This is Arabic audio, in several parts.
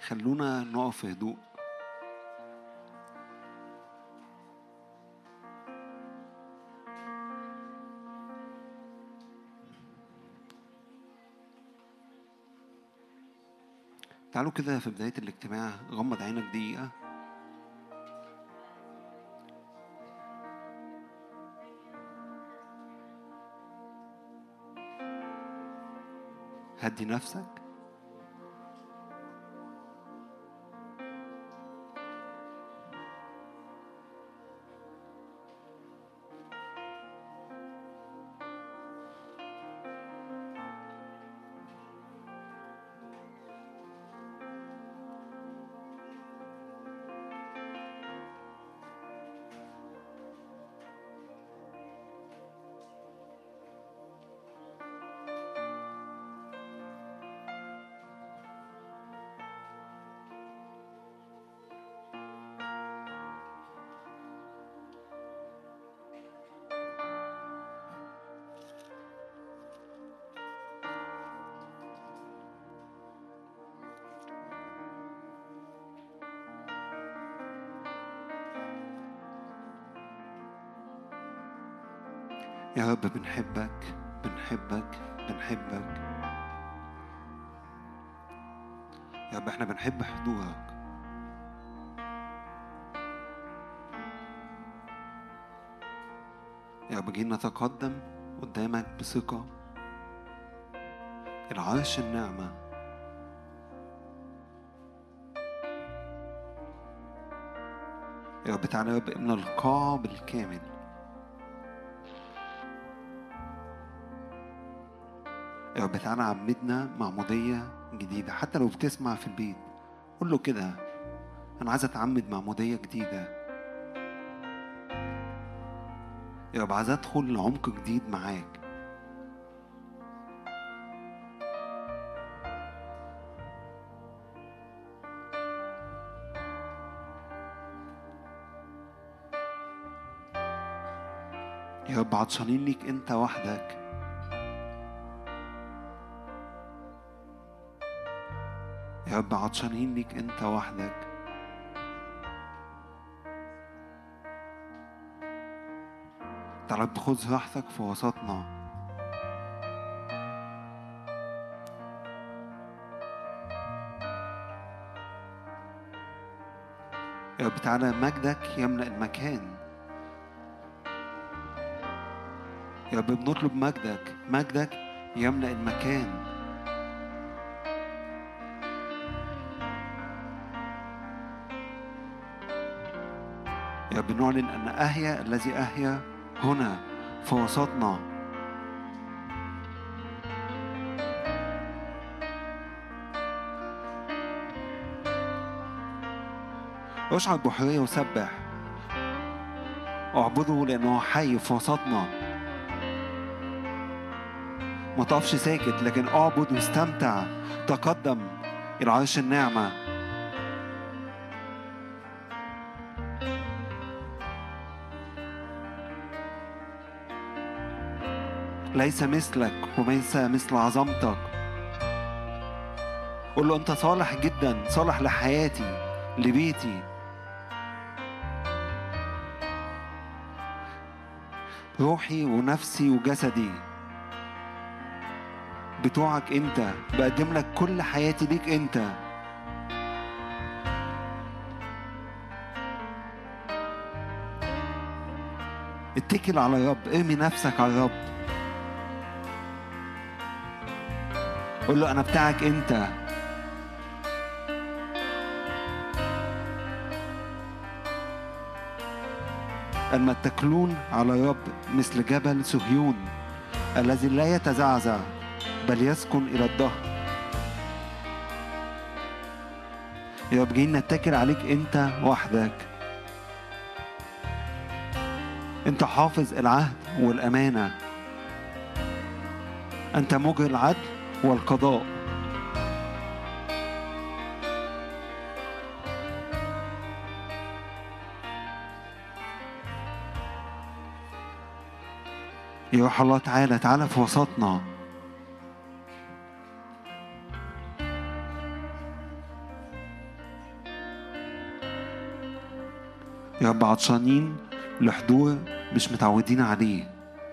خلونا نقف في هدوء. تعالوا كده في بداية الاجتماع غمض عينك دقيقة. هدي نفسك. يا رب بنحبك بنحبك بنحبك يا رب، احنا بنحب حضورك. يا رب جينا نتقدم قدامك بثقة إلى عرش النعمة. يا رب تعالى يا رب املى القاعة بالكامل. يا رب تعالى عمدنا معمودية جديدة. حتى لو بتسمع في البيت قول له كده، أنا عايز أتعمد معمودية جديدة. يا رب عايز أدخل لعمق جديد معاك. يا رب عطشانين ليك أنت وحدك. يا رب عطشانين ليك أنت وحدك. تعالى بخذ راحتك في وسطنا. يا رب تعالى مجدك يملأ المكان. يا رب بنطلب مجدك، مجدك يملأ المكان. يا رب نعلن أن أحيا الذي أحيا هنا في وسطنا. اشعر بحرية وسبح، اعبده لأنه حي في وسطنا. ما تقفش ساكت، لكن اعبد واستمتع. تقدم إلى عرش النعمة. ليس مثلك وليس مثل عظمتك. قل له أنت صالح جدا، صالح لحياتي لبيتي. روحي ونفسي وجسدي بتوعك أنت. بقدم لك كل حياتي ليك أنت. اتكل على الرب، ارمي نفسك على الرب. قل له أنا بتاعك أنت. أما تتكلون على الرب مثل جبل صهيون الذي لا يتزعزع بل يسكن إلى الدهر. يا رب جايين نتكل عليك أنت وحدك. أنت حافظ العهد والأمانة. أنت مجري العدل والقضاء. يا روح الله تعالى، تعالى في وسطنا. يا رب عطشانين لحضور مش متعودين عليه.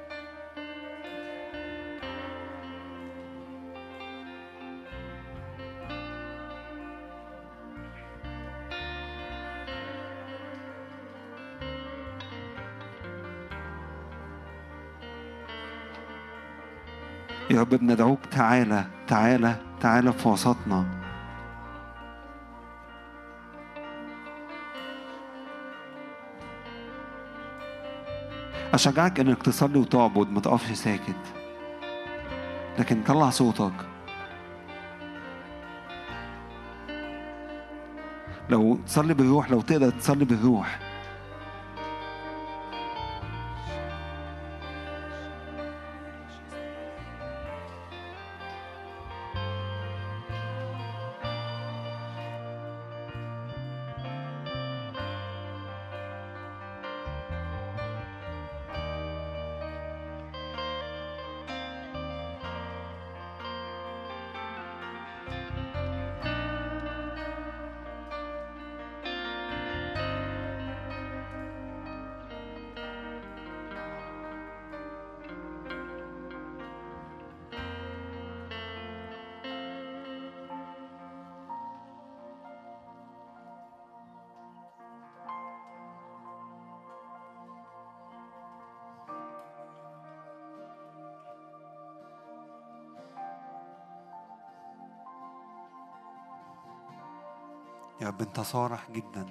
يا رب بندعوك، تعالى تعالى تعالى في وسطنا. أشجعك إنك تصلي وتعبد، ما تقفش ساكت، لكن طلع صوتك. لو تصلي بالروح، لو تقدر تصلي بالروح. يا رب انت صارح جدا.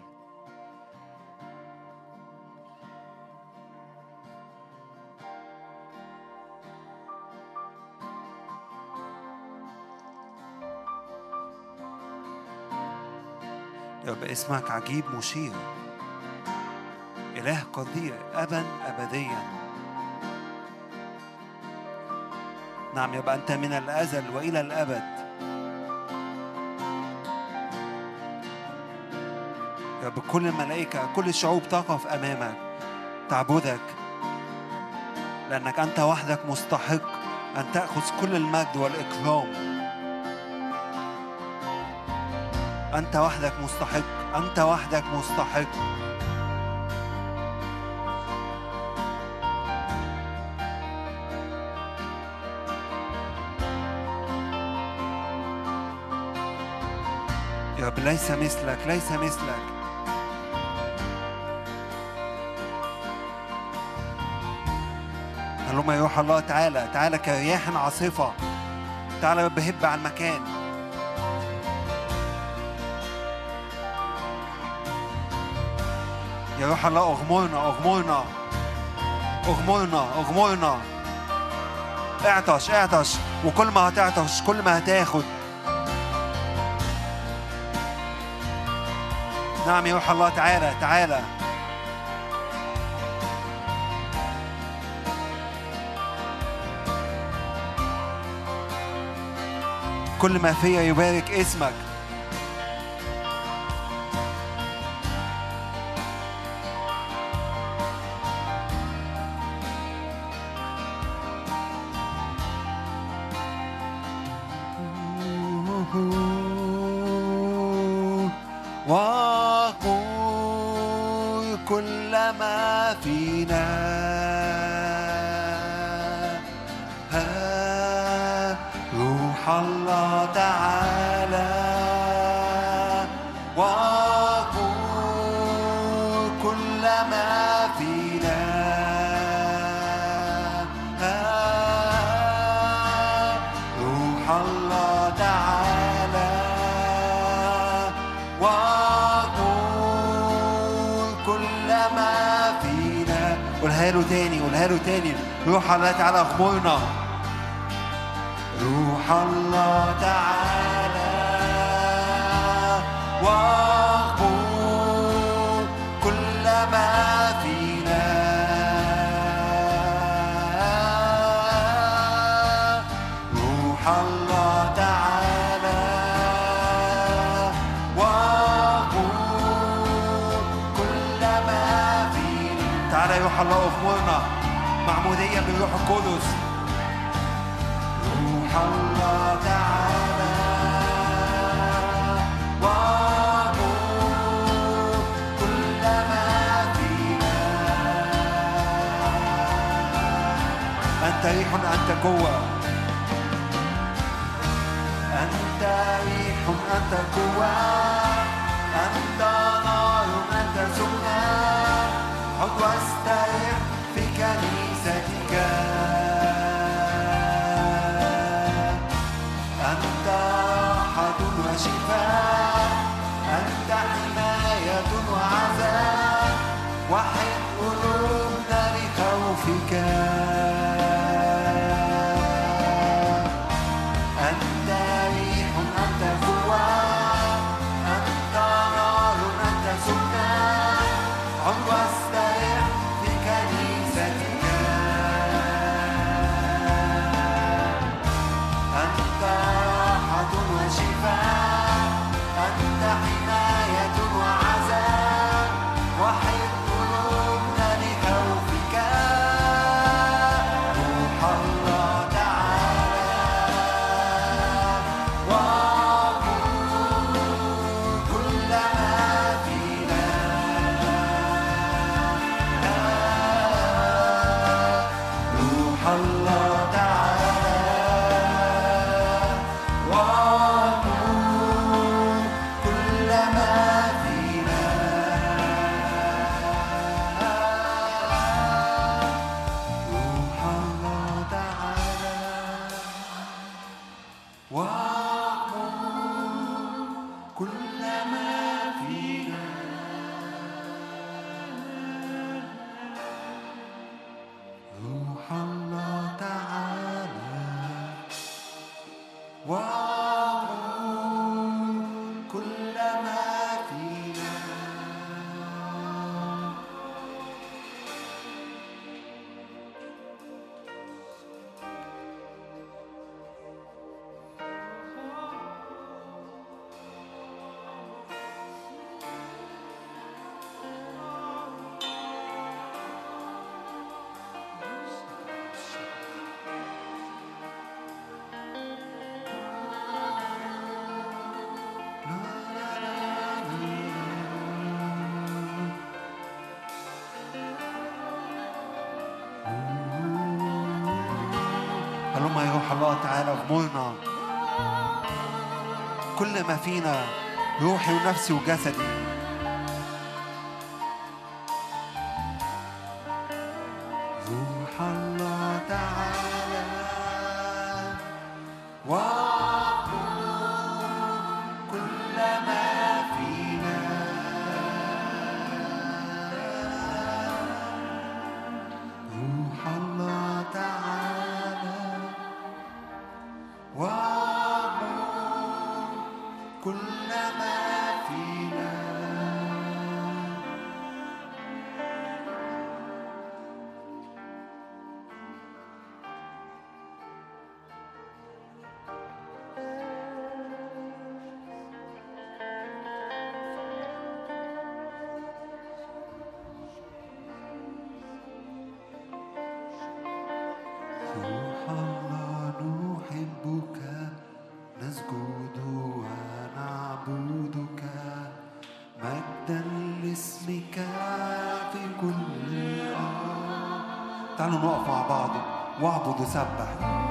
يا رب اسمك عجيب مشير، إله قدير أبا أبديا. نعم يبقى أنت من الأزل وإلى الأبد. يا رب كل الملائكة كل الشعوب تقف أمامك تعبدك، لأنك أنت وحدك مستحق أن تأخذ كل المجد والإكرام. أنت وحدك مستحق، أنت وحدك مستحق. يا رب ليس مثلك، ليس مثلك. هلما يا روح الله، تعالى تعالى كرياح عاصفة، تعالى بهب على المكان. يا روح الله اغمرنا اغمرنا اغمرنا اغمرنا. اعطش اعطش، وكل ما هتعطش كل ما هتاخد. نعم يا روح الله، تعالى تعالى. كل ما فيا يبارك اسمك. وقول كل ما فينا، روح الله تعالى. وقول كل ما فينا، روح الله تعالى. وقول كل ما فينا. قولها له تاني، قولها له تاني. روح الله تعالى اغمرنا. روح الله تعالى. واغمر كل ما فينا. روح الله تعالى. واغمر كل ما فينا. تعالى يا روح الله اغمرنا. معمودية بالروح القدس. روح الله تعالى. واغمر كل ما ريح أنت قوة، أنت ريح أنت قوة، أنت نار أنت سكنى، عد واستريح في كنيستك، أنت راحة وشفاء، أنت حماية وعزاء، وحد قلوبنا لخوفك، أنت ريح أنت قوة، أنت نار أنت سكنى، عد واستريح في كنيستك، أنت راحة وشفاء، أنت حماية وعزاء، وحد قلوبنا لخوفك، روح الله تعالى وأمر كل ما فينا، روح الله تعالى وأمر كل ما فينا، روح الله تعالى وأمر كل ما فينا، روح الله تعالى وأمر كل ما فينا. هلما يا روح الله تعالى اغمرنا كل ما فينا، روحي ونفسي وجسدي، روح الله تعالى وأمر كل ما فينا، روح الله تعالى وأمر كل ما فينا. روح الله نحبك، نسجد ونعبدك، مجدا لاسمك في كل الأرض. تعالوا نقف مع بعض واعبد وسبح.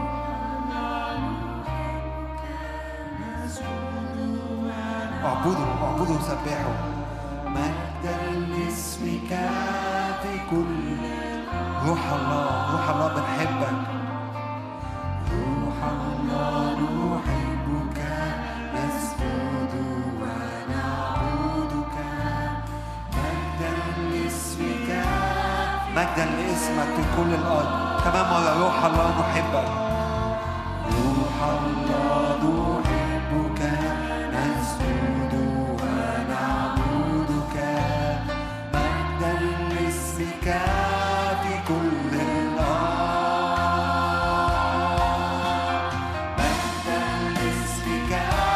اعبدوا وسبحوا، مجدا لاسمك في كل. روح الله بنحبك، روح الله نحبك، نسجد ونعبدك، مجدا لاسمك، مجدا لاسمك في كل الأرض. كمان مرة، روح الله نحبك، روح الله نحبك، نسجد ونعبدك، مجدا لاسمك في كل الأرض، مجدا لاسمك،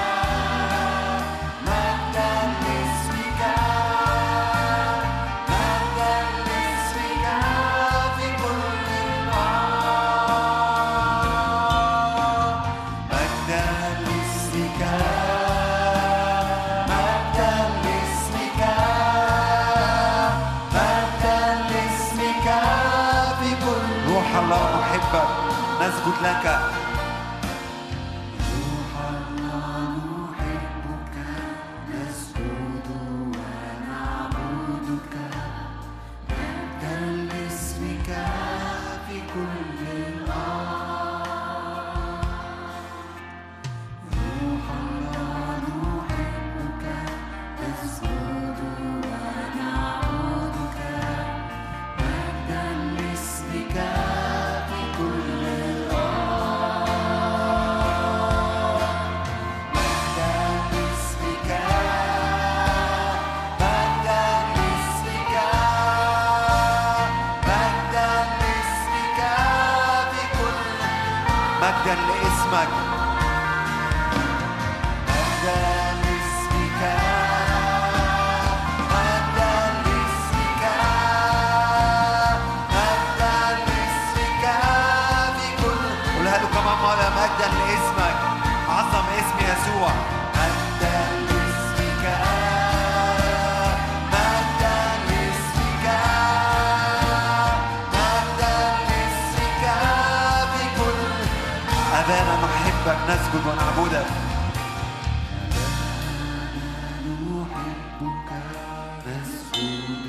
مجدا لاسمك، مجدا لاسمك في كل الأرض، مجدا لاسمك، مجدا لاسمك، مجدا لاسمك في كل. روح الله نحبك، نسجد لك. نسجد ونعبدك. نحبك نسجد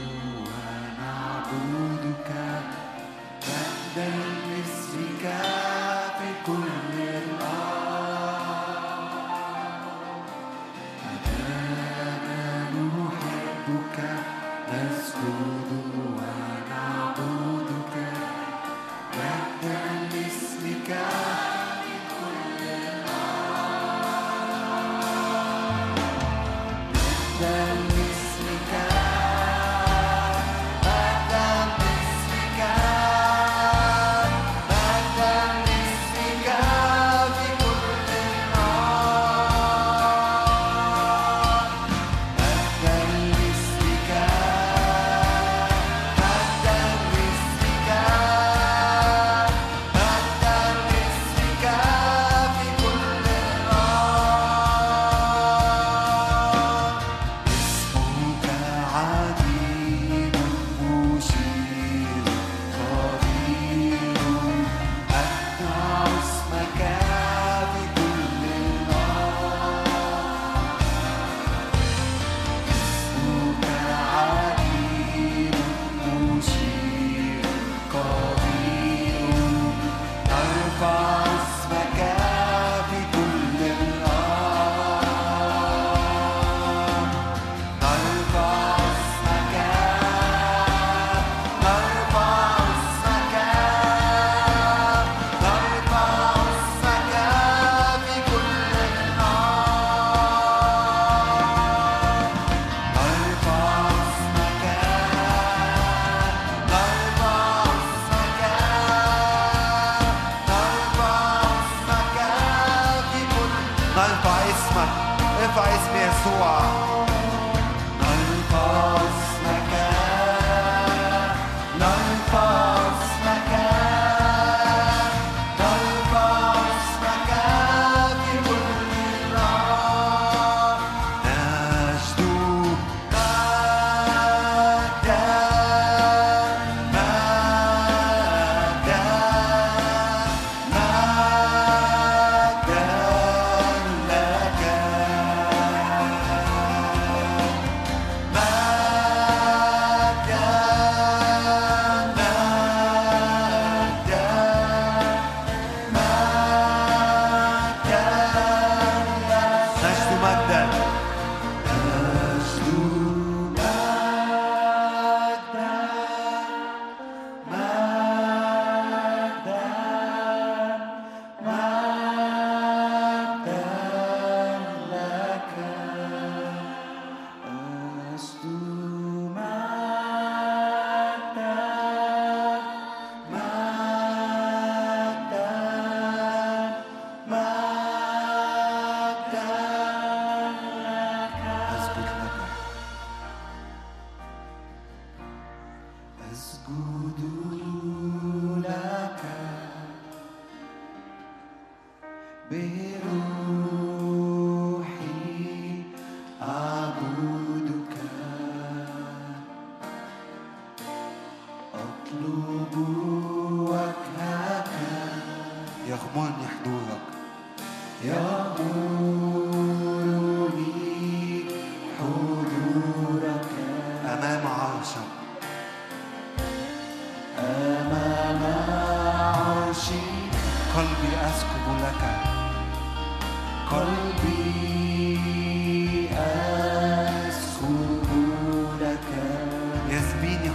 ونعبدك مجدا لاسمك في كل الأرض. نحبك نسجد ونعبدك مجدا لاسمك.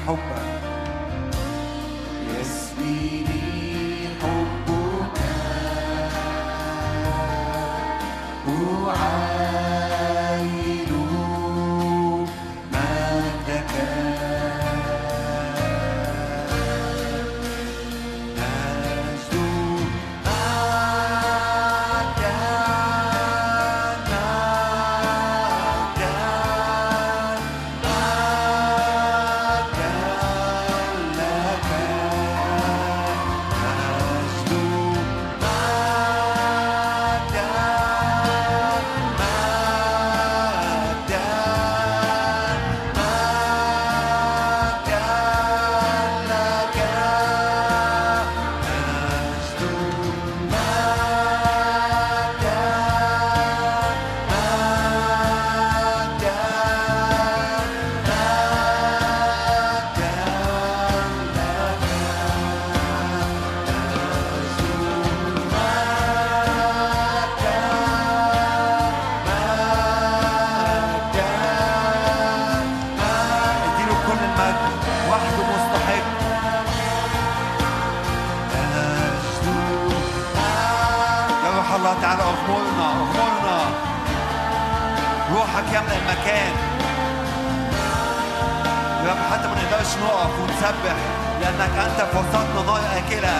حبك. يسبيني حبك أعاين مجدك تعالى اغمرنا روحك يملأ المكان يا رب، حتى ما نقدرش نقف ونسبح لأنك أنت في وسطنا نار آكلة.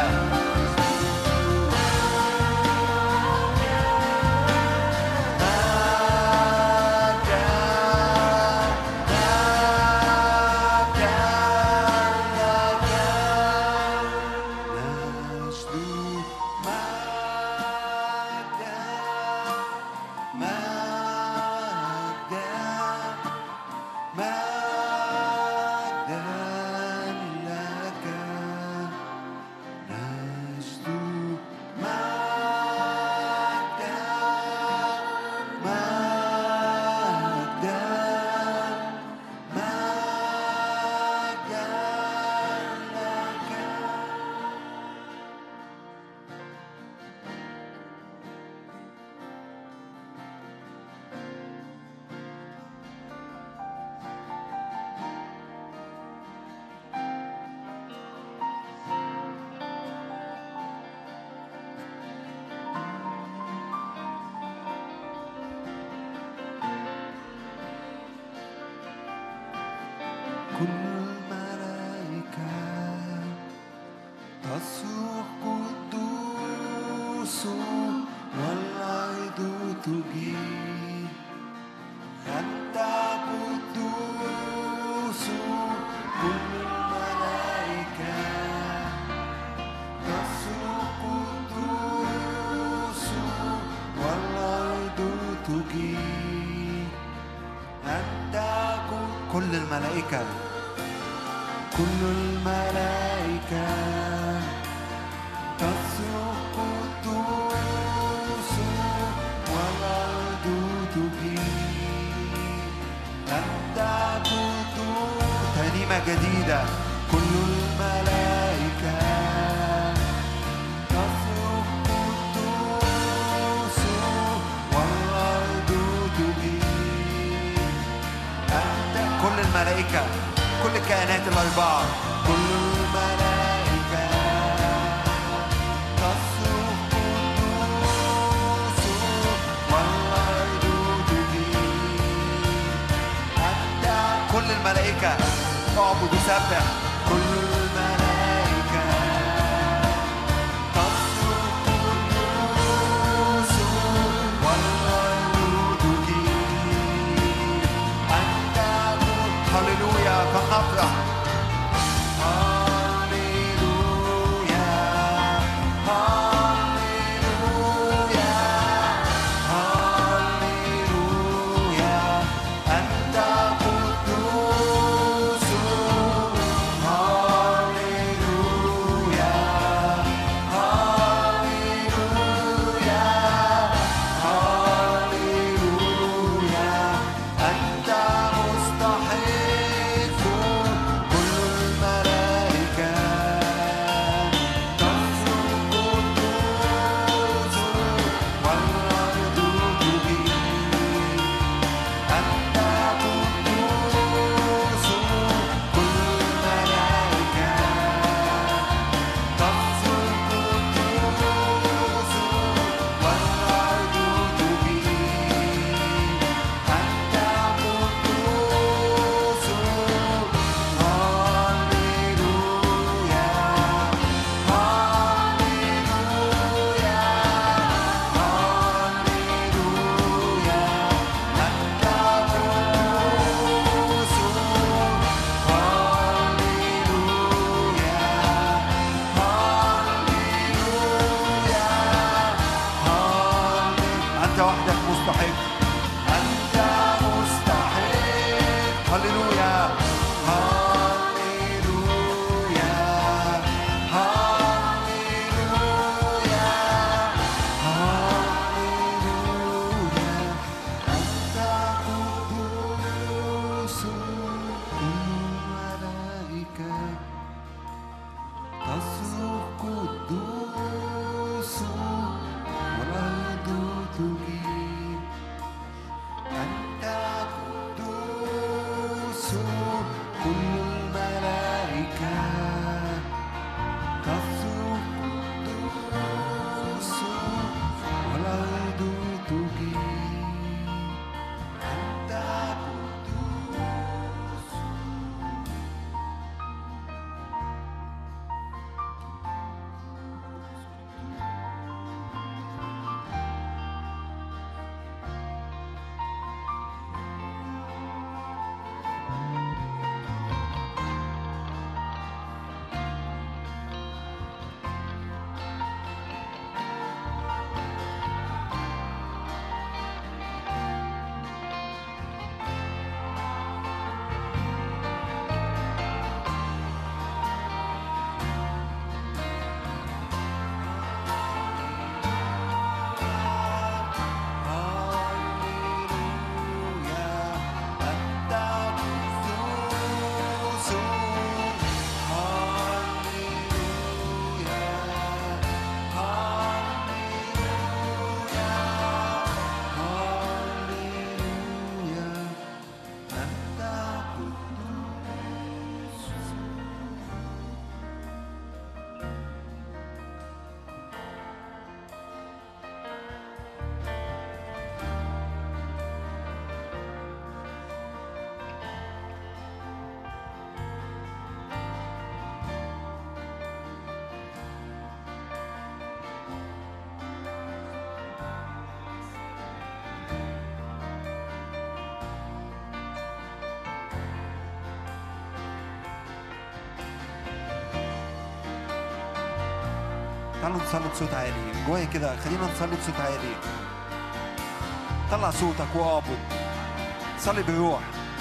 تعالوا نصلي بصوت عالي جوايا كده. خلينا نصلي بصوت عالي. طلع صوتك وقابض. صلي بالروح.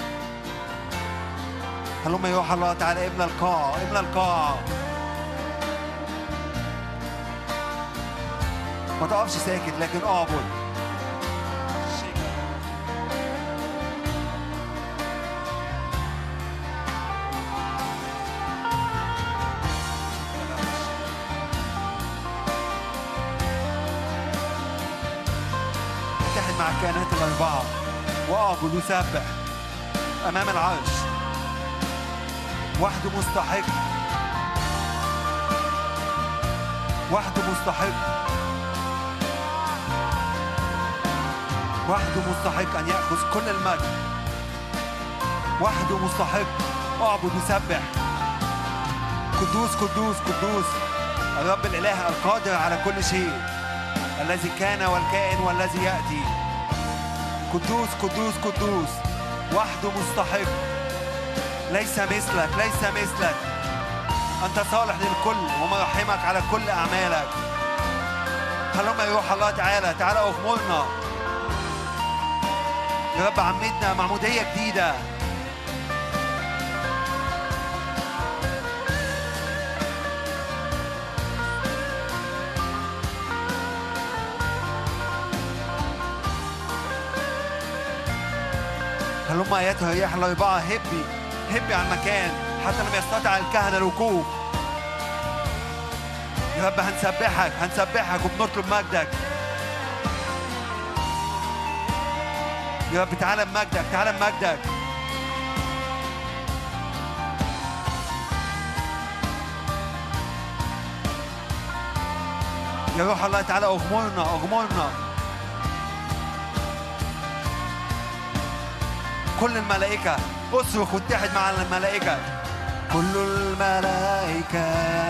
هلما يا روح الله تعالى ابن القاعة، ابن القاعة. ما تقفش ساكت لكن اعبد. اتحد مع الكائنات الأربعة واعبد وسبح أمام العرش. وحده مستحق، وحده مستحق، وحده مستحق أن يأخذ كل المجد. وحده مستحق. اعبد وسبح. قدوس قدوس قدوس الرب الإله القادر على كل شيء، الذي كان والكائن والذي يأتي. قدوس قدوس قدوس. وحده مستحق. ليس مثلك، ليس مثلك. أنت صالح للكل ومرحمك على كل أعمالك. هلما يا روح الله تعالى، تعالى أغمرنا يا رب. عمدنا معمودية جديدة. هلما آياتها الرياح الأربعة. هبي هبي عن مكان حتى لم يستطع الكهنة الوقوف. يا رب هنسبحك، هنسبحك وبنطلب مجدك يا رب. تعالى بمجدك، تعالى بمجدك. يا روح الله تعالى اغمرنا، اغمرنا. كل الملائكة اصرخ واتحد مع الملائكة. كل الملائكة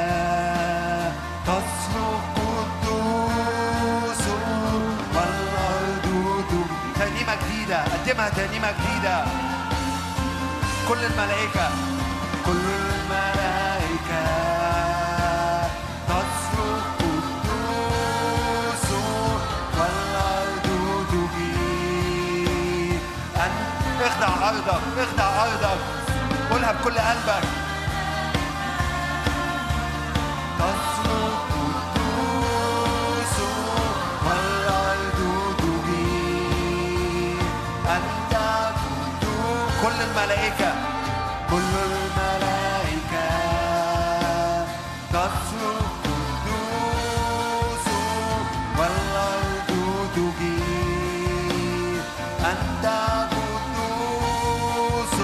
تصرخ قدوس والأرض تبكي. ترنيمة جديدة، قدمها ترنيمة جديدة. كل الملائكة، كل الملائكة تصرخ قدوس والأرض تبكي. اخدع أرضك، اخدع أرضك. قولها بكل قلبك. تصرخ قدوس والأرض تبكي. أنت قدوس. كل الملائكة، كل الملائكة تصرخ قدوس والأرض تبكي. أنت قدوس.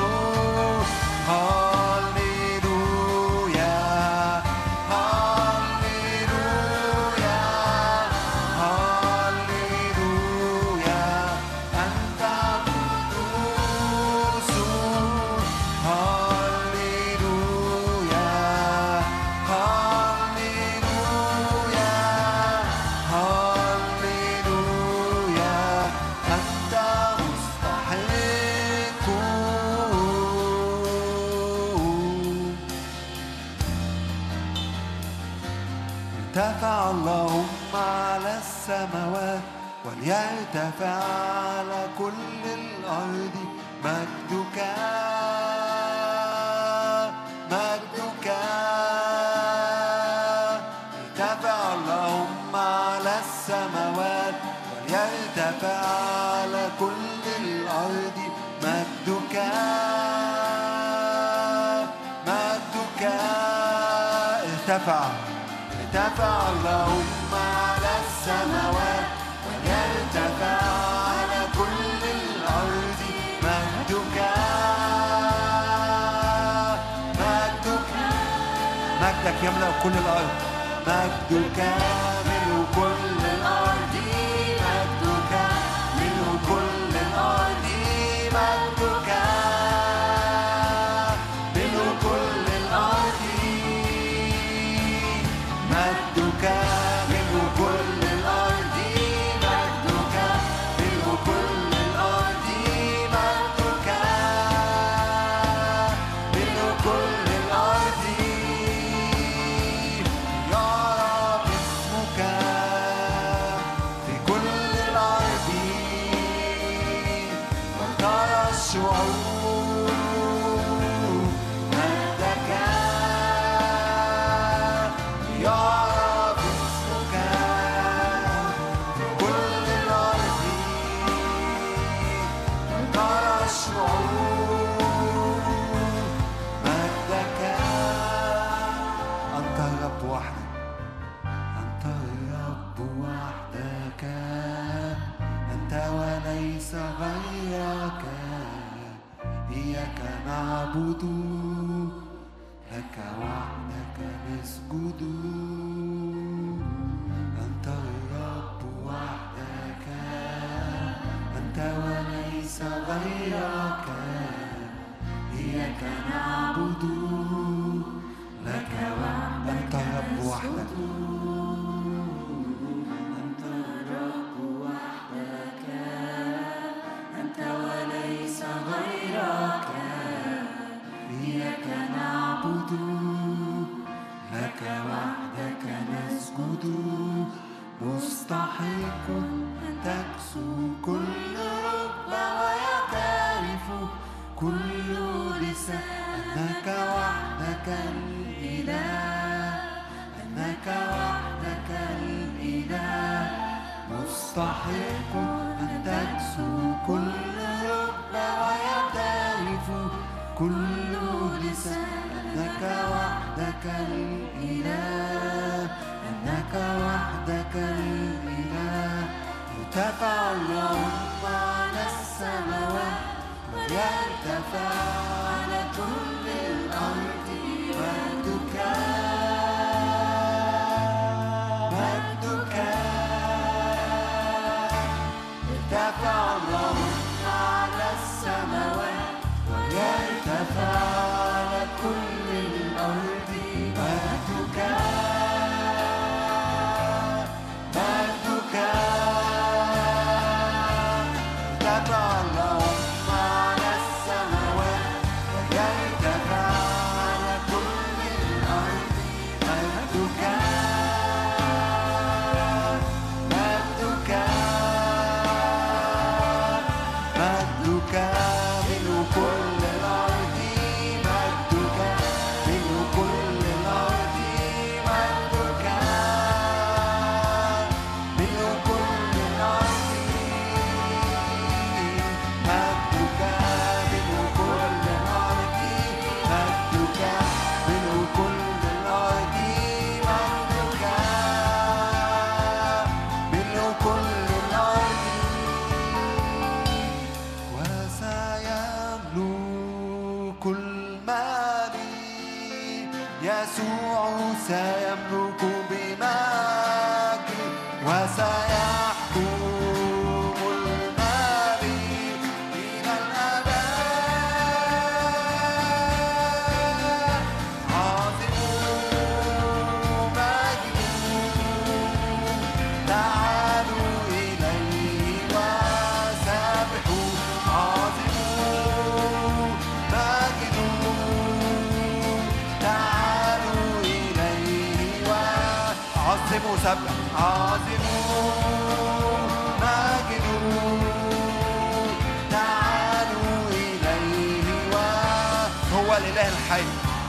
هاليلويا هاليلويا هاليلويا. أنت قدوس. هاليلويا هاليلويا هاليلويا. أنت مستحق. ارتفع اللهم على السماوات وليرتفع على كل الأرض مجدك، مجدك. ارتفع اللهم على السماوات وليرتفع على كل الأرض مجدك، مجدك. ارتفع، ارتفع اللهم على السماوات وليرتفع على كل الأرض مجدك، مجدك. مجدك يملأ كل الأرض. مجدك ملء كل الأرض. مجدك ملء كل الأرض. مجدك ملء كل الأرض. مجدك ملء كل الأرض. مجدك ملء كل الأرض. مجدك ملء كل الأرض. يا رب إياك نعبد لك وحدك نسجد أنت الرب وحدك أنت وليس غيرك إياك نعبد لك وحدك أنت الرب وحدك أنت الرب وحدك أنت وليس غيرك إياك نعبد لك وحدك نسجد مستحق أن تكسو كل ركبة ويعترف كل لسان أنك وحدك الإله أنك وحدك الإله مستحق أن تكسو كل ركبة ويعترف كل لسان أنك وحدك الإله أنك وحدك الإله ارتفع اللهم على السماوات ويرتفع على كل الأرض مجدك مجدك ارتفع اللهم على السماوات ويرتفع على كل الأرض مجدك مجدك ارتفع اللهم على السماوات ويرتفع على كل الأرض مجدك مجدك مجدك ملء كل الأرض مجدك ملء كل الأرض مجدك ملء كل الأرض مجدك ملء كل الأرض مجدك ملء كل الأرض مجدك ملء كل الأرض وسيملك المال يسوع سيملك بمجد وسيحكم المال إلى الأبد عظيم مجده تعالوا إليه وسبحوا عظيم مجده تعالوا إليه عظموا سبح عظموا مجده تعالوا إليه هو الإله الحي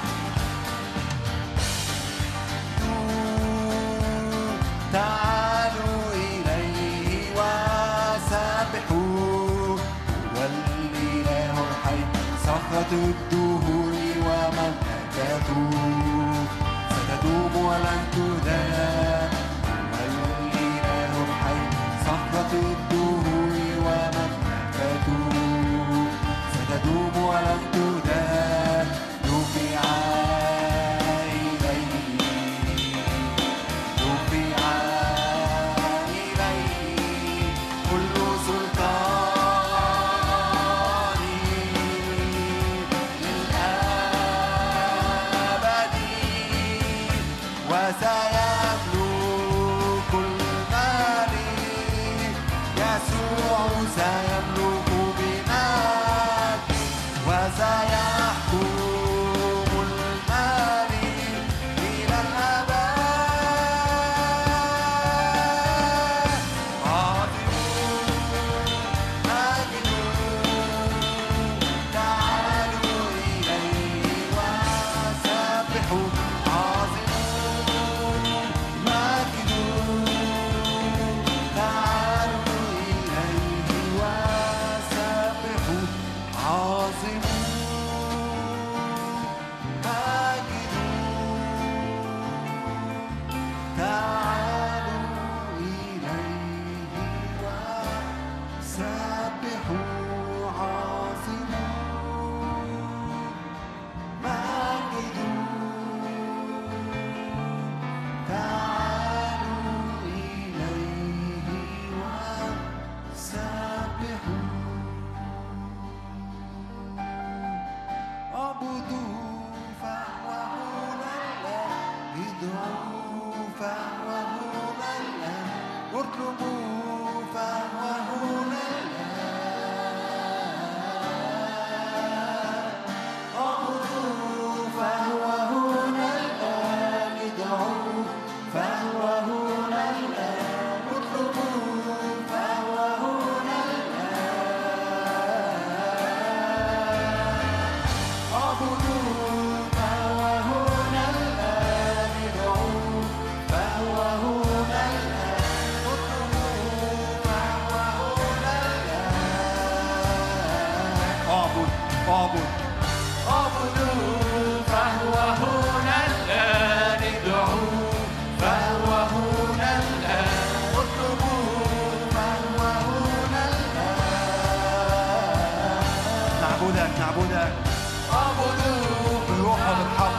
تعالوا إليه وسبحوا هو الإله الحي صخرة الدهور ومملكته ستدوم ولن تدام هو الإله الحي صخرة الدهور ومملكته ستدوم ولن تدام دفع إليه دفع إليه كل سلطان للأبد وسيملك المال اعبد اعبدوا فهو هنا الآن، ادعوا فهو هنا الآن، اطلبوا فهو هنا الآن. نعبدك نعبدك اعبدوا بالروح وبالحق.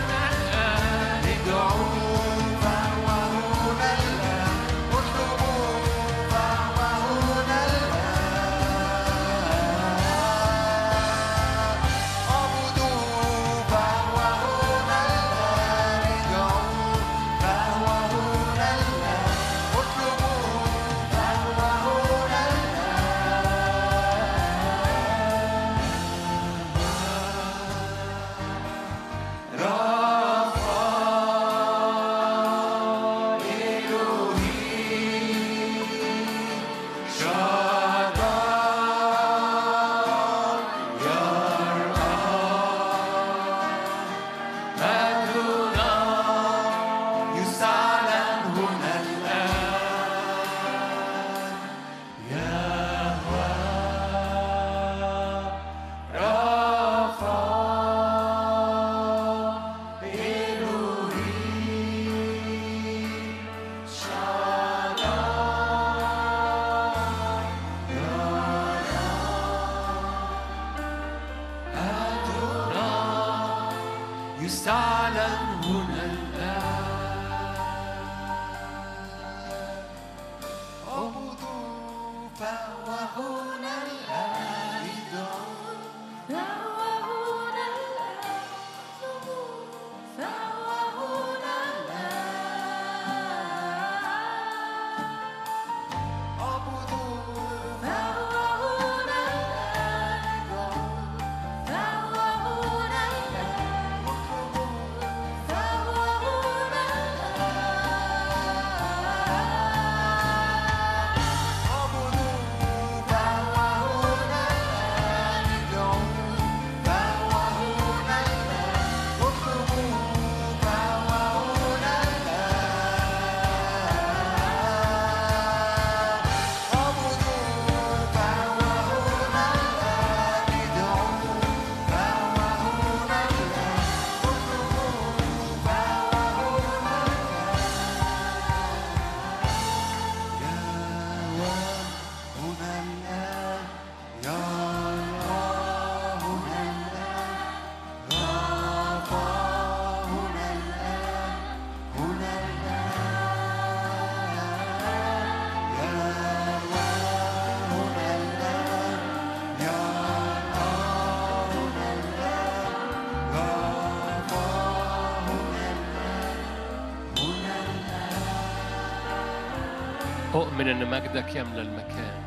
أؤمن أن مجدك يملأ المكان.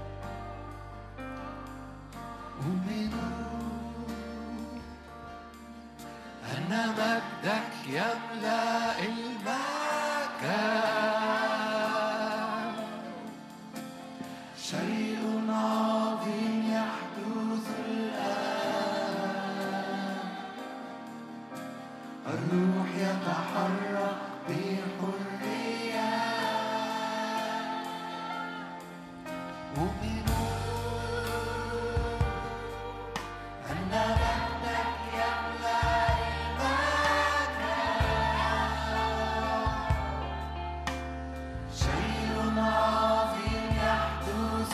أؤمن أن مجدك يملأ المكان، شيء عظيم يحدث الآن، الروح يتحرك بحرية. أؤمن أن مجدك يملأ المكان، شيء عظيم يحدث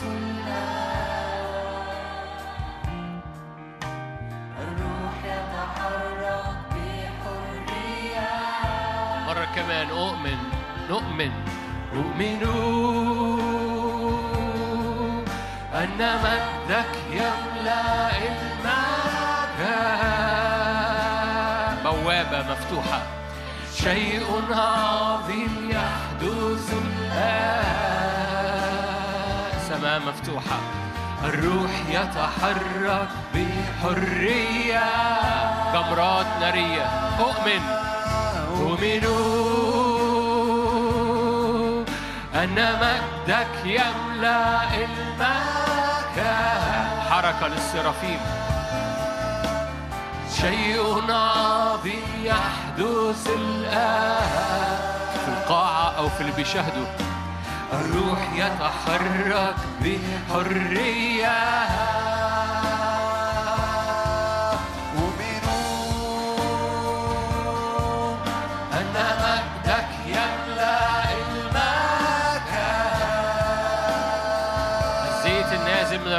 الآن، الروح يتحرك بحرية. مرة كمان نؤمن أن مجدك يملأ المكان، بوابة مفتوحة، شيء عظيم يحدث الآن، سماء مفتوحة، الروح يتحرك بحرية، جمرات نارية. أؤمن أن مجدك يملأ المكان، حركة للسرافيم، شيء عظيم يحدث الآن، في القاعة أو في اللي بيشاهدوا. الروح يتحرك بحرية.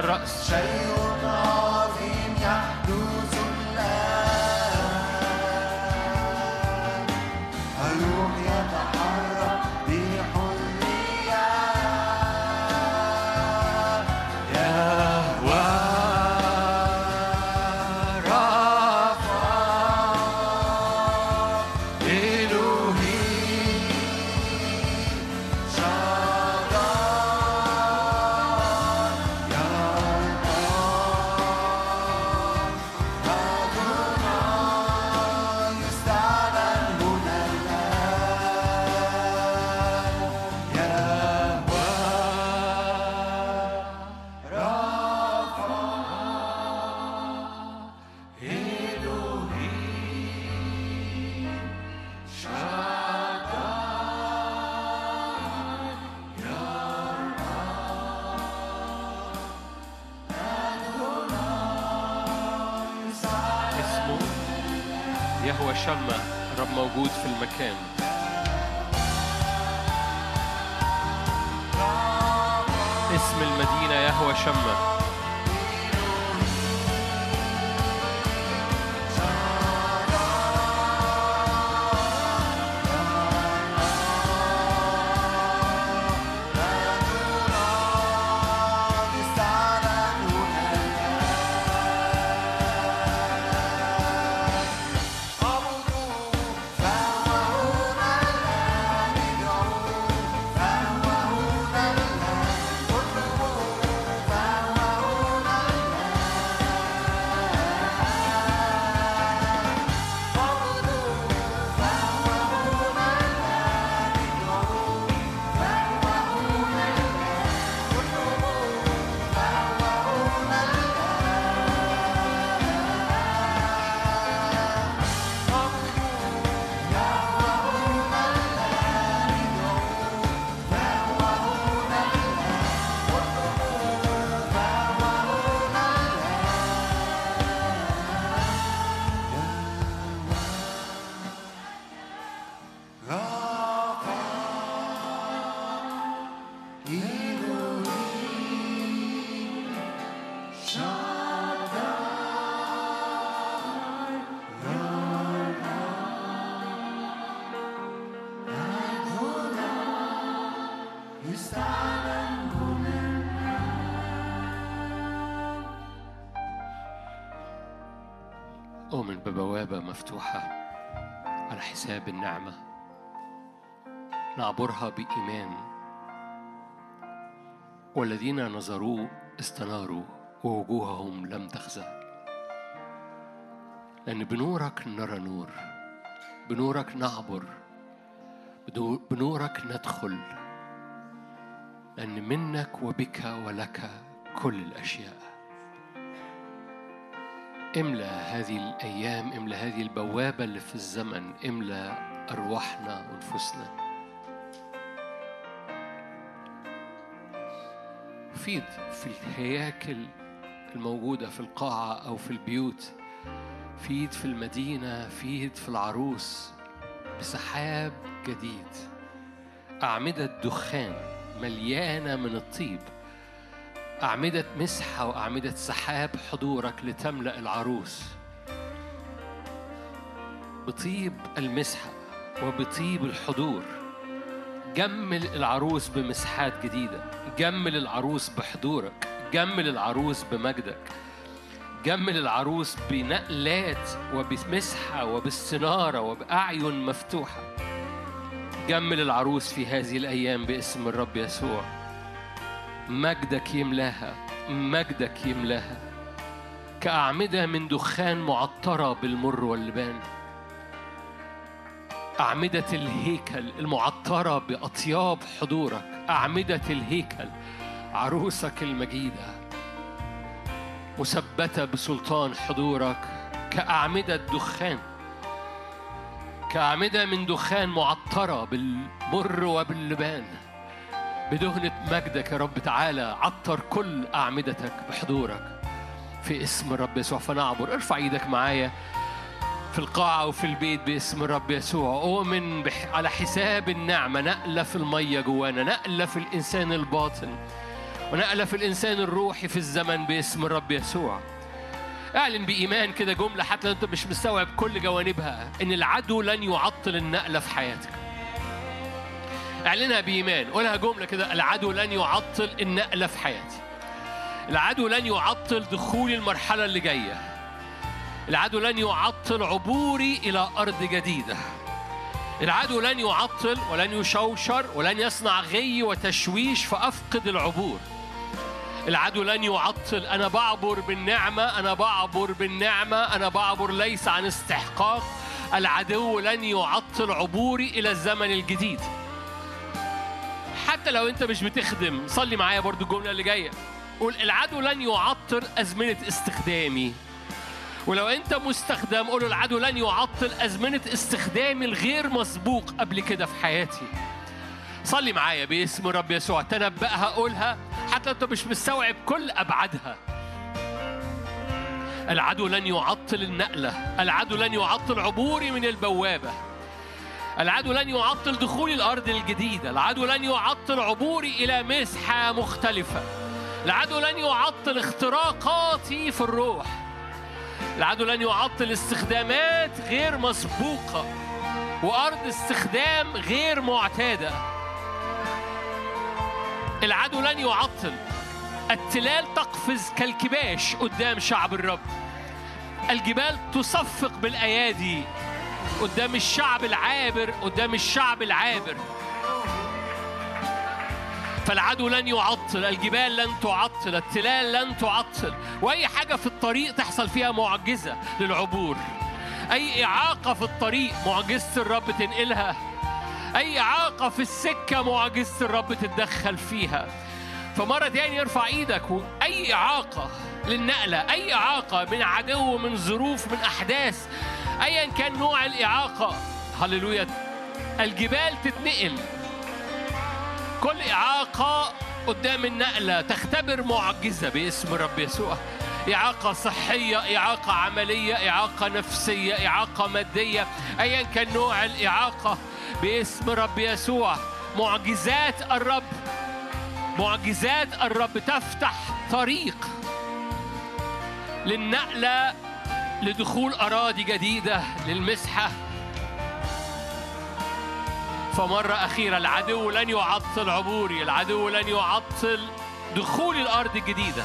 الرأس. شيء عظيم يحدث الآن، الروح يتحرك بحرية. يهوه رافع إلهي شاداي أدوناي يستعلن هنا الآن. يهوه رافع إلهي اسمه يهوه شمة. الرب موجود في المكان. اسم المدينة يهوه شمة. أؤمن ببوابة مفتوحة على حساب النعمة نعبرها بإيمان، والذين نظروه استناروا ووجوههم لم تخزى، لأن بنورك نرى نور، بنورك نعبر، بنورك ندخل، لأن منك وبك ولك كل الأشياء. املأ هذه الأيام، املأ هذه البوابة اللي في الزمن، املأ أرواحنا ونفوسنا. فيض في الهياكل الموجودة في القاعة أو في البيوت، فيض في المدينة، فيض في العروس بسحاب جديد، أعمدة دخان مليانة من الطيب، أعمدة مسحة وأعمدة سحاب حضورك لتملأ العروس بطيب المسحة وبطيب الحضور. جمل العروس بمسحات جديدة، جمل العروس بحضورك، جمل العروس بمجدك، جمل العروس بنقلات وبمسحة وباستنارة وبأعين مفتوحة. جمل العروس في هذه الأيام باسم الرب يسوع. مجدك يملاها، مجدك يملاها كأعمدة من دخان معطرة بالمر واللبان، أعمدة الهيكل المعطرة بأطياب حضورك، أعمدة الهيكل عروسك المجيدة مثبتة بسلطان حضورك كأعمدة دخان، كأعمدة من دخان معطرة بالمر وباللبان بدهنة مجدك يا رب. تعالى عطر كل أعمدتك بحضورك في اسم الرب يسوع. فنعبر، ارفع ايدك معايا في القاعة وفي البيت باسم الرب يسوع. أؤمن على حساب النعمة نقلة في المية جوانا، نقلة في الإنسان الباطن. ونقلة في الإنسان الروحي في الزمن باسم الرب يسوع. اعلن بإيمان كده جملة حتى لو أنت مش مستوعب كل جوانبها، إن العدو لن يعطل النقلة في حياتك. اعلنها بإيمان، قولها جملة كده: العدو لن يعطل النقلة في حياتي. العدو لن يعطل دخولي المرحلة اللي جاية. العدو لن يعطل عبوري إلى أرض جديدة. العدو لن يعطل ولن يشوشر ولن يصنع غي وتشويش فأفقد العبور. العدو لن يعطل. أنا بعبر بالنعمة، أنا بعبر بالنعمة، أنا بعبر ليس عن استحقاق. العدو لن يعطل عبوري إلى الزمن الجديد. حتى لو أنت مش بتخدم، صلي معايا برضو الجملة اللي جاية. قول: العدو لن يعطل أزمنة استخدامي. ولو أنت مستخدم، قول: العدو لن يعطل أزمنة استخدامي الغير مسبوق قبل كده في حياتي. صلي معايا باسم الرب يسوع، تنبأها، قولها حتى لو أنت مش مستوعب كل أبعادها. العدو لن يعطل النقلة. العدو لن يعطل عبوري من البوابة. العدو لن يعطل دخولي الأرض الجديدة. العدو لن يعطل عبوري إلى مسحة مختلفة. العدو لن يعطل اختراقاتي في الروح. العدو لن يعطل استخدامات غير مسبوقة وأرض استخدام غير معتادة. العدو لن يعطل. التلال تقفز كالكباش قدام شعب الرب. الجبال تصفق بالأيادي قدام الشعب العابر، قدام الشعب العابر. فالعدو لن يعطل، الجبال لن تعطل، التلال لن تعطل، وأي حاجة في الطريق تحصل فيها معجزة للعبور. أي إعاقة في الطريق معجزة الرب تنقلها. أي إعاقة في السكة معجزة الرب تتدخل فيها. فمرة تاني ارفع إيدك. أي إعاقة للنقلة، أي إعاقة من عدو، من ظروف، من أحداث، أيا كان نوع الإعاقة، هللويا، الجبال تتنقل. كل إعاقة قدام النقلة تختبر معجزة باسم الرب يسوع. إعاقة صحية، إعاقة عملية، إعاقة نفسية، إعاقة مادية، أيا كان نوع الإعاقة باسم الرب يسوع. معجزات الرب، معجزات الرب تفتح طريق للنقلة، لدخول أراضي جديدة، للمسحة. فمرة أخيرة: العدو لن يعطل عبوري. العدو لن يعطل دخول الأرض الجديدة.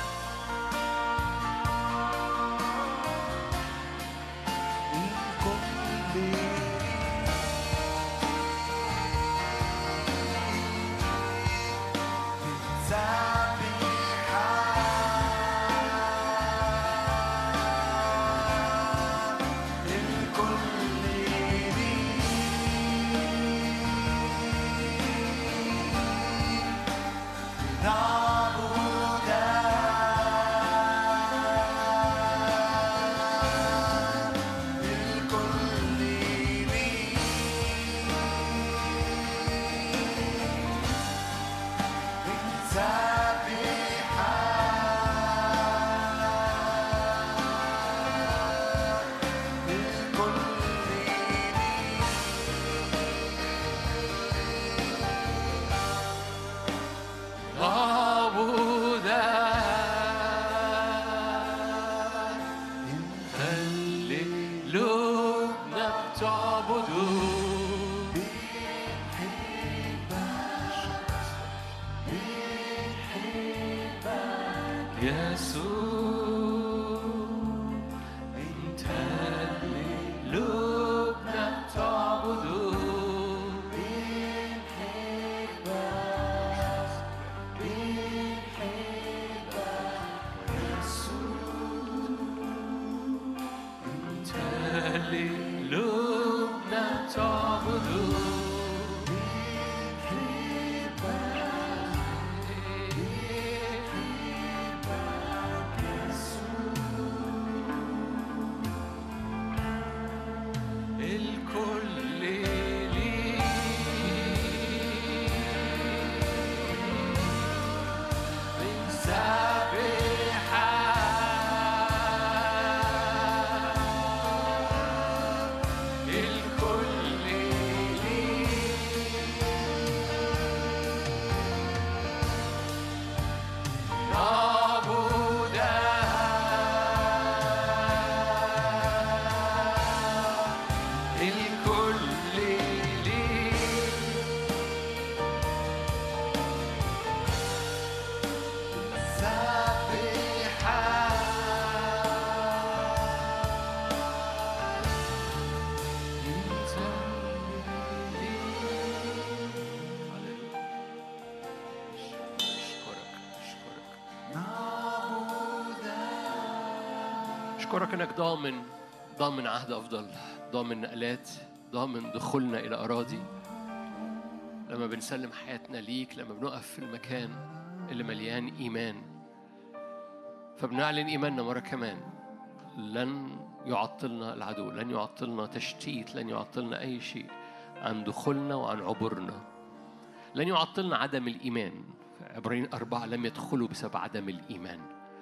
أشكرك إنك ضامن عهد أفضل، ضامن نقلات، ضامن دخولنا إلى أراضي. لما بنسلم حياتنا ليك، لما بنقف في المكان اللي مليان إيمان، فبنعلن إيماننا مرة كمان. لن يعطلنا العدو، لن يعطلنا تشتيت، لن يعطلنا أي شيء عن دخولنا وعن عبورنا. لن يعطلنا عدم الإيمان. عبرين 4 لم يدخلوا بسبب عدم الإيمان.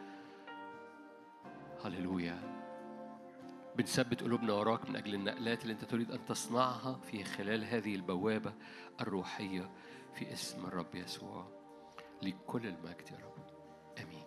هللويا. بنثبت قلوبنا وراك من أجل النقلات اللي أنت تريد أن تصنعها في خلال هذه البوابة الروحية في اسم الرب يسوع. لكل المجد يا رب، آمين.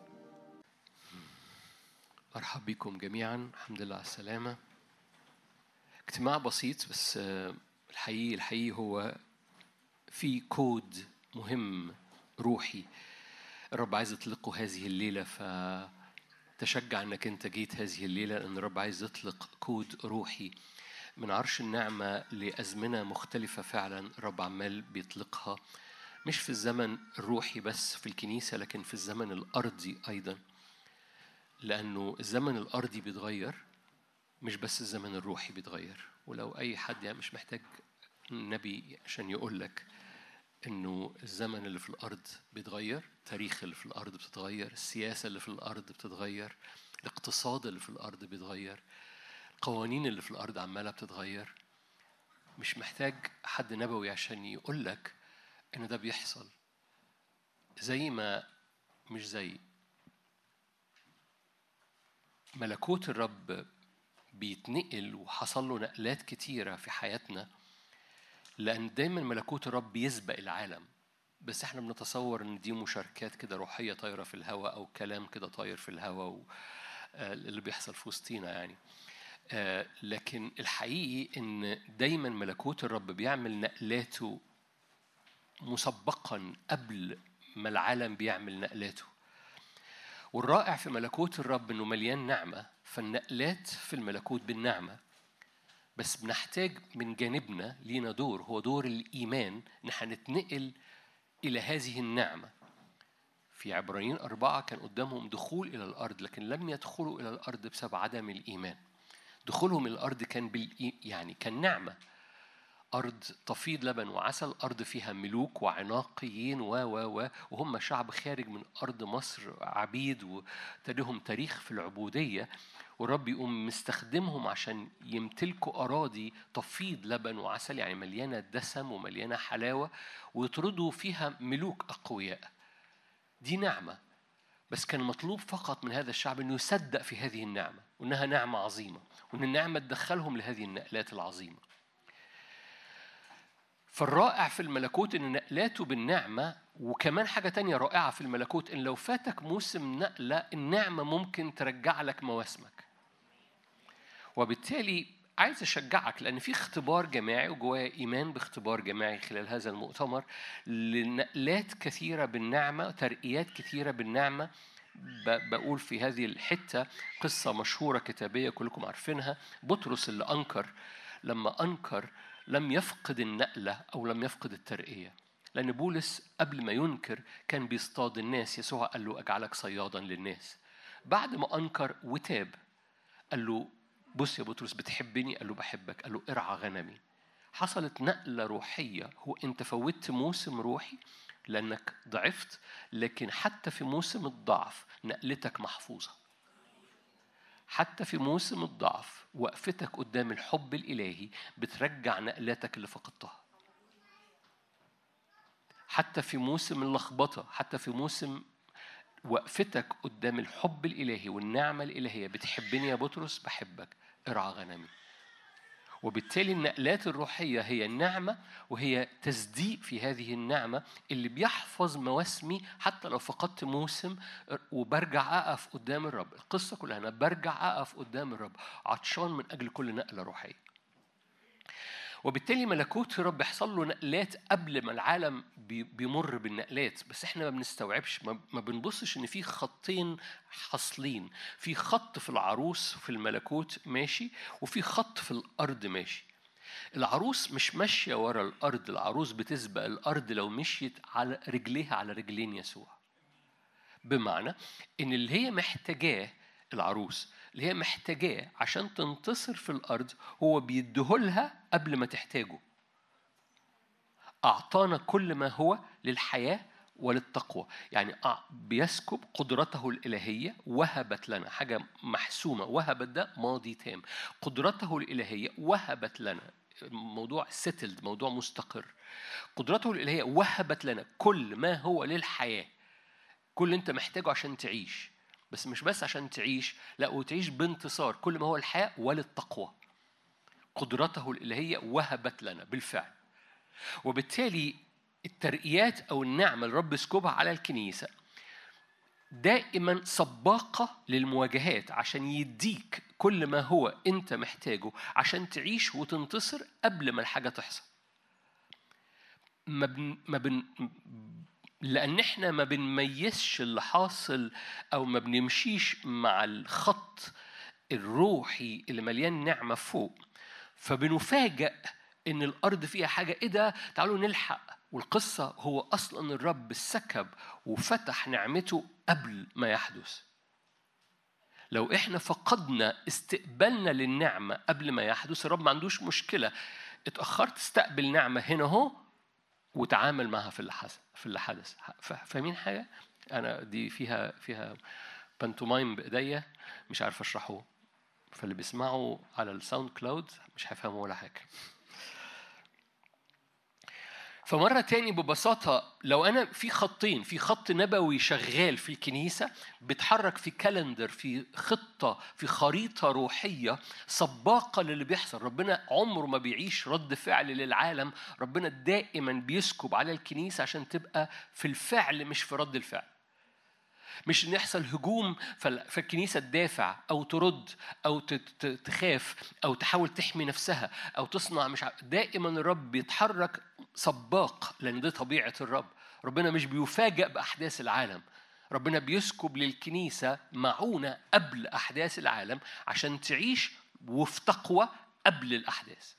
مرحب بكم جميعا، الحمد لله على السلامة. اجتماع بسيط بس الحقيقي هو في كود مهم روحي الرب عايز يطلقه هذه الليلة. فتشجع أنك أنت جيت هذه الليلة، لأن الرب عايز يطلق كود روحي من عرش النعمة لأزمنة مختلفة. فعلا الرب عمال بيطلقها، مش في الزمن الروحي بس في الكنيسة، لكن في الزمن الأرضي أيضا، لأنه الزمن الأرضي بيتغير، مش بس الزمن الروحي بيتغير. ولو أي حد يعني مش محتاج نبي عشان يقول لك إنه الزمن اللي في الأرض بيتغير، التاريخ اللي في الأرض بتتغير، السياسة اللي في الأرض بتتغير، الاقتصاد اللي في الأرض بيتغير، القوانين اللي في الأرض عمالة بتتغير. مش محتاج حد نبوي عشان يقول لك إن ده بيحصل. زي ما مش زي ملكوت الرب بيتنقل وحصل له نقلات كتيرة في حياتنا، لأن دايما ملكوت الرب يسبق العالم. بس احنا بنتصور ان دي مشاركات كده روحية طايرة في الهواء، أو كلام كده طاير في الهواء اللي بيحصل في وسطينا يعني. لكن الحقيقي ان دايما ملكوت الرب بيعمل نقلاته مسبقا قبل ما العالم بيعمل نقلاته. والرائع في ملكوت الرب انه مليان نعمة، فالنقلات في الملكوت بالنعمة. بس بنحتاج من جانبنا لينا دور، هو دور الإيمان، نحن نتنقل إلى هذه النعمة. في عبرين 4 كان قدامهم دخول إلى الأرض، لكن لم يدخلوا إلى الأرض بسبب عدم الإيمان. دخولهم إلى الأرض كان يعني كان نعمة، أرض تفيض لبن وعسل، أرض فيها ملوك وعناقيين وهم شعب خارج من أرض مصر عبيد، وتلهم تاريخ في العبودية. والرب يقوم مستخدمهم عشان يمتلكوا أراضي تفيض لبن وعسل، يعني مليانة دسم ومليانة حلاوة، ويطردوا فيها ملوك أقوياء. دي نعمة. بس كان مطلوب فقط من هذا الشعب أنه يصدق في هذه النعمة، وأنها نعمة عظيمة، وأن النعمة تدخلهم لهذه النقلات العظيمة. فالرائع في الملكوت أن نقلاته بالنعمة. وكمان حاجة تانية رائعة في الملكوت، أن لو فاتك موسم نقلة، النعمة ممكن ترجع لك مواسمك. وبالتالي عايز أشجعك، لأن في اختبار جماعي وجوايا إيمان باختبار جماعي خلال هذا المؤتمر لنقلات كثيرة بالنعمة، ترقيات كثيرة بالنعمة. بقول في هذه الحتة قصة مشهورة كتابية كلكم عارفينها. بطرس اللي أنكر، لما أنكر لم يفقد النقلة أو لم يفقد الترقية، لأن بولس قبل ما ينكر كان بيصطاد الناس. يسوع قال له أجعلك صيادا للناس. بعد ما أنكر وتاب قال له بص يا بطرس، بتحبني؟ قال له بحبك. قال له ارعى غنمي. حصلت نقلة روحية. هو أنت فوتت موسم روحي لأنك ضعفت، لكن حتى في موسم الضعف نقلتك محفوظة. حتى في موسم الضعف وقفتك قدام الحب الإلهي بترجع نقلاتك اللي فقدتها. حتى في موسم اللخبطة، حتى في موسم وقفتك قدام الحب الإلهي والنعمة الإلهية. بتحبني يا بطرس؟ بحبك، ارعى غنمي. وبالتالي النقلات الروحية هي النعمة، وهي تصديق في هذه النعمة اللي بيحفظ مواسمي حتى لو فقدت موسم. وبرجع أقف قدام الرب. القصة كلها أنا برجع أقف قدام الرب عطشان من أجل كل نقلة روحية. وبالتالي ملكوت الرب يحصل له نقلات قبل ما العالم بيمر بالنقلات. بس احنا ما بنستوعبش، ما بنبصش ان في خطين حاصلين. في خط في العروس في الملكوت ماشي، وفي خط في الارض ماشي. العروس مش ماشيه ورا الارض، العروس بتسبق الارض لو مشيت على رجليها على رجلين يسوع. بمعنى ان اللي هي محتاجاه العروس اللي هي محتاجاه عشان تنتصر في الأرض هو بيديهولها قبل ما تحتاجه. أعطانا كل ما هو للحياة وللتقوى. يعني بيسكب قدرته الإلهية، وهبت لنا حاجة محسومة. وهبت ده ماضي تام. قدرته الإلهية وهبت لنا، موضوع settled، موضوع مستقر. قدرته الإلهية وهبت لنا كل ما هو للحياة، كل اللي أنت محتاجه عشان تعيش. بس مش بس عشان تعيش، لا، وتعيش بانتصار، كل ما هو الحياة وللتقوى. قدرته الإلهية وهبت لنا بالفعل. وبالتالي الترقيات أو النعمة اللي رب يسكبها على الكنيسة دائما سباقة للمواجهات عشان يديك كل ما هو أنت محتاجه عشان تعيش وتنتصر قبل ما الحاجة تحصل. لأن احنا ما بنميزش اللي حاصل أو ما بنمشيش مع الخط الروحي اللي مليان نعمة فوق، فبنفاجأ إن الأرض فيها حاجة. إيه ده؟ تعالوا نلحق. والقصة هو أصلاً الرب سكب وفتح نعمته قبل ما يحدث. لو إحنا فقدنا استقبالنا للنعمة قبل ما يحدث، الرب ما عندوش مشكلة. اتأخرت استقبل نعمة هنا هو وتعامل معها في اللي حدث. فاهمين حاجة؟ أنا دي فيها بانتومايم بإيديا مش عارف أشرحه، فاللي بيسمعوا على الساوند كلاود مش هيفهموا ولا حاجة. فمرة تاني ببساطة، لو أنا في خطين، في خط نبوي شغال في الكنيسة بتحرك في كالندر، في خطة، في خريطة روحية سباقة للي بيحصل. ربنا عمره ما بيعيش رد فعل للعالم، ربنا دائما بيسكب على الكنيسة عشان تبقى في الفعل مش في رد الفعل. مش إن يحصل هجوم فالكنيسة تدافع أو ترد أو تخاف أو تحاول تحمي نفسها أو تصنع. مش دائما الرب بيتحرك سباق، لأن دي طبيعة الرب. ربنا مش بيفاجأ بأحداث العالم، ربنا بيسكب للكنيسة معونة قبل أحداث العالم عشان تعيش وفي تقوى قبل الأحداث.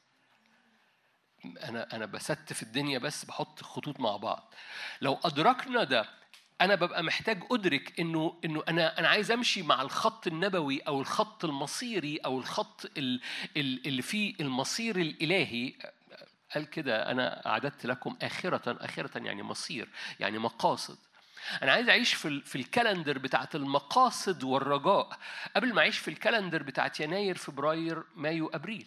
أنا بستف الدنيا، بس بحط خطوط مع بعض. لو أدركنا ده، أنا ببقى محتاج أدرك إنه أنا عايز أمشي مع الخط النبوي أو الخط المصيري أو الخط اللي فيه المصير الإلهي. قال كده: أنا أعددت لكم آخرة يعني مصير، يعني مقاصد. أنا عايز أعيش في الكالندر بتاعت المقاصد والرجاء قبل ما أعيش في الكالندر بتاعت يناير فبراير مايو أبريل.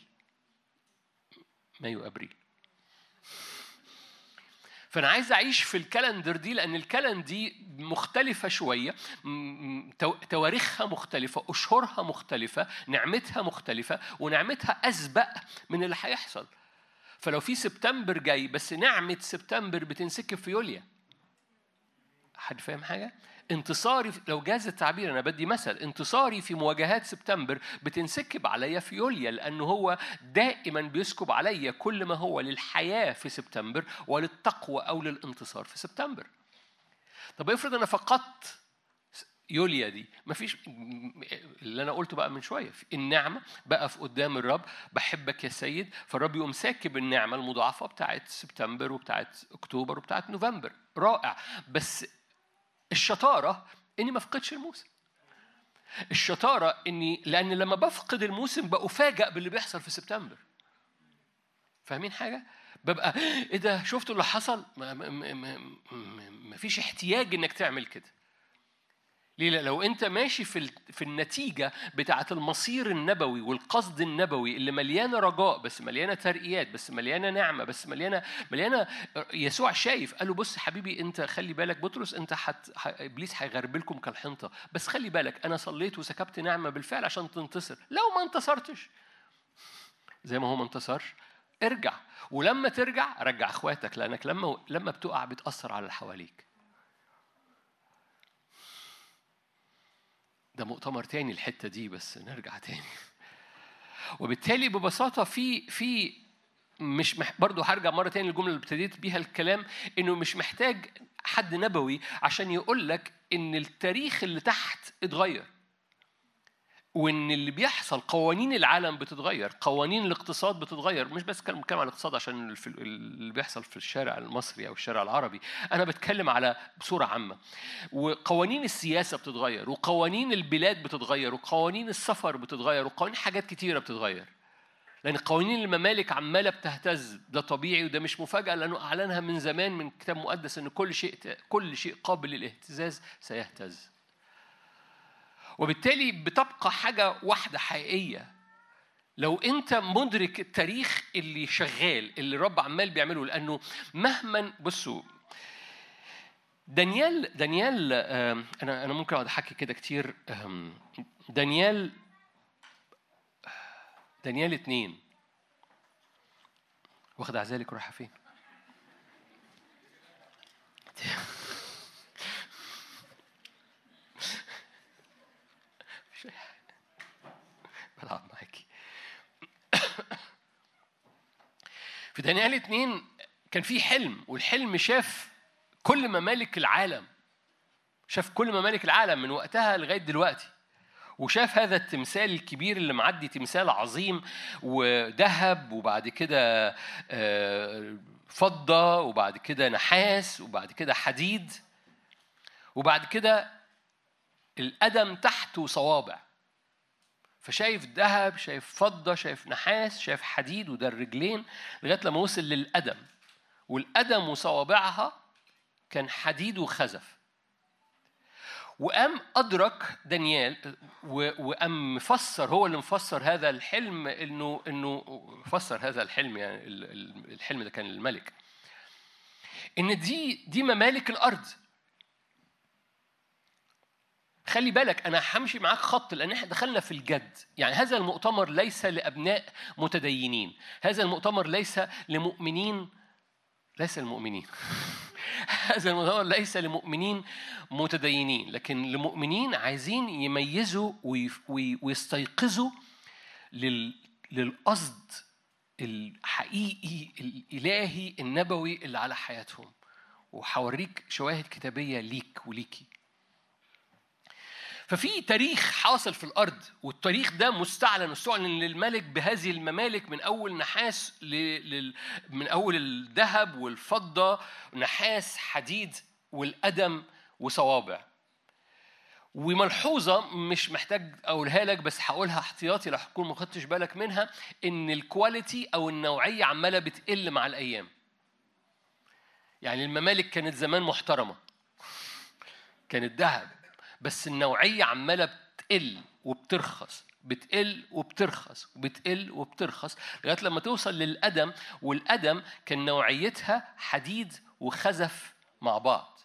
فأنا عايز أعيش في الكالندر دي، لأن الكالندر دي مختلفة شوية، تواريخها مختلفة، أشهرها مختلفة، نعمتها مختلفة، ونعمتها أسبق من اللي هيحصل. فلو في سبتمبر جاي، بس نعمة سبتمبر بتنسكب في يوليا. حد فاهم حاجة؟ انتصاري، لو جاز التعبير، أنا بدي مثل، انتصاري في مواجهات سبتمبر بتنسكب عليا في يوليا، لأنه هو دائما بيسكب عليا كل ما هو للحياة في سبتمبر وللتقوى أو للانتصار في سبتمبر. طب افرض أنا فقدت يوليا دي، مفيش اللي أنا قلته بقى من شوية، النعمة بقى في قدام الرب، بحبك يا سيد، فالرب يقوم ساكب النعمة المضاعفة بتاعت سبتمبر وبتاعت أكتوبر وبتاعت نوفمبر. رائع. بس الشطارة إني ما فقدش الموسم. الشطارة إني، لأن لما بفقد الموسم بأفاجأ باللي بيحصل في سبتمبر. فاهمين حاجة؟ ببقى إيه ده؟ شفتوا اللي حصل؟ ما فيش احتياج إنك تعمل كده. ليه؟ لو أنت ماشي في النتيجة بتاعة المصير النبوي والقصد النبوي اللي مليانة رجاء، بس مليانة ترقيات، بس مليانة نعمة، بس مليانة يسوع شايف، قال له: بص حبيبي، أنت خلي بالك بطرس، أنت إبليس هيغربلكم كالحنطة، بس خلي بالك أنا صليت وسكبت نعمة بالفعل عشان تنتصر. لو ما انتصرتش زي ما هو ما انتصرش، ارجع، ولما ترجع رجع أخواتك، لأنك لما بتقع بتأثر على اللي حواليك. ده مؤتمر تاني الحتة دي، بس نرجع تاني. وبالتالي ببساطة في مش برضو هرجع مرة تاني للجملة اللي ابتديت بيها الكلام، إنه مش محتاج حد نبوي عشان يقول لك إن التاريخ اللي تحت اتغير. وإن اللي بيحصل قوانين العالم بتتغير، قوانين الاقتصاد بتتغير. مش بس بتكلم عن الاقتصاد عشان اللي بيحصل في الشارع المصري أو الشارع العربي، أنا بتكلم على بصورة عامة. وقوانين السياسة بتتغير، وقوانين البلاد بتتغير، وقوانين السفر بتتغير، وقوانين حاجات كتيرة بتتغير. لأن قوانين الممالك عمالة بتهتز، ده طبيعي وده مش مفاجأة، لأنه أعلنها من زمان من كتاب مقدس إن كل شيء قابل للاهتزاز سيهتز. وبالتالي بتبقى حاجة واحدة حقيقية. لو أنت مدرك التاريخ اللي شغال، اللي الرب عمال بيعمله، لأنه مهما بصوا دانيال أنا ممكن أقعد أحكي كده كتير. دانيال 2 واخد عزالك رايحة فين؟ بلعب معاكي. في دانيال 2 كان في حلم، والحلم شاف كل ممالك العالم، شاف كل ممالك العالم من وقتها لغاية دلوقتي، وشاف هذا التمثال الكبير اللي معدي، تمثال عظيم وذهب، وبعد كده فضة، وبعد كده نحاس، وبعد كده حديد، وبعد كده القدم تحته صوابع. فشايف ذهب، شايف فضة، شايف نحاس، شايف حديد، وده الرجلين، لغاية لما وصل للقدم، والقدم وصوابعها كان حديد وخزف. وقام أدرك دانيال وقام مفسر، هو اللي مفسر هذا الحلم، إنه فسر هذا الحلم، يعني الحلم ده كان الملك، إن دي ممالك الأرض. خلي بالك، أنا همشي معاك خط، لأن إحنا دخلنا في الجد. يعني هذا المؤتمر ليس لأبناء متدينين، هذا المؤتمر ليس لمؤمنين، ليس المؤمنين. هذا المؤتمر ليس لمؤمنين متدينين، لكن لمؤمنين عايزين يميزوا ويستيقظوا للقصد الحقيقي الإلهي النبوي اللي على حياتهم. وحوريك شواهد كتابية ليك وليكي. ففي تاريخ حاصل في الأرض، والتاريخ ده مستعلن للملك بهذه الممالك، من أول نحاس من أول الذهب والفضة، نحاس، حديد، والقدم وصوابع. وملحوظة مش محتاج أقولها لك، بس هقولها احتياطي لو هتكون ما خدتش بالك منها، إن الكواليتي أو النوعية عمالة بتقل مع الأيام. يعني الممالك كانت زمان محترمة، كانت ذهب، بس النوعية عمالة بتقل وبترخص، بتقل وبترخص، وبتقل وبترخص، لغاية لما توصل للقدم، والقدم كان نوعيتها حديد وخزف مع بعض.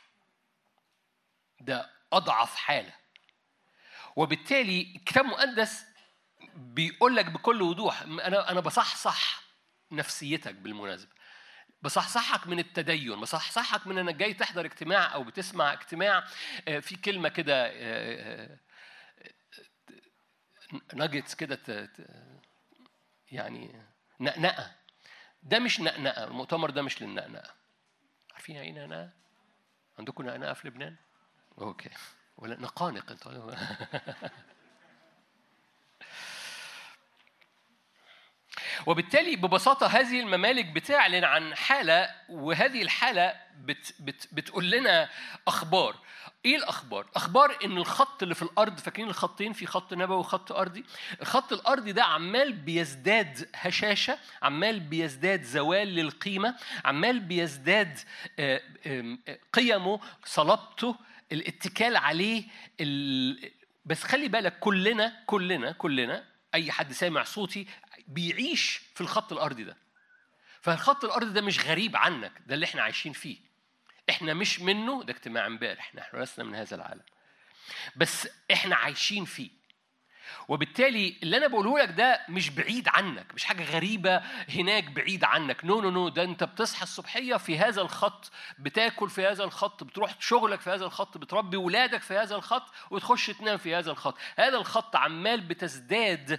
ده أضعف حالة. وبالتالي الكتاب المقدس بيقول لك بكل وضوح، أنا بصحصح نفسيتك بالمناسبة، بصحصحك من التدين، بصحصحك من انك جاي تحضر اجتماع او بتسمع اجتماع. في كلمه كده ناجتس كده، يعني نقنقه. ده مش نقنقه، المؤتمر ده مش للنقنقه. عارفين ايه نقنقه؟ عندكم نقنقه في لبنان؟ اوكي، ولا نقانق انت؟ وبالتالي ببساطة هذه الممالك بتعلن عن حالة، وهذه الحالة بتقول لنا أخبار. إيه الأخبار؟ أخبار إن الخط اللي في الأرض، فاكرين الخطين، في خط نبوي وخط أرضي. الخط الأرضي ده عمال بيزداد هشاشة، عمال بيزداد زوال للقيمة، عمال بيزداد قيمه، صلابته، الاتكال عليه. بس خلي بالك، كلنا أي حد سامع صوتي بيعيش في الخط الأرضي ده. فالخط الأرضي ده مش غريب عنك، ده اللي احنا عايشين فيه. احنا مش منه، ده اجتماع امبارح، احنا لسنا من هذا العالم، بس احنا عايشين فيه. وبالتالي اللي انا بقوله لك ده مش بعيد عنك، مش حاجه غريبه هناك بعيد عنك. نو، ده انت بتصحى الصبحيه في هذا الخط، بتاكل في هذا الخط، بتروح شغلك في هذا الخط، بتربي ولادك في هذا الخط، وتخش تنام في هذا الخط. هذا الخط عمال بتزداد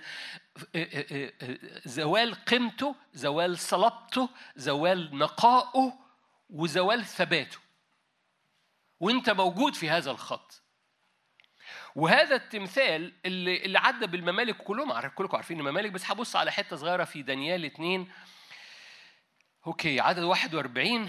زوال قيمته، زوال صلابته، زوال نقائه، وزوال ثباته، وانت موجود في هذا الخط. وهذا التمثال اللي عدى بالممالك كلهم، كلكم عارفين الممالك، بس هبص على حتة صغيرة في دانيال 2 اوكي عدد 41.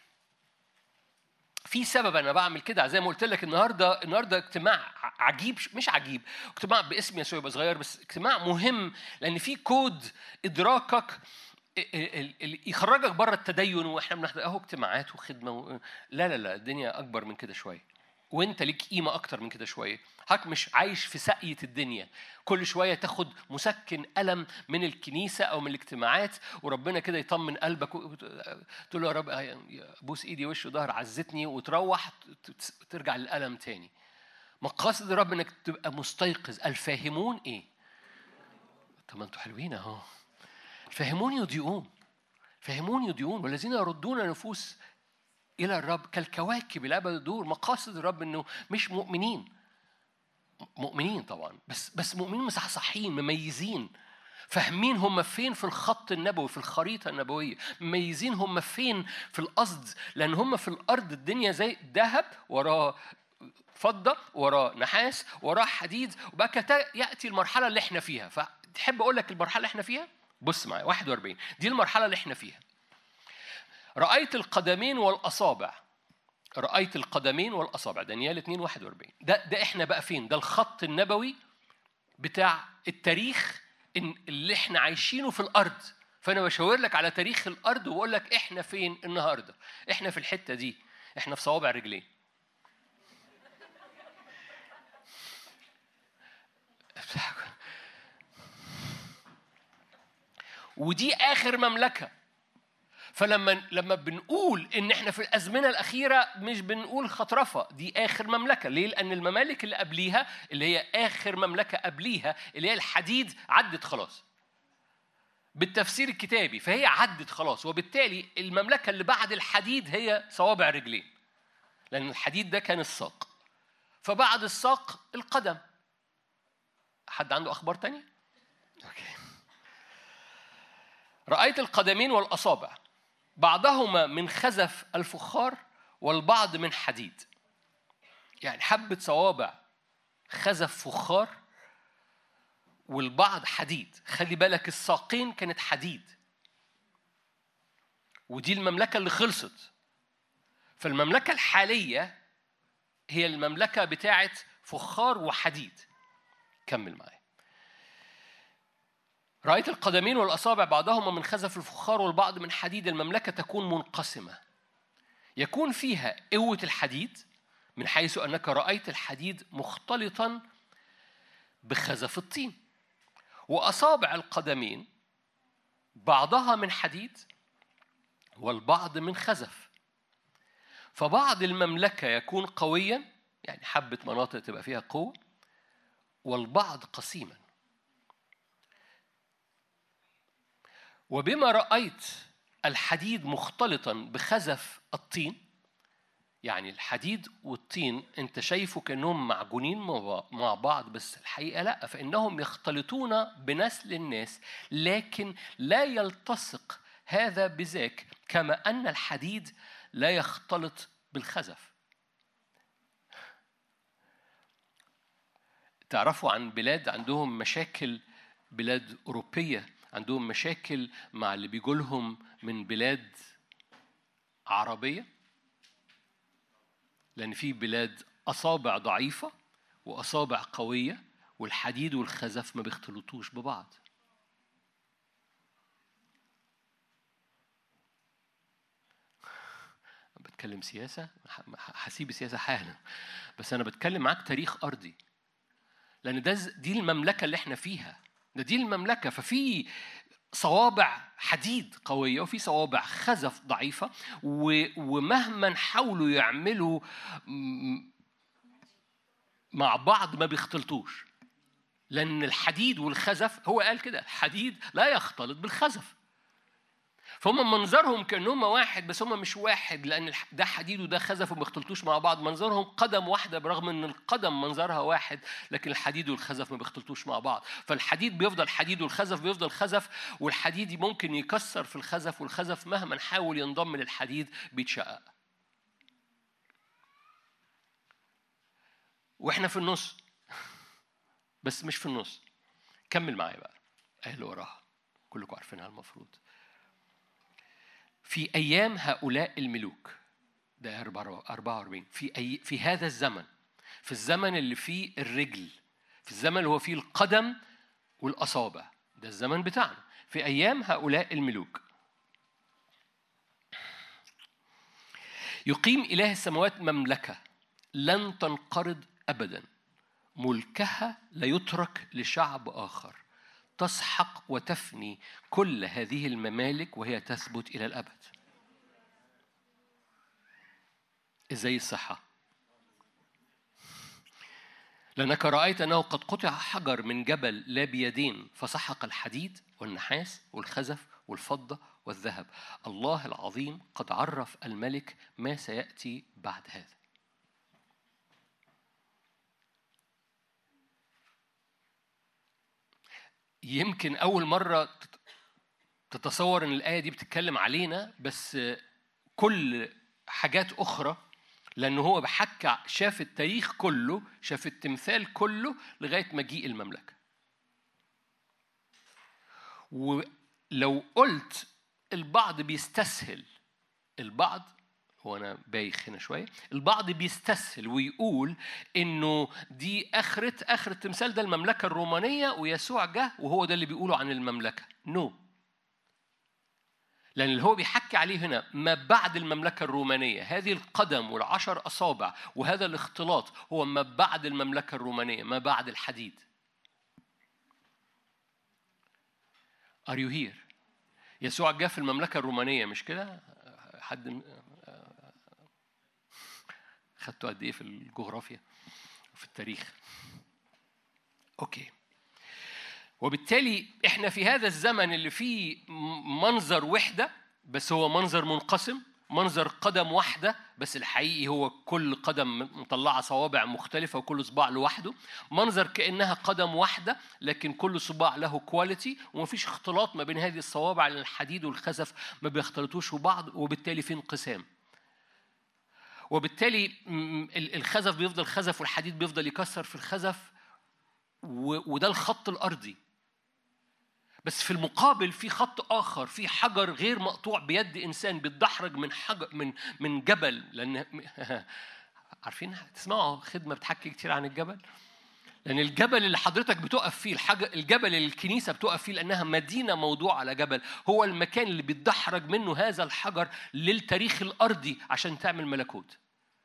في سبب انا بعمل كده، زي ما قلت لك النهارده اجتماع عجيب، مش عجيب، اجتماع باسم يسوع يبقى صغير، بس اجتماع مهم لان في كود ادراكك يخرجك بره التدين. واحنا بنحضر اجتماعات وخدمه لا الدنيا اكبر من كده شويه، وانت ليك قيمه اكتر من كده شويه. حضرتك مش عايش في سقيه الدنيا، كل شويه تاخد مسكن الم من الكنيسه او من الاجتماعات، وربنا كده يطمن قلبك تقول له يا رب بوس ايدي وش وظهر عزتني، وتروح ترجع للالم تاني. مقاصد الرب انك تبقى مستيقظ. الفاهمون ايه؟ طب ما انتوا حلوين اهو. الفاهمون يضيئون، فاهمون يضيئون، والذين يردون نفوس إلى الرب كالكواكب الأبد الدور. مقاصد الرب إنه مش مؤمنين طبعا، بس مؤمنين مصحصحين، مميزين، فاهمين هم فين في الخط النبوي، في الخريطة النبوية، مميزين هم فين في القصد، لأن هم في الأرض الدنيا زي ذهب وراه فضة، وراه نحاس، وراه حديد، وبقى يأتي المرحلة اللي احنا فيها. فتحب أقول لك المرحلة اللي احنا فيها؟ بص معايا 41 دي المرحلة اللي احنا فيها. رأيت القدمين والأصابع، رأيت القدمين والأصابع، دانيال 2:41. ده احنا بقى فين؟ ده الخط النبوي بتاع التاريخ اللي احنا عايشينه في الأرض. فأنا بشاور لك على تاريخ الأرض وبقول لك احنا فين النهاردة. احنا في الحتة دي، احنا في صوابع رجلين. ودي آخر مملكة. فلما بنقول إن إحنا في الأزمنة الأخيرة مش بنقول خطرفة، دي آخر مملكة. ليه؟ لأن الممالك اللي قبليها اللي هي آخر مملكة قبليها اللي هي الحديد عدت خلاص بالتفسير الكتابي، فهي عدت خلاص، وبالتالي المملكة اللي بعد الحديد هي صوابع رجلين، لأن الحديد ده كان الساق، فبعد الساق القدم. حد عنده أخبار تانية؟ أوكي. رأيت القدمين والأصابع، بعضهما من خزف الفخار والبعض من حديد. يعني حبة صوابع خزف فخار والبعض حديد. خلي بالك الساقين كانت حديد، ودي المملكة اللي خلصت. فالمملكة الحالية هي المملكة بتاعت فخار وحديد. كمل معايا. رأيت القدمين والأصابع بعضهما من خزف الفخار والبعض من حديد. المملكة تكون منقسمة، يكون فيها قوة الحديد، من حيث أنك رأيت الحديد مختلطا بخزف الطين، وأصابع القدمين بعضها من حديد والبعض من خزف. فبعض المملكة يكون قويا، يعني حبة مناطق تبقى فيها قوة، والبعض قسيما. وبما رأيت الحديد مختلطا بخزف الطين، يعني الحديد والطين انت شايفه كأنهم معجونين مع بعض، بس الحقيقة لا، فإنهم يختلطون بنسل الناس، لكن لا يلتصق هذا بذاك، كما أن الحديد لا يختلط بالخزف. تعرفوا عن بلاد عندهم مشاكل، بلاد أوروبية عندهم مشاكل مع اللي بيجولهم من بلاد عربية، لأن في بلاد أصابع ضعيفة وأصابع قوية، والحديد والخزف ما بيختلطوش ببعض. بتكلم سياسة، هسيب السياسة حالا، بس أنا بتكلم معاك تاريخ أرضي، لأن دي المملكة اللي احنا فيها، دي المملكة. ففي صوابع حديد قوية وفي صوابع خزف ضعيفة، ومهما حاولوا يعملوا مع بعض ما بيختلطوش، لأن الحديد والخزف، هو قال كده، الحديد لا يختلط بالخزف. فهم منظرهم كأنهم واحد، بس هم مش واحد، لأن ده حديد وده خزف وما بيختلطوش مع بعض. منظرهم قدم واحدة، برغم أن القدم منظرها واحد، لكن الحديد والخزف ما بيختلطوش مع بعض. فالحديد بيفضل حديد والخزف بيفضل خزف، والحديد ممكن يكسر في الخزف، والخزف مهما حاول ينضم للحديد بيتشقق. وإحنا في النص بس مش في النص. كمل معايا بقى الآية اللي وراها كلكم عارفينها المفروض. في أيام هؤلاء الملوك، ده 44، في هذا الزمن، في الزمن اللي فيه الرجل، في الزمن اللي هو فيه القدم والأصابع، ده الزمن بتاعنا. في أيام هؤلاء الملوك يقيم إله السماوات مملكة لن تنقرض أبدا، ملكها لا يترك لشعب آخر، تسحق وتفني كل هذه الممالك وهي تثبت إلى الأبد. إزاي الصحة؟ لأنك رأيت أنه قد قطع حجر من جبل لا بيدين فسحق الحديد والنحاس والخزف والفضة والذهب. الله العظيم قد عرف الملك ما سيأتي بعد هذا. يمكن أول مرة تتصور أن الآية دي بتتكلم علينا، بس كل حاجات أخرى، لأنه هو بحكى شاف التاريخ كله، شاف التمثال كله لغاية مجيء المملكة. ولو قلت البعض بيستسهل، البعض هو أنا بايخ هنا شوية، البعض بيستسهل ويقول إنه دي آخرة التمثال ده المملكة الرومانية ويسوع جه وهو ده اللي بيقولوا عن المملكة. نو. لأن اللي هو بيحكي عليه هنا ما بعد المملكة الرومانية، هذه القدم والعشر أصابع وهذا الاختلاط هو ما بعد المملكة الرومانية، ما بعد الحديد. Are you here؟ يسوع جاء في المملكة الرومانية مش كده؟ حد خدتوا قد إيه في الجغرافيا وفي التاريخ؟ أوكي. وبالتالي إحنا في هذا الزمن اللي فيه منظر وحدة، بس هو منظر منقسم، منظر قدم واحدة بس الحقيقي هو كل قدم مطلعة صوابع مختلفة وكل صباع لوحده، منظر كأنها قدم واحدة لكن كل صباع له كواليتي ومفيش اختلاط ما بين هذه الصوابع، لأن الحديد والخزف ما بيختلطوش ببعض، وبالتالي في انقسام. وبالتالي الخزف بيفضل خزف والحديد بيفضل يكسر في الخزف، وده الخط الأرضي. بس في المقابل في خط آخر، في حجر غير مقطوع بيد إنسان بيتدحرج من حجر من جبل. لأن عارفين تسمعوا خدمة بتحكي كتير عن الجبل، لأن الجبل اللي حضرتك بتقف فيه، الجبل اللي الكنيسة بتقف فيه لأنها مدينة موضوع على جبل، هو المكان اللي بيتدحرج منه هذا الحجر للتاريخ الأرضي عشان تعمل ملكوت.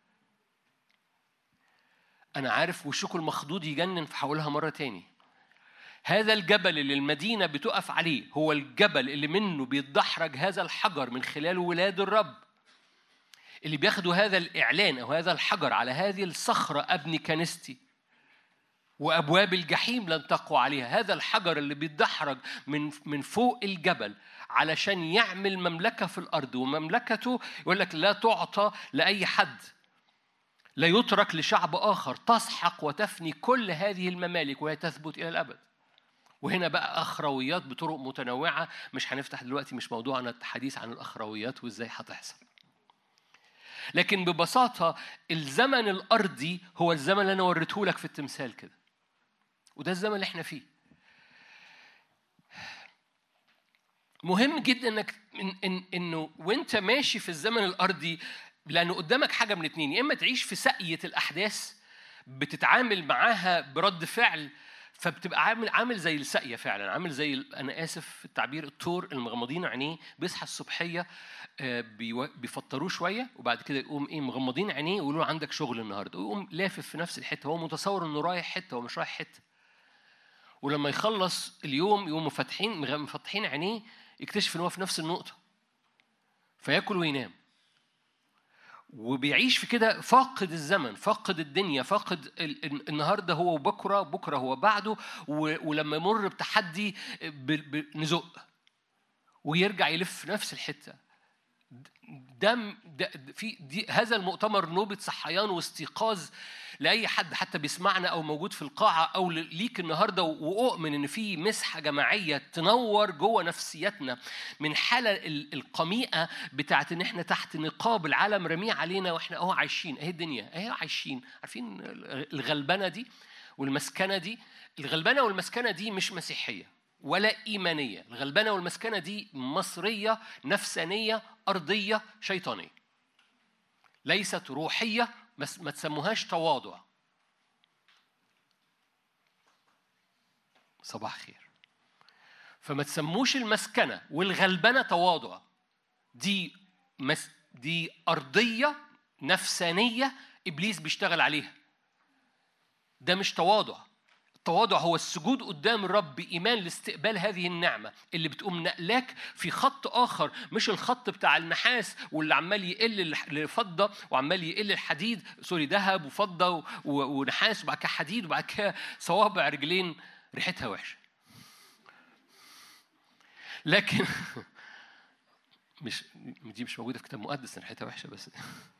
أنا عارف وشكل المخضوض يجنن، فحاولها مرة تاني. هذا الجبل اللي المدينة بتقف عليه هو الجبل اللي منه بيتدحرج هذا الحجر من خلال ولاد الرب، اللي بياخدوا هذا الإعلان أو هذا الحجر: على هذه الصخرة أبني كنيستي وأبواب الجحيم لن تقوى عليها. هذا الحجر اللي بيتدحرج من فوق الجبل علشان يعمل مملكة في الأرض، ومملكته يقول لك لا تعطى لأي حد، لا يترك لشعب آخر، تسحق وتفني كل هذه الممالك وهي تثبت إلى الأبد. وهنا بقى أخرويات بطرق متنوعة، مش هنفتح دلوقتي، مش موضوعنا الحديث عن الأخرويات وإزاي هتحصل. لكن ببساطة الزمن الأرضي هو الزمن اللي أنا وريته لك في التمثال كده، وده الزمن اللي احنا فيه. مهم جدا إنه وانت ماشي في الزمن الأرضي، لأنه قدامك حاجة من اتنين: يا إما تعيش في سقية الأحداث بتتعامل معاها برد فعل، فبتبقى عامل زي السقية فعلا، عامل زي، أنا آسف في التعبير، الطور المغمضين عينيه بيصحى الصبحية بيفطروه شوية وبعد كده يقوم مغمضين عينيه ويقولوا عندك شغل النهاردة، ويقوم لافف في نفس الحتة، هو متصور إنه رايح حتة ومش رايح حتة. ولما يخلص اليوم يقوموا مفتحين عينيه يكتشف إنه هو في نفس النقطة، فيأكل وينام، وبيعيش في كده، فاقد الزمن، فاقد الدنيا، فاقد النهارده هو وبكره، بكره هو بعده، ولما يمر بتحدي نزق ويرجع يلف في نفس الحته. هذا المؤتمر نوبة صحيان واستيقاظ لأي حد حتى بيسمعنا أو موجود في القاعة أو ليك النهاردة، وأؤمن إن في مسحة جماعية تنور جوه نفسيتنا من حالة القميئة بتاعت إن إحنا تحت نقاب العالم رميه علينا، وإحنا عايشين أهي الدنيا أهي عايشين، عارفين الغلبنة دي، والمسكنة دي، الغلبنة والمسكنة دي مش مسيحية ولا إيمانية. الغلبنة والمسكنة دي مصرية، نفسانية، أرضية، شيطانية، ليست روحية. ما تسموهاش تواضع. صباح خير. فما تسموش المسكنة والغلبنة تواضع. دي أرضية نفسانية إبليس بيشتغل عليها. ده مش تواضع. التواضع هو السجود قدام الرب بإيمان لاستقبال هذه النعمة اللي بتقوم نقلاك في خط آخر، مش الخط بتاع النحاس واللي عمال يقل الفضة وعمال يقل الحديد، ذهب وفضة ونحاس وبعد كده حديد وبعد كده صوابع رجلين ريحتها وحشة. لكن دي مش موجودة في كتاب مقدس، ريحتها وحشة بس.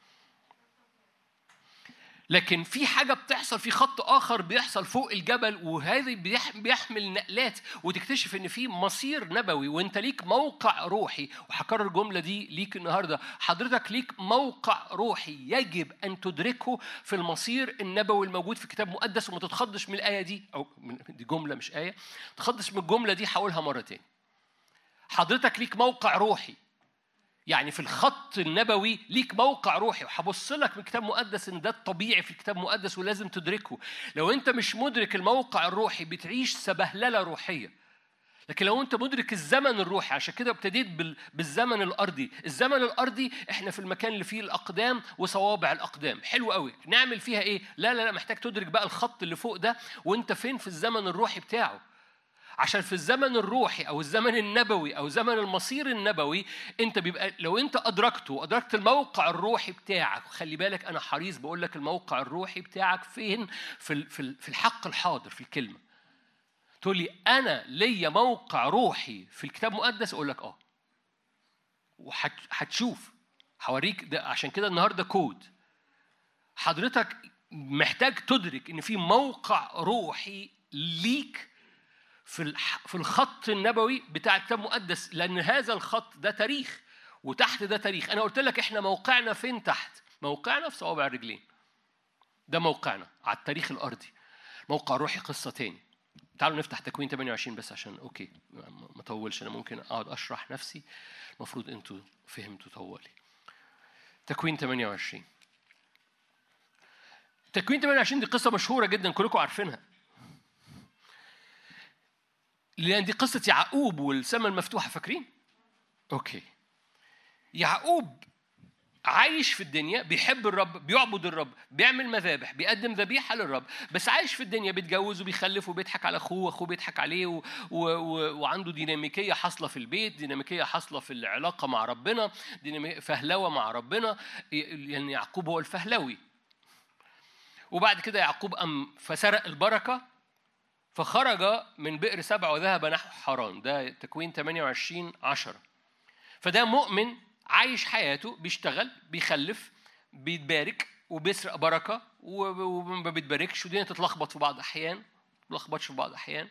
لكن في حاجة بتحصل في خط آخر بيحصل فوق الجبل، وهذا بيحمل نقلات، وتكتشف إن في مصير نبوي وإنت ليك موقع روحي. وهكرر الجملة دي ليك النهاردة، حضرتك ليك موقع روحي يجب أن تدركه في المصير النبوي الموجود في الكتاب المقدس. وما تتخضش من الآية دي، أو دي جملة مش آية، تتخضش من الجملة دي، حاولها مرتين. حضرتك ليك موقع روحي، يعني في الخط النبوي ليك موقع روحي. وهبص لك من الكتاب المقدس ان ده الطبيعي في الكتاب المقدس ولازم تدركه. لو انت مش مدرك الموقع الروحي بتعيش سبهلله روحيه. لكن لو انت مدرك الزمن الروحي، عشان كده ابتديت بالزمن الارضي. الزمن الارضي احنا في المكان اللي فيه الاقدام وصوابع الاقدام، حلو قوي. نعمل فيها ايه؟ لا محتاج تدرك بقى الخط اللي فوق ده وانت فين في الزمن الروحي بتاعه. عشان في الزمن الروحي أو الزمن النبوي أو زمن المصير النبوي، أنت بيبقى لو أنت أدركت الموقع الروحي بتاعك. خلي بالك أنا حريص بقول لك الموقع الروحي بتاعك فين في الحق الحاضر في الكلمة. تقول لي أنا ليا موقع روحي في الكتاب المقدس، أقول لك وهتشوف هوريك ده. عشان كده النهاردة كود. حضرتك محتاج تدرك إن في موقع روحي ليك في الخط النبوي بتاع الكتاب المقدس، لأن هذا الخط ده تاريخ وتحت ده تاريخ. أنا قلت لك إحنا موقعنا فين تحت؟ موقعنا في صوابع الرجلين. ده موقعنا على التاريخ الأرضي. موقع روحي قصة تاني. تعالوا نفتح تكوين 28 بس عشان أوكي ما طولش. أنا ممكن أقعد أشرح نفسي، المفروض أنتوا فهمتوا طولي. تكوين 28. تكوين 28 دي قصة مشهورة جدا كلكم عارفينها، لأن دي قصة يعقوب والسماء المفتوحة. فاكرين؟ أوكي. يعقوب عايش في الدنيا، بيحب الرب، بيعبد الرب، بيعمل مذابح، بيقدم ذبيحة للرب، بس عايش في الدنيا، بيتجوز وبيخلف وبيضحك على أخوه وأخوه بيضحك عليه وعنده ديناميكية حاصلة في البيت، ديناميكية حاصلة في العلاقة مع ربنا، فهلوة مع ربنا. يعني يعقوب هو الفهلوي. وبعد كده يعقوب فسرق البركة، فخرج من بئر سبع وذهب نحو حران. ده تكوين 28:10. فده مؤمن عايش حياته، بيشتغل، بيخلف، بيتبارك وبيسرق بركة وما بيتباركش، والدنيا تتلخبط في بعض الأحيان، تلخبطش في بعض الأحيان.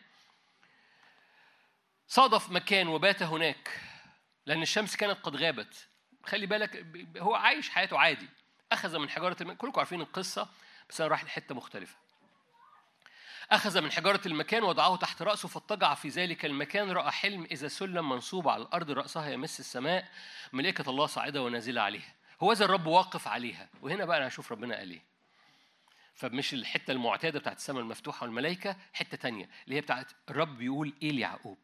صادف مكان وبات هناك لأن الشمس كانت قد غابت. خلي بالك هو عايش حياته عادي. أخذ من حجارة المكان، كلكم عارفين القصة بس أنا رايح لحتة مختلفة. أخذ من حجارة المكان وضعه تحت رأسه، فاضطجع في ذلك المكان. رأى حلم إذا سلم منصوب على الأرض رأسها يمس السماء، ملائكة الله صاعدة ونازلة عليها، هو ذا الرب واقف عليها. وهنا بقى أنا هشوف ربنا قال إيه. فمش الحتة المعتادة بتاعت السماء المفتوحة والملائكة، حتة تانية اللي هي بتاعت الرب بيقول إيه ليعقوب.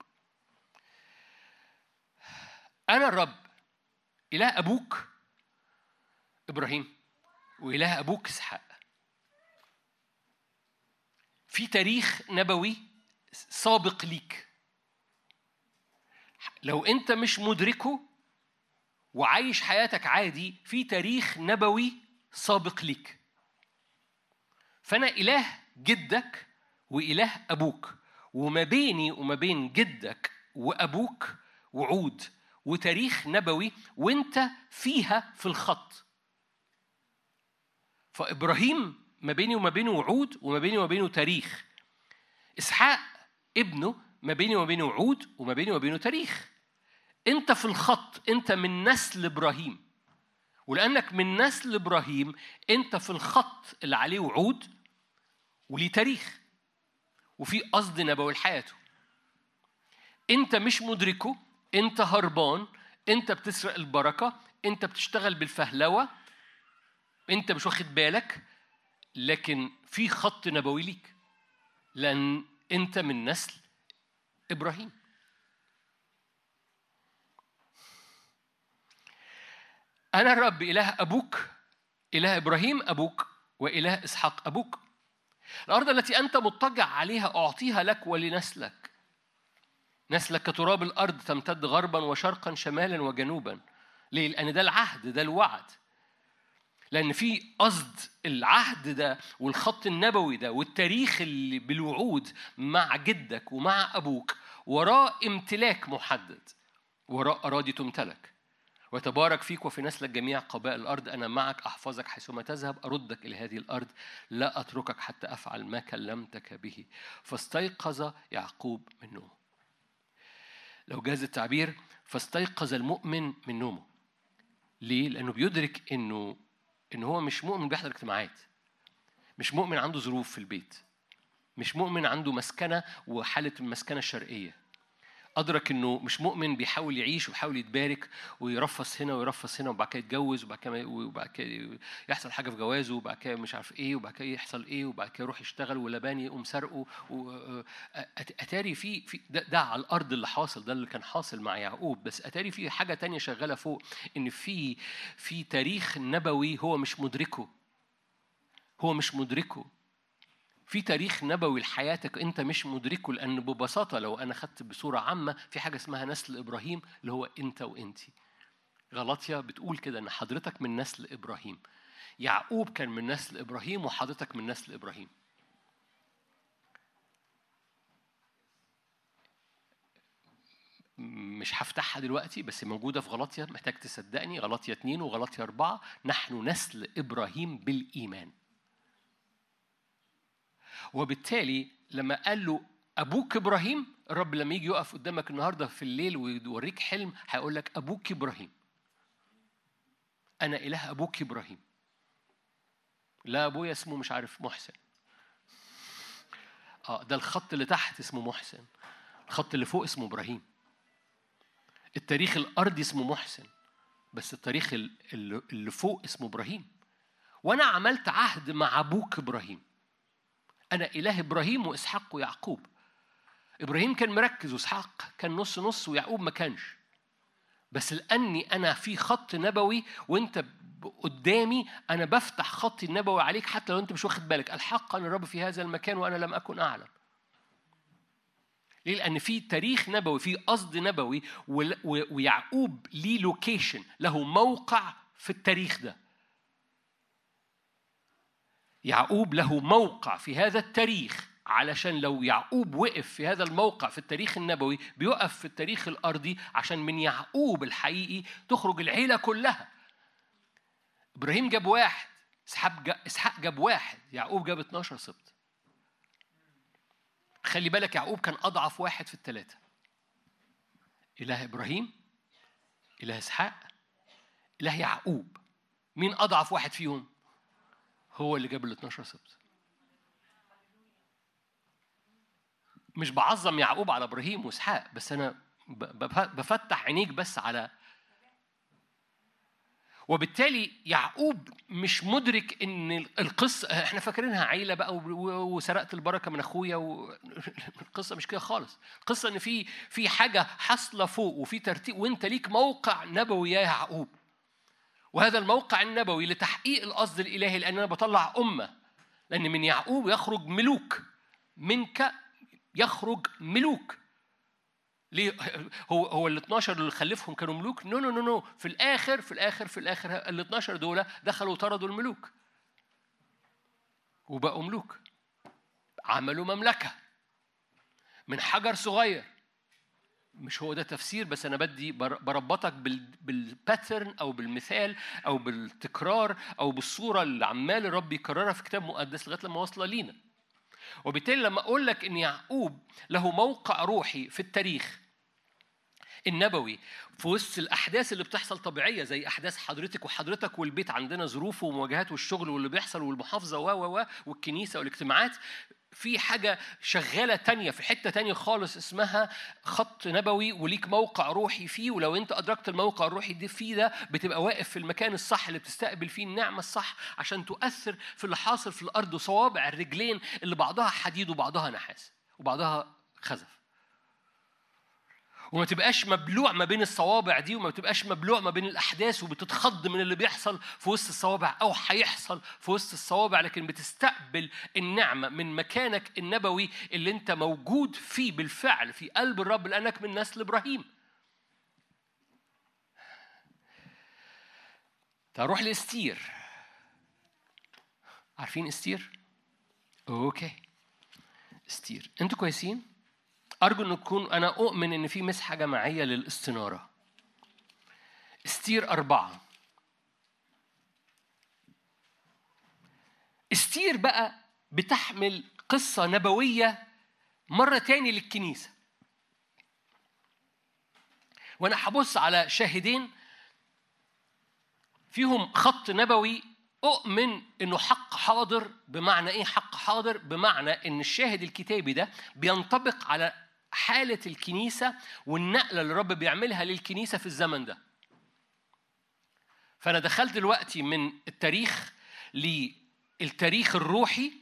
أنا الرب إله أبوك إبراهيم وإله أبوك إسحاق. في تاريخ نبوي سابق ليك، لو أنت مش مدركه وعايش حياتك عادي، في تاريخ نبوي سابق ليك. فأنا إله جدك وإله أبوك، وما بيني وما بين جدك وأبوك وعود وتاريخ نبوي، وأنت فيها في الخط. فإبراهيم ما بيني وما بينه وعود، وما بيني وما بينه تاريخ. إسحاق ابنه ما بيني وما بينه وعود، وما بيني وما بينه تاريخ. أنت في الخط، أنت من نسل إبراهيم، ولأنك من نسل إبراهيم أنت في الخط اللي عليه وعود وليه تاريخ. وفي قصد نبوي لحياته. انت مش مدركه، انت هربان، انت بتسرق البركة، انت بتشتغل بالفهلوة، انت مش واخد بالك، لكن في خط نبوي ليك لأن انت من نسل إبراهيم. أنا الرب إله أبوك، إله إبراهيم أبوك، وإله إسحاق أبوك. الأرض التي أنت مضطجع عليها أعطيها لك ولنسلك. نسلك كتراب الأرض تمتد غربا وشرقا شمالا وجنوبا. ليه؟ لأن ده العهد، ده الوعد. لأن في قصد العهد ده والخط النبوي ده والتاريخ اللي بالوعود مع جدك ومع أبوك وراء امتلاك محدد، وراء أراضي تمتلك. وتبارك فيك وفي نسلك جميع قبائل الأرض، أنا معك أحفظك حيثما تذهب، أردك إلى هذه الأرض، لا أتركك حتى أفعل ما كلمتك به. فاستيقظ يعقوب من نومه. لو جاز التعبير، فاستيقظ المؤمن من نومه. ليه؟ لأنه بيدرك إنه هو مش مؤمن بيحضر اجتماعات، مش مؤمن عنده ظروف في البيت، مش مؤمن عنده مسكنة وحالة المسكنة الشرقية. أدرك إنه مش مؤمن بيحاول يعيش وبيحاول يتبارك ويرفص هنا ويرفص هنا، وبعد كده يتجوز، وبعد كده يحصل حاجة في جوازه، وبعد كده مش عارف إيه، وبعد كده يحصل إيه، وبعد كده يروح يشتغل ولباني يقوم سرقه. أتاري في ده على الأرض اللي حاصل، ده اللي كان حاصل مع يعقوب. بس أتاري في حاجة تانية شغالة فوق، إن في تاريخ نبوي هو مش مدركه، هو مش مدركه. في تاريخ نبوي لحياتك أنت مش مدركه، لأن ببساطة لو أنا خدت بصورة عامة في حاجة اسمها نسل إبراهيم اللي هو أنت وأنتي. غلطية بتقول كده أن حضرتك من نسل إبراهيم. يعقوب كان من نسل إبراهيم وحضرتك من نسل إبراهيم. مش هفتحها دلوقتي بس موجودة في غلطية، محتاج تصدقني. غلطية 2 وغلطية 4. نحن نسل إبراهيم بالإيمان. وبالتالي لما قال له أبوك إبراهيم، الرب لما يجي يقف قدامك النهاردة في الليل ويوريك حلم هيقول لك أبوك إبراهيم. أنا إله أبوك إبراهيم. لا أبويا اسمه مش عارف محسن. ده الخط اللي تحت اسمه محسن، الخط اللي فوق اسمه إبراهيم. التاريخ الأرضي اسمه محسن، بس التاريخ اللي فوق اسمه إبراهيم. وأنا عملت عهد مع أبوك إبراهيم. أنا إله إبراهيم وإسحاق ويعقوب. إبراهيم كان مركز وإسحاق كان نص نص ويعقوب ما كانش. بس لأني أنا في خط نبوي وأنت قدامي، أنا بفتح خطي النبوي عليك حتى لو أنت مش واخد بالك. الحق أن الرب في هذا المكان وأنا لم أكن أعلم. ليه؟ لأن في تاريخ نبوي، في قصد نبوي، ويعقوب ليه لوكيشن، له موقع في التاريخ ده. يعقوب له موقع في هذا التاريخ، علشان لو يعقوب وقف في هذا الموقع في التاريخ النبوي بيقف في التاريخ الأرضي، عشان من يعقوب الحقيقي تخرج العيلة كلها. إبراهيم جاب 1، إسحاق جاب 1، يعقوب جاب 12 سبط. خلي بالك يعقوب كان أضعف واحد في الثلاثة. إله إبراهيم، إله إسحاق، إله يعقوب. مين أضعف واحد فيهم؟ هو اللي جاب 12 سبط. مش بعظم يعقوب على إبراهيم وإسحاق، بس أنا بفتح عينيك بس على. وبالتالي يعقوب مش مدرك ان القصه احنا فاكرينها عيله بقى وسرقت البركه من اخويا القصه مش كده خالص. القصه ان في حاجه حاصله فوق وفي ترتيب، وانت ليك موقع نبوي يا يعقوب. وهذا الموقع النبوي لتحقيق القصد الالهي، لان انا بطلع امه، لان من يعقوب يخرج ملوك، منك يخرج ملوك. ليه؟ هو ال 12 اللي خلفهم كانوا ملوك؟ نو نو نو نو. في الآخر ال 12 دول دخلوا طردوا الملوك وبقوا ملوك، عملوا مملكة من حجر صغير. مش هو ده تفسير، بس أنا بدي بربطك بالباترن أو بالمثال أو بالتكرار أو بالصورة اللي عمال الرب يكررها في كتاب مقدس لغاية لما وصل لينا. وبالتالي لما أقول لك إن يعقوب له موقع روحي في التاريخ النبوي في وسط الأحداث اللي بتحصل طبيعية زي أحداث حضرتك وحضرتك والبيت، عندنا ظروف ومواجهات والشغل واللي بيحصل والمحافظة والكنيسة والاجتماعات، في حاجة شغالة تانية في حتة تانية خالص اسمها خط نبوي، وليك موقع روحي فيه. ولو أنت أدركت الموقع الروحي دي فيه ده، بتبقى واقف في المكان الصح اللي بتستقبل فيه النعمة الصح عشان تؤثر في اللي حاصل في الأرض. وصوابع الرجلين اللي بعضها حديد وبعضها نحاس وبعضها خزف، وما تبقاش مبلوع ما بين الصوابع دي، وما تبقاش مبلوع ما بين الأحداث وبتتخض من اللي بيحصل في وسط الصوابع أو هيحصل في وسط الصوابع، لكن بتستقبل النعمة من مكانك النبوي اللي أنت موجود فيه بالفعل في قلب الرب، لأنك من نسل إبراهيم. تروح لإستير. عارفين إستير؟ أوكي، إستير أنتوا كويسين؟ أرجو أن تكون، أنا أؤمن أن في مسحة جماعية للاستنارة. إستير 4. إستير بقى بتحمل قصة نبوية مرة تاني للكنيسة، وأنا هبص على شاهدين فيهم خط نبوي. أؤمن أنه حق حاضر. بمعنى إيه حق حاضر؟ بمعنى أن الشاهد الكتابي ده بينطبق على حالة الكنيسة والنقلة اللي الرب بيعملها للكنيسة في الزمن ده. فأنا دخلت دلوقتي من التاريخ للتاريخ الروحي،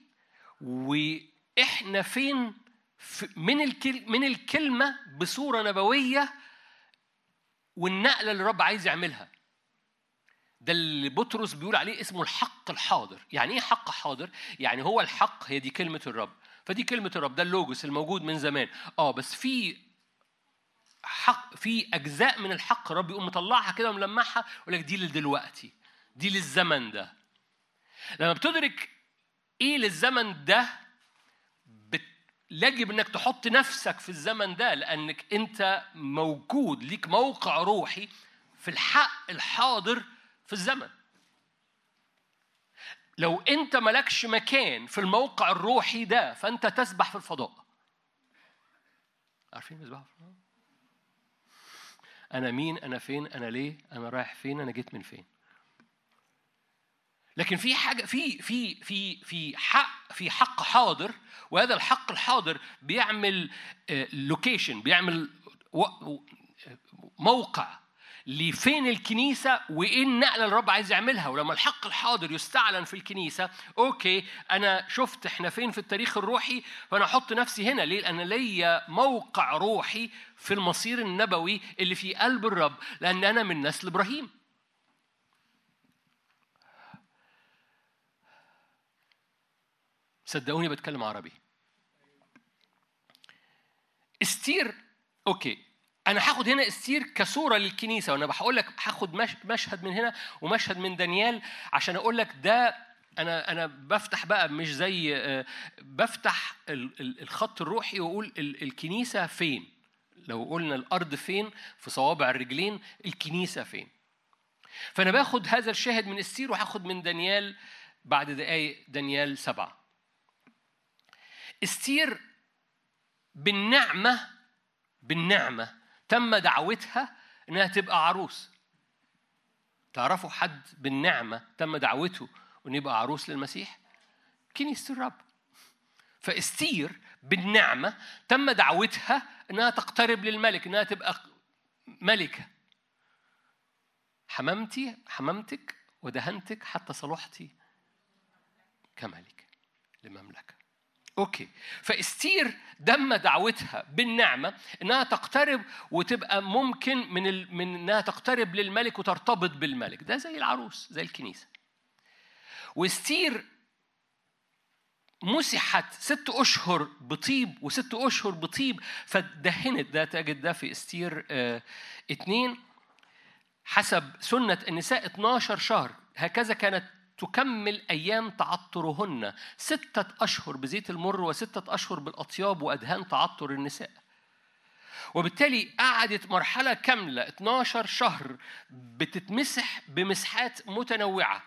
وإحنا فين من الكلمة بصورة نبوية والنقلة اللي الرب عايز يعملها. ده اللي بطرس بيقول عليه اسمه الحق الحاضر. يعني ايه حق حاضر؟ يعني هو الحق هي دي كلمة الرب، فدي كلمة الرب، ده اللوجوس الموجود من زمان. بس في حق، في أجزاء من الحق الرب يقوم مطلعها كده وملمعها ويقول لك دي لدلوقتي، دي للزمن ده. لما بتدرك ايه للزمن ده، يجب انك تحط نفسك في الزمن ده، لأنك انت موجود ليك موقع روحي في الحق الحاضر في الزمن. لو أنت ملكش مكان في الموقع الروحي ده، فأنت تسبح في الفضاء. عارفين مسبح في الفضاء؟ أنا مين؟ أنا فين؟ أنا ليه؟ أنا رايح فين؟ أنا جيت من فين؟ لكن في حاجة، في حق حاضر، وهذا الحق الحاضر بيعمل لوكيشن، بيعمل موقع لفين الكنيسة وإيه النقلة الرب عايز يعملها. ولما الحق الحاضر يستعلن في الكنيسة، أوكي أنا شفت إحنا فين في التاريخ الروحي، فأنا أحط نفسي هنا. ليه؟ لأن ليا موقع روحي في المصير النبوي اللي في قلب الرب، لأن أنا من نسل إبراهيم. صدقوني بتكلم عربي. استير، أوكي أنا هاخد هنا استير كصورة للكنيسة، وأنا بقول لك هاخد مشهد من هنا ومشهد من دانيال عشان أقول لك ده. أنا بفتح بقى، مش زي بفتح الخط الروحي وأقول الكنيسة فين. لو قلنا الأرض فين في صوابع الرجلين، الكنيسة فين. فأنا باخد هذا الشاهد من استير وهاخد من دانيال بعد دقايق، دانيال 7. استير بالنعمة تم دعوتها إنها تبقى عروس. تعرفوا حد بالنعمة تم دعوته إنه يبقى عروس للمسيح؟ كنيسة الرب. فاستير بالنعمة تم دعوتها إنها تقترب للملك، إنها تبقى ملكة. حممتك ودهنتك حتى صلحتي كملك لمملكة. أوكي، فاستير دم دعوتها بالنعمة إنها تقترب وتبقى ممكن من إنها تقترب للملك وترتبط بالملك. ده زي العروس، زي الكنيسة. واستير مسحت 6 أشهر بطيب و6 أشهر بطيب فدهنت. ده تجد ده في استير 2 حسب سنة النساء 12 شهر. هكذا كانت تكمل أيام تعطرهن، 6 أشهر بزيت المر و6 أشهر بالأطياب وأدهان تعطر النساء. وبالتالي قعدت مرحلة كاملة 12 شهر بتتمسح بمسحات متنوعة،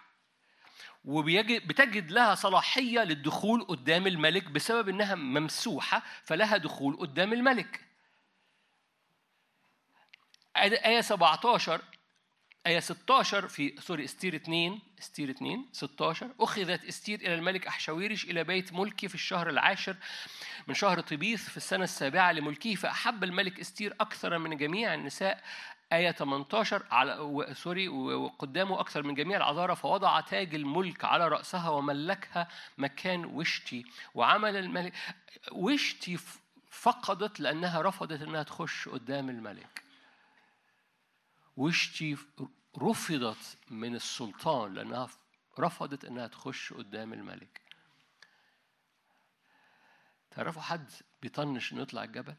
وبتجد لها صلاحية للدخول قدام الملك بسبب أنها ممسوحة، فلها دخول قدام الملك. آية 17 آية 16 في استير 2 16. أخذت استير إلى الملك أحشويرش إلى بيت ملكي في الشهر العاشر من شهر طبيث في السنة السابعة لملكه، فأحب الملك استير أكثر من جميع النساء. آية 18 وقدامه أكثر من جميع العذارى، فوضع تاج الملك على رأسها وملكها مكان وشتي. وعمل الملك وشتي فقدت لأنها رفضت أنها تخش قدام الملك. وشتي رفضت من السلطان لأنها رفضت أنها تخش قدام الملك. تعرفوا حد بيطنش إنه يطلع الجبل؟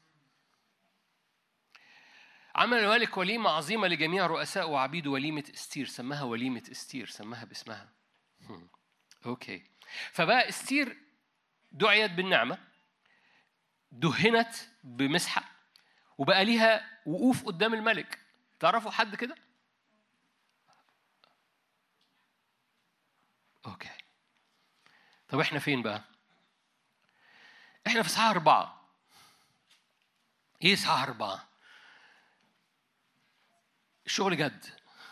عمل الملك وليمة عظيمة لجميع رؤساء وعبيد، وليمة استير، سماها وليمة استير، سماها باسمها. أوكي. فبقى استير دعيت بالنعمة، دهنت بمسحة، وبقى ليها وقوف قدام الملك. تعرفوا حد كده؟ أوكي. طب إحنا فين بقى؟ إحنا في إصحاح 4. إيه إصحاح 4؟ الشغل جد.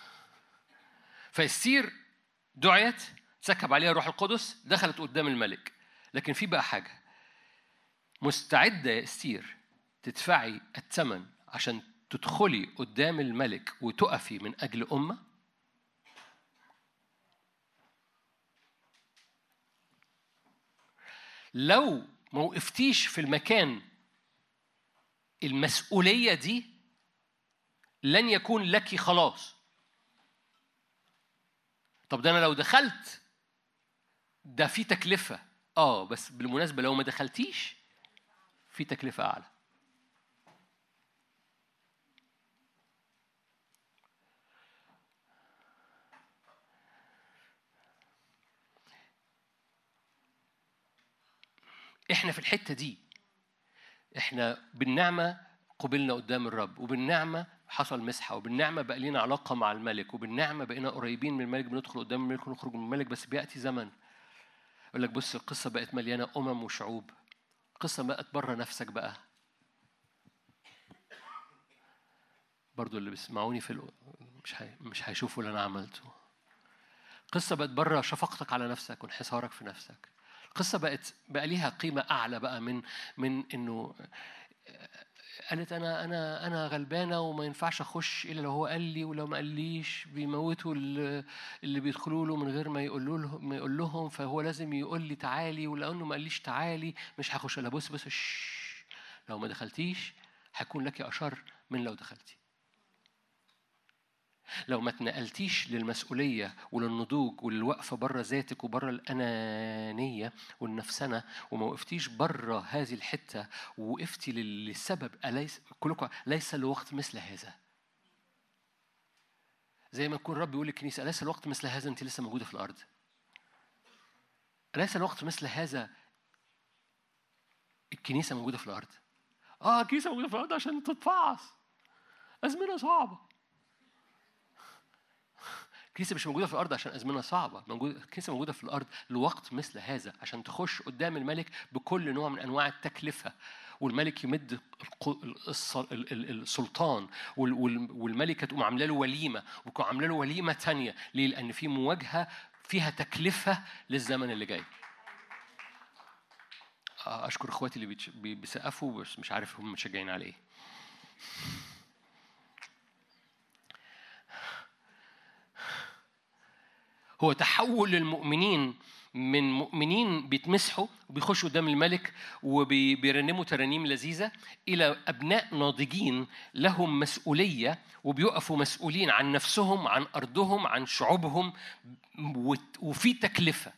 فاستير دعيت، سكب عليها الروح القدس، دخلت قدام الملك. لكن في بقى حاجة، مستعدة يا استير تدفعي الثمن عشان تدخلي قدام الملك وتقفي من أجل أمة؟ لو ما وقفتيش في المكان المسؤولية دي لن يكون لك خلاص. طب ده أنا لو دخلت ده في تكلفة. بس بالمناسبة لو ما دخلتيش في تكلفة أعلى. إحنا في الحتة دي، إحنا بالنعمة قبلنا قدام الرب، وبالنعمة حصل مسحة، وبالنعمة بقى لنا علاقة مع الملك، وبالنعمة بقينا قريبين من الملك، بندخل قدام الملك ونخرج من الملك. بس بيأتي زمن يقول لك بص، القصة بقت مليانة أمم وشعوب، القصة بقت بره نفسك بقى. برضو اللي بيسمعوني مش هيشوفوا اللي أنا عملته. القصة بقت بره شفقتك على نفسك وانحسارك في نفسك. القصة بقى ليها قيمة أعلى بقى من إنه قالت أنا غلبانة وما ينفعش أخش إلا لو هو قال لي، ولو ما قاليش بيموتوا اللي بيدخلوا له من غير ما يقول لهم، فهو لازم يقول لي تعالي، ولأنه ما قاليش تعالي مش هخش. إلا بص لو ما دخلتيش هيكون لك أشر من لو دخلتي. لو ما تنقلتيش للمسؤولية وللنضوج وللوقفة بره ذاتك وبره الأنانية والنفسنة، وما وقفتيش بره هذه الحتة ووقفتي للسبب، كلكم ليس الوقت مثل هذا. زي ما يكون رب يقول للكنيسة ليس الوقت مثل هذا، أنت لسه موجودة في الأرض. ليس الوقت مثل هذا، الكنيسة موجودة في الأرض. الكنيسة موجودة في الأرض عشان تتفعص، أزمنة صعبة. الكنيسة مش موجودة في الأرض عشان أزمنة صعبة، الكنيسة موجودة في الأرض لوقت مثل هذا، عشان تخش قدام الملك بكل نوع من أنواع التكلفة، والملك يمد السلطان، والملكة تقوم عاملة له وليمة، وتقوم عاملة له وليمة تانية. ليه؟ لأن في مواجهة فيها تكلفة للزمن اللي جاي. أشكر إخواتي اللي بيسقفوا، بس مش عارف هم مشجعين على إيه. هو تحول المؤمنين من مؤمنين بيتمسحوا وبيخشوا قدام الملك وبيرنموا ترانيم لذيذة إلى أبناء ناضجين لهم مسؤولية، وبيقفوا مسؤولين عن نفسهم، عن أرضهم، عن شعوبهم، وفي تكلفة.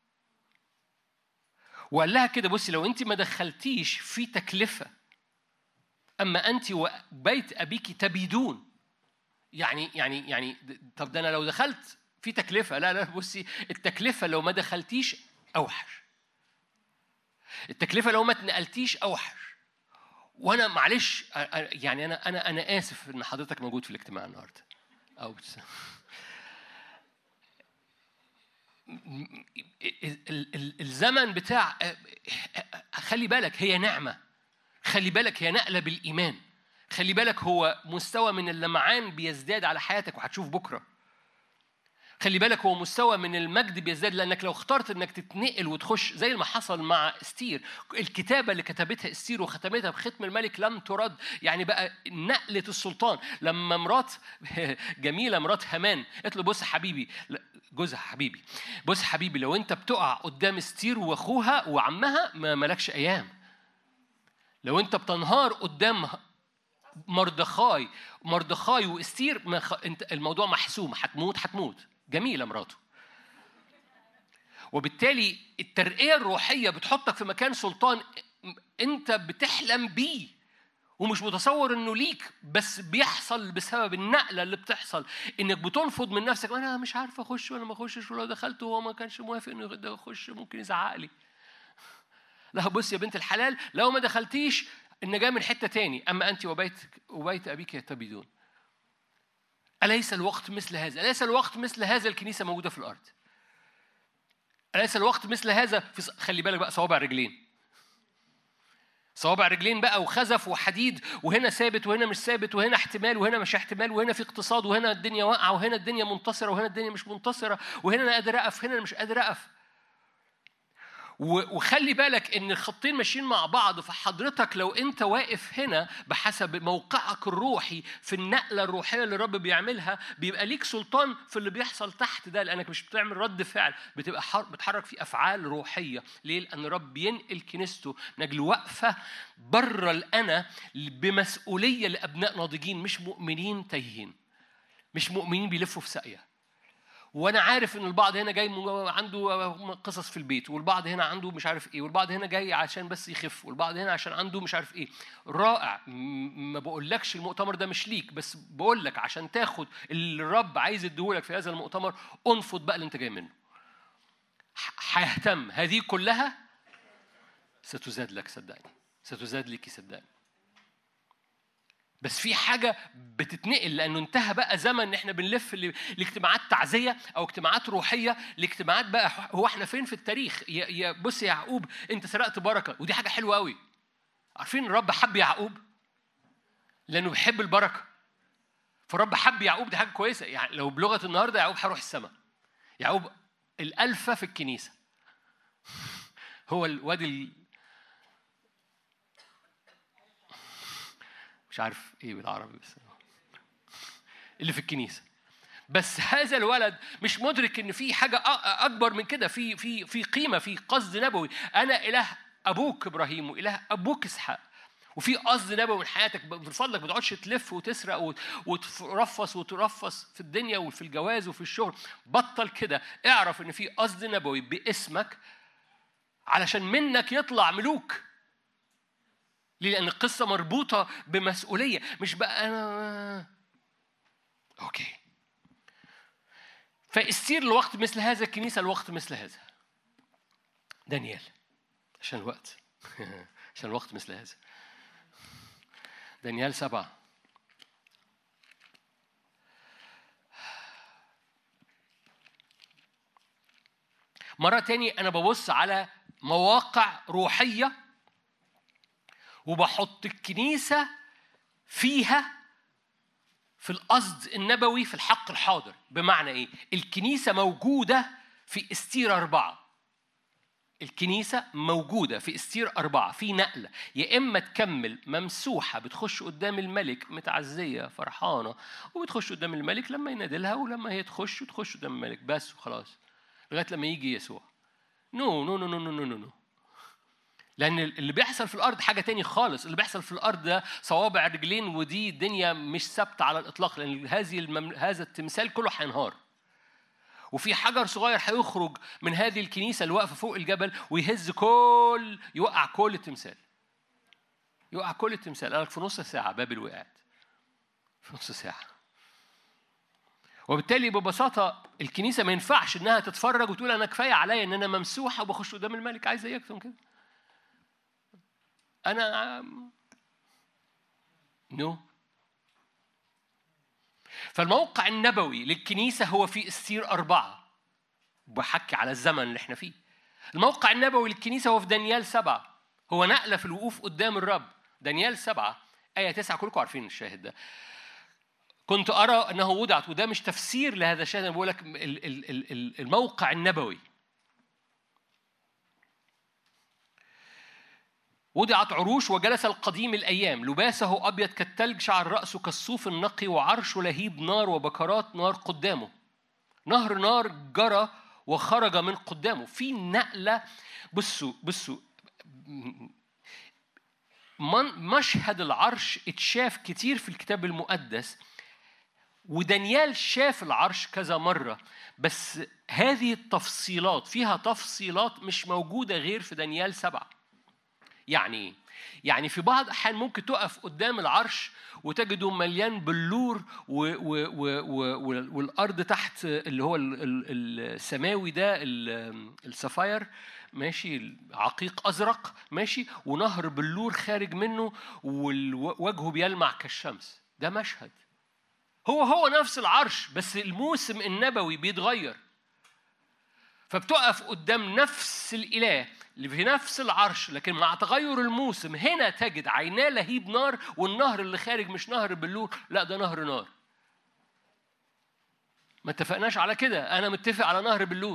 وقال لها كده بصي، لو أنت ما دخلتيش في تكلفة، أما أنت وبيت أبيك تبيدون. يعني طب ده أنا لو دخلت في تكلفة، لا بصي، التكلفة لو ما دخلتيش أوحش، التكلفة لو ما تنقلتيش أوحش. وأنا معلش يعني أنا آسف إن حضرتك موجود في الاجتماع النهاردة، أو الزمن بتاع خلي بالك هي نعمة، خلي بالك هي نقلة بالإيمان، خلي بالك هو مستوى من اللمعان بيزداد على حياتك وهتشوف بكرة. خلي بالك هو مستوى من المجد بيزداد، لأنك لو اخترت أنك تتنقل وتخش زي ما حصل مع استير، الكتابة اللي كتبتها استير وختمتها بختم الملك لم ترد، يعني بقى نقلة السلطان. لما مرات جميلة، مرات هامان، قالت له بص حبيبي، جوزها حبيبي، بص حبيبي، لو أنت بتقع قدام استير وأخوها وعمها ما ملكش أيام. لو أنت بتنهار قدام مردخاي واستير، انت الموضوع محسوم، هتموت. جميلة مراته. وبالتالي الترقية الروحية بتحطك في مكان سلطان انت بتحلم بيه ومش متصور انه ليك، بس بيحصل بسبب النقلة اللي بتحصل، انك بتنفض من نفسك. انا مش عارف اخش ولا ما اخشش، ولو دخلت وهو ما كانش موافق انه يخش ممكن يزعق لي. لا بص يا بنت الحلال، لو ما دخلتيش النجاة من حتة تاني، أما أنت وبيت أبيك يتبدون. أليس الوقت مثل هذا؟ أليس الوقت مثل هذا الكنيسة موجودة في الأرض؟ أليس الوقت مثل هذا خلي بالك بقى، صوابع رجلين بقى، وخزف وحديد، وهنا ثابت وهنا مش ثابت، وهنا احتمال وهنا مش احتمال، وهنا في اقتصاد وهنا الدنيا واقعة، وهنا الدنيا منتصرة وهنا الدنيا مش منتصرة، وهنا أنا قادر أقف هنا أنا مش قادر أقف. وخلي بالك ان الخطين ماشيين مع بعض. فحضرتك لو انت واقف هنا بحسب موقعك الروحي في النقلة الروحية اللي الرب بيعملها، بيبقى ليك سلطان في اللي بيحصل تحت ده، لانك مش بتعمل رد فعل، بتبقى بتحرك في افعال روحية. ليه؟ لان الرب بينقل كنيسته من اجل وقفة بره الأنا بمسؤولية لأبناء ناضجين، مش مؤمنين تايهين، مش مؤمنين بيلفوا في ساقية. وانا عارف ان البعض هنا جاي عنده قصص في البيت، والبعض هنا عنده مش عارف ايه، والبعض هنا جاي عشان بس يخف، والبعض هنا عشان عنده مش عارف ايه. رائع، ما بقولكش المؤتمر ده مش ليك، بس بقولك عشان تاخد اللي الرب عايز يديهولك في هذا المؤتمر، انفض بقى اللي انت جاي منه. هيهتم، هذه كلها ستزاد لك، صدقني ستزاد لك، صدقني. بس في حاجة بتتنقل، لأنه انتهى بقى زمن إن إحنا بنلف لاجتماعات تعزية أو اجتماعات روحية، لاجتماعات بقى هو إحنا فين في التاريخ؟ بص يا يعقوب، أنت سرقت بركة، ودي حاجة حلوة قوي. عارفين الرب حب يعقوب لأنه بيحب البركة، فالرب حب يعقوب، دي حاجة كويسة. يعني لو بلغة النهاردة يعقوب هيروح السماء. يعقوب الألفة في الكنيسة، هو الوادي مش عارف ايه بالعربي، بس اللي في الكنيسه. بس هذا الولد مش مدرك ان في حاجه اكبر من كده، في قيمه، في قصد نبوي. انا اله ابوك ابراهيم واله ابوك اسحاق، وفي قصد نبوي من حياتك. من فضلك ما تقعدش تلف وتسرق وترفص في الدنيا وفي الجواز وفي الشغل. بطل كده، اعرف ان في قصد نبوي باسمك علشان منك يطلع ملوك. لأن القصة مربوطة بمسؤولية، مش بقى أنا أوكي. فاستير الوقت مثل هذا، الكنيسة الوقت مثل هذا. دانيال عشان الوقت عشان الوقت مثل هذا. دانيال 7. مرة تاني أنا ببص على مواقع روحية وبحط الكنيسة فيها في القصد النبوي في الحق الحاضر. بمعنى إيه؟ الكنيسة موجودة في استير 4. الكنيسة موجودة في استير 4 في نقلة، يا إما تكمل ممسوحة بتخش قدام الملك متعزية فرحانة، وبتخش قدام الملك لما ينادلها، ولما هي تخش وتخش قدام الملك بس وخلاص لغاية لما يجي يسوع. نو نو نو نو نو نو نو. لأن اللي بيحصل في الأرض حاجة تاني خالص. اللي بيحصل في الأرض ده صوابع رجلين، ودي الدنيا مش ثابتة على الإطلاق، لأن هذا التمثال كله هينهار. وفي حجر صغير هيخرج من هذه الكنيسة اللي واقفة فوق الجبل ويهز يوقع كل التمثال. يوقع كل التمثال. قالك في نص ساعة بابل وقعت، في نص ساعة. وبالتالي ببساطة الكنيسة ما ينفعش إنها تتفرج وتقول أنا كفاية عليا إن أنا ممسوحة وبخش قدام الملك عايز يكتم كده. أنا نو. فالموقع النبوي للكنيسة هو في استير 4. بحكي على الزمن اللي احنا فيه. الموقع النبوي للكنيسة هو في دانيال 7. هو نقلة في الوقوف قدام الرب. دانيال 7 آية 9 كلكم عارفين الشاهد ده. كنت أرى أنه وضعت، وده مش تفسير لهذا الشاهد، أنا بقول لك الموقع النبوي. وضعت عروش وجلس القديم الأيام، لباسه أبيض كالثلج، شعر رأسه كالصوف النقي، وعرشه لهيب نار وبكرات نار قدامه. نهر نار جرى وخرج من قدامه. في نقلة. بصوا مشهد العرش اتشاف كتير في الكتاب المقدس، ودانيال شاف العرش كذا مرة، بس هذه التفصيلات فيها تفصيلات مش موجودة غير في دانيال 7. يعني يعني في بعض الأحيان ممكن تقف قدام العرش وتجده مليان بلور والأرض تحت اللي هو السماوي ده السفاير، ماشي، عقيق أزرق، ماشي، ونهر بلور خارج منه ووجهه بيلمع كالشمس. ده مشهد هو نفس العرش، بس الموسم النبوي بيتغير. فبتقف قدام نفس الإله اللي في نفس العرش، لكن مع تغير الموسم هنا تجد عيناه لهيب نار، والنهر اللي خارج مش نهر بلور، لا ده نهر نار. ما اتفقناش على كده، أنا متفق على نهر بلور.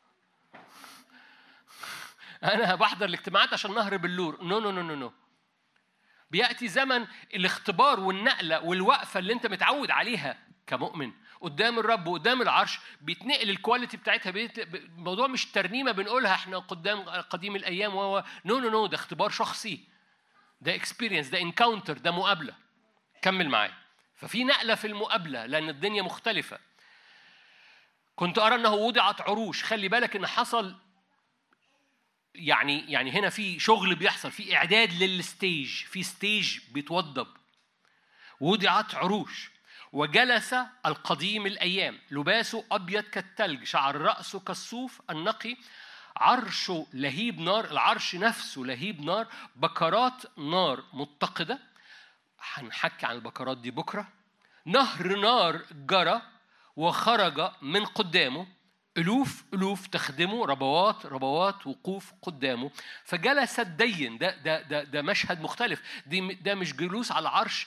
أنا بحضر الاجتماعات عشان نهر بلور. نو نو نو نو نو. بيأتي زمن الاختبار والنقلة والوقفة اللي أنت متعود عليها كمؤمن قدام الرب وقدام العرش، بيتنقل الكواليتي بتاعتها. الموضوع مش ترنيمة بنقولها احنا قدام قديم الأيام نو، ده اختبار شخصي، ده اكسبيرينس، ده انكاونتر، ده مقابلة. كمل معايا. ففي نقلة في المقابلة لأن الدنيا مختلفة. كنت أرى أنه وضعت عروش. خلي بالك إن حصل يعني هنا في شغل بيحصل، في إعداد للستيج، في ستيج بيتوضب. وضعت عروش وجلس القديم الأيام، لباسه أبيض كالثلج، شعر رأسه كالصوف النقي، عرشه لهيب نار، العرش نفسه لهيب نار، بكرات نار متقدة. هنحكي عن البكرات دي بكرة. نهر نار جرى وخرج من قدامه، ألوف تخدمه، ربوات وقوف قدامه. فجلس الدين. ده مشهد مختلف. ده مش جلوس على العرش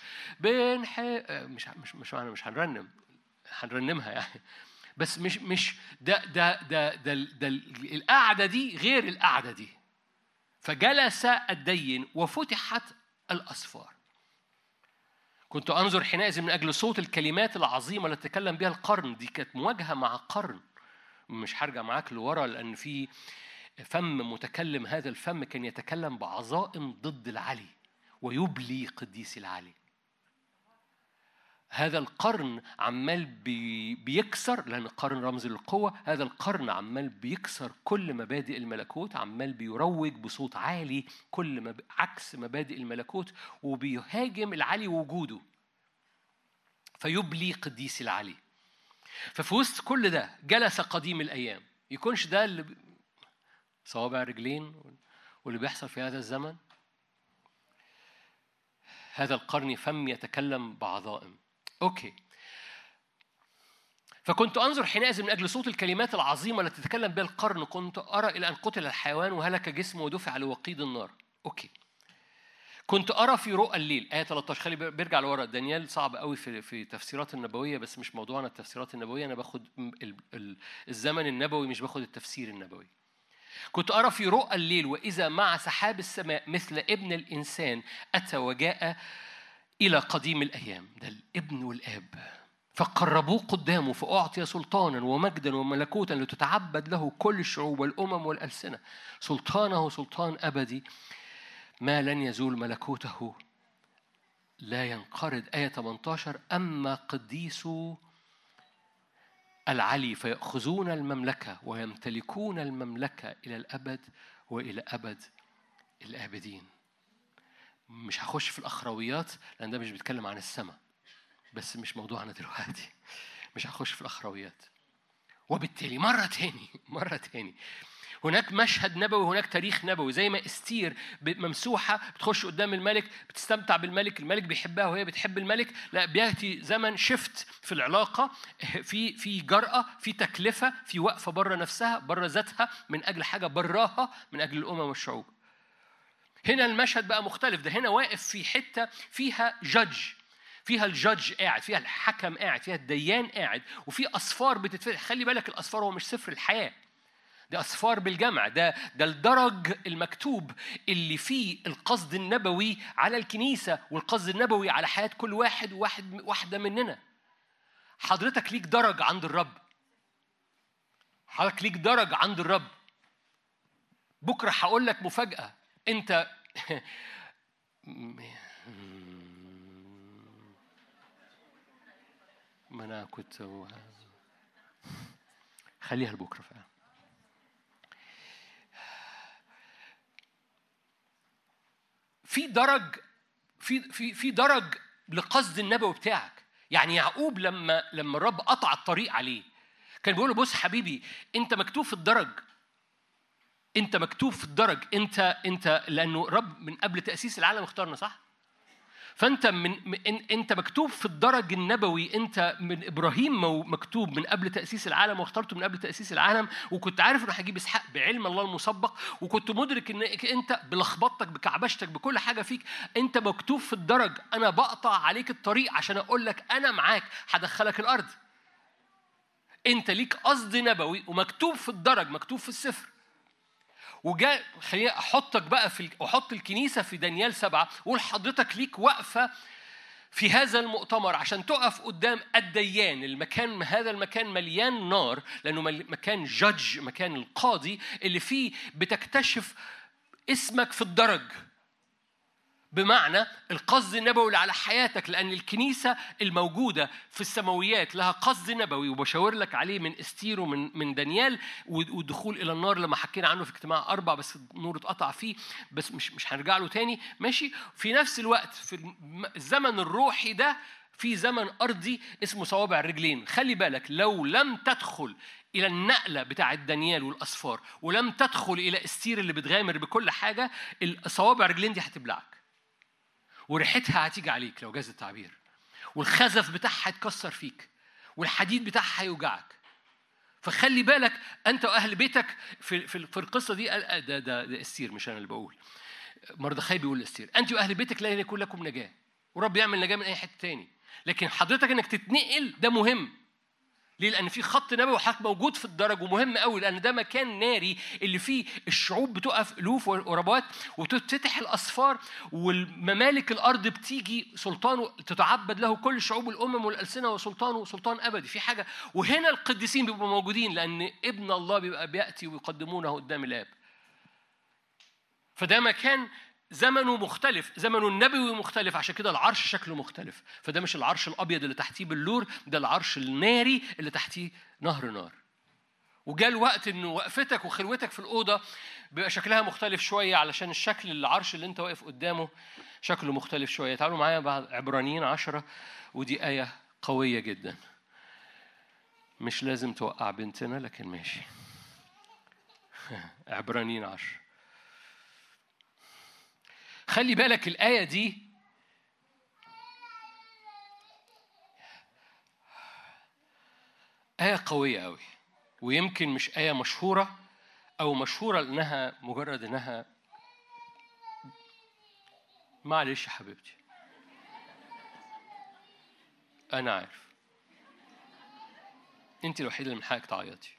مش هنرنمها يعني، بس مش ده القعدة دي غير القعدة دي. فجلس الدين وفتحت الأسفار. كنت أنظر حينئذ من أجل صوت الكلمات العظيمة التي تكلم بها القرن. دي كانت مواجهة مع قرن. مش هرجع معاك لورا، لأن في فم متكلم، هذا الفم كان يتكلم بعظائم ضد العلي ويبلي قديس العلي. هذا القرن عمال بيكسر، لأن القرن رمز للقوة. هذا القرن عمال بيكسر كل مبادئ الملكوت، عمال بيروج بصوت عالي كل عكس مبادئ الملكوت، وبيهاجم العلي وجوده، فيبلي قديس العلي. ففي وسط كل ده جلس قديم الأيام. يكونش ده اللي صوابع رجلين واللي بيحصل في هذا الزمن؟ هذا القرن فم يتكلم بعظائم. أوكي. فكنت أنظر حينئذ من أجل صوت الكلمات العظيمة التي تتكلم بها القرن، كنت أرى إلى أن قتل الحيوان وهلك جسمه ودفع لوقيد النار. أوكي. كنت أرى في رؤى الليل، آية 13. خلي بيرجع لورا. دانيال صعب قوي في تفسيرات النبوية، بس مش موضوعنا التفسيرات النبوية. أنا باخد الزمن النبوي، مش باخد التفسير النبوي. كنت أرى في رؤى الليل وإذا مع سحاب السماء مثل ابن الإنسان أتى وجاء إلى قديم الأيام. ده الابن والآب. فقربوه قدامه فأعطي سلطانا ومجدا وملكوتا لتتعبد له كل الشعوب والأمم والألسنة. سلطانه سلطان أبدي ما لن يزول ملكوته لا ينقرض. آية 18. أما قديسو العلي فيأخذون المملكة ويمتلكون المملكة إلى الأبد وإلى أبد الآبدين. مش هخش في الأخرويات لأن ده مش بيتكلم عن السماء، بس مش موضوعنا دلوقتي. مش هخش في الأخرويات. وبالتالي مرة تاني هناك مشهد نبوي، هناك تاريخ نبوي. زي ما استير ممسوحة بتخش قدام الملك، بتستمتع بالملك، الملك بيحبها وهي بتحب الملك. لا، بيأتي زمن شفت في العلاقة، في جرأة، في تكلفة، في وقفة بره نفسها، بره ذاتها، من أجل حاجة براها، من أجل الأمم والشعوب. هنا المشهد بقى مختلف، ده هنا واقف في حتة فيها جادج، فيها الجادج قاعد، فيها الحكم قاعد، فيها الديان قاعد، وفي أصفار بتتفتح. خلي بالك الأصفار هو مش سفر الحياة، ده أصفار بالجمع، ده الدرج المكتوب اللي فيه القصد النبوي على الكنيسة والقصد النبوي على حياة كل واحد واحدة مننا. حضرتك ليك درج عند الرب، حضرتك ليك درج عند الرب. بكرة هقول لك مفاجأة، أنت ما أنا كنت خليها لبكرة فعلا. في درج، في درج لقصد النبوي بتاعك. يعني يعقوب لما الرب قطع الطريق عليه كان بيقول له بص حبيبي، انت مكتوب في الدرج، انت مكتوب في الدرج، انت لانه رب من قبل تأسيس العالم اختارنا، صح؟ فانت انت مكتوب في الدرج النبوي، انت من ابراهيم مكتوب من قبل تأسيس العالم، واخترته من قبل تأسيس العالم، وكنت عارف انه هجيب اسحاق بعلم الله المسبق، وكنت مدرك انك انت بلخبطتك بكعبشتك بكل حاجه فيك انت مكتوب في الدرج. انا بقطع عليك الطريق عشان اقول لك انا معاك، هدخلك الارض. انت ليك قصد نبوي ومكتوب في الدرج، مكتوب في السفر. وجاء خليني احطك بقى احط الكنيسه في دانيال 7، وقول حضرتك ليك وقفه في هذا المؤتمر عشان تقف قدام الديان. المكان، هذا المكان مليان نار، لانه مكان جادج، مكان القاضي اللي فيه بتكتشف اسمك في الدرج، بمعنى القصد النبوي اللي على حياتك. لأن الكنيسة الموجودة في السماويات لها قصد نبوي، وبشاور لك عليه من استير ومن دانيال، والدخول إلى النار لما حكينا عنه في اجتماع 4، بس النور اتقطع فيه، بس مش هنرجع له تاني. ماشي. في نفس الوقت في الزمن الروحي ده في زمن أرضي اسمه صوابع الرجلين. خلي بالك لو لم تدخل إلى النقلة بتاع دانيال والأسفار، ولم تدخل إلى استير اللي بتغامر بكل حاجة، الصوابع الرجلين دي هتبلعك، وريحتها هتيجي عليك لو جاز التعبير، والخزف بتاعها هيتكسر فيك، والحديد بتاعها هيوجعك. فخلي بالك أنت وأهل بيتك في القصة دي. ده استير، مش أنا اللي بقول، مردخاي بيقول لاستير أنت وأهل بيتك لا يكون لكم نجاة، ورب يعمل نجاة من أي حتة تاني، لكن حضرتك إنك تتنقل ده مهم. ليه؟ لأن في خط نبوي وحضرتك موجود في الدرج، ومهم قوي لأن ده مكان ناري اللي فيه الشعوب بتقف ألوف وربوات، وتتفتح الأسفار، والممالك الأرض بتيجي سلطانه تتعبد له كل شعوب الأمم والألسنة، وسلطانه سلطان أبدي في حاجة. وهنا القديسين بيبقوا موجودين لأن ابن الله بيبقى بيأتي ويقدمونه قدام الآب. فده مكان زمنه مختلف، زمنه النبوي مختلف، عشان كده العرش شكله مختلف. فده مش العرش الأبيض اللي تحتيه بلور، ده العرش الناري اللي تحتيه نهر نار. وجاء الوقت إنه وقفتك وخلوتك في الأوضة بيبقى شكلها مختلف شوية، علشان الشكل العرش اللي أنت واقف قدامه شكله مختلف شوية. تعالوا معايا بعد عبرانيين 10، ودي آية قوية جدا. مش لازم توقع بنتنا لكن ماشي. عبرانيين 10. خلي بالك الآية دي آية قوية قوي، ويمكن مش آية مشهورة، أو مشهورة لأنها مجرد إنها معلش يا حبيبتي أنا عارف أنت الوحيدة اللي من حقك تعيطي.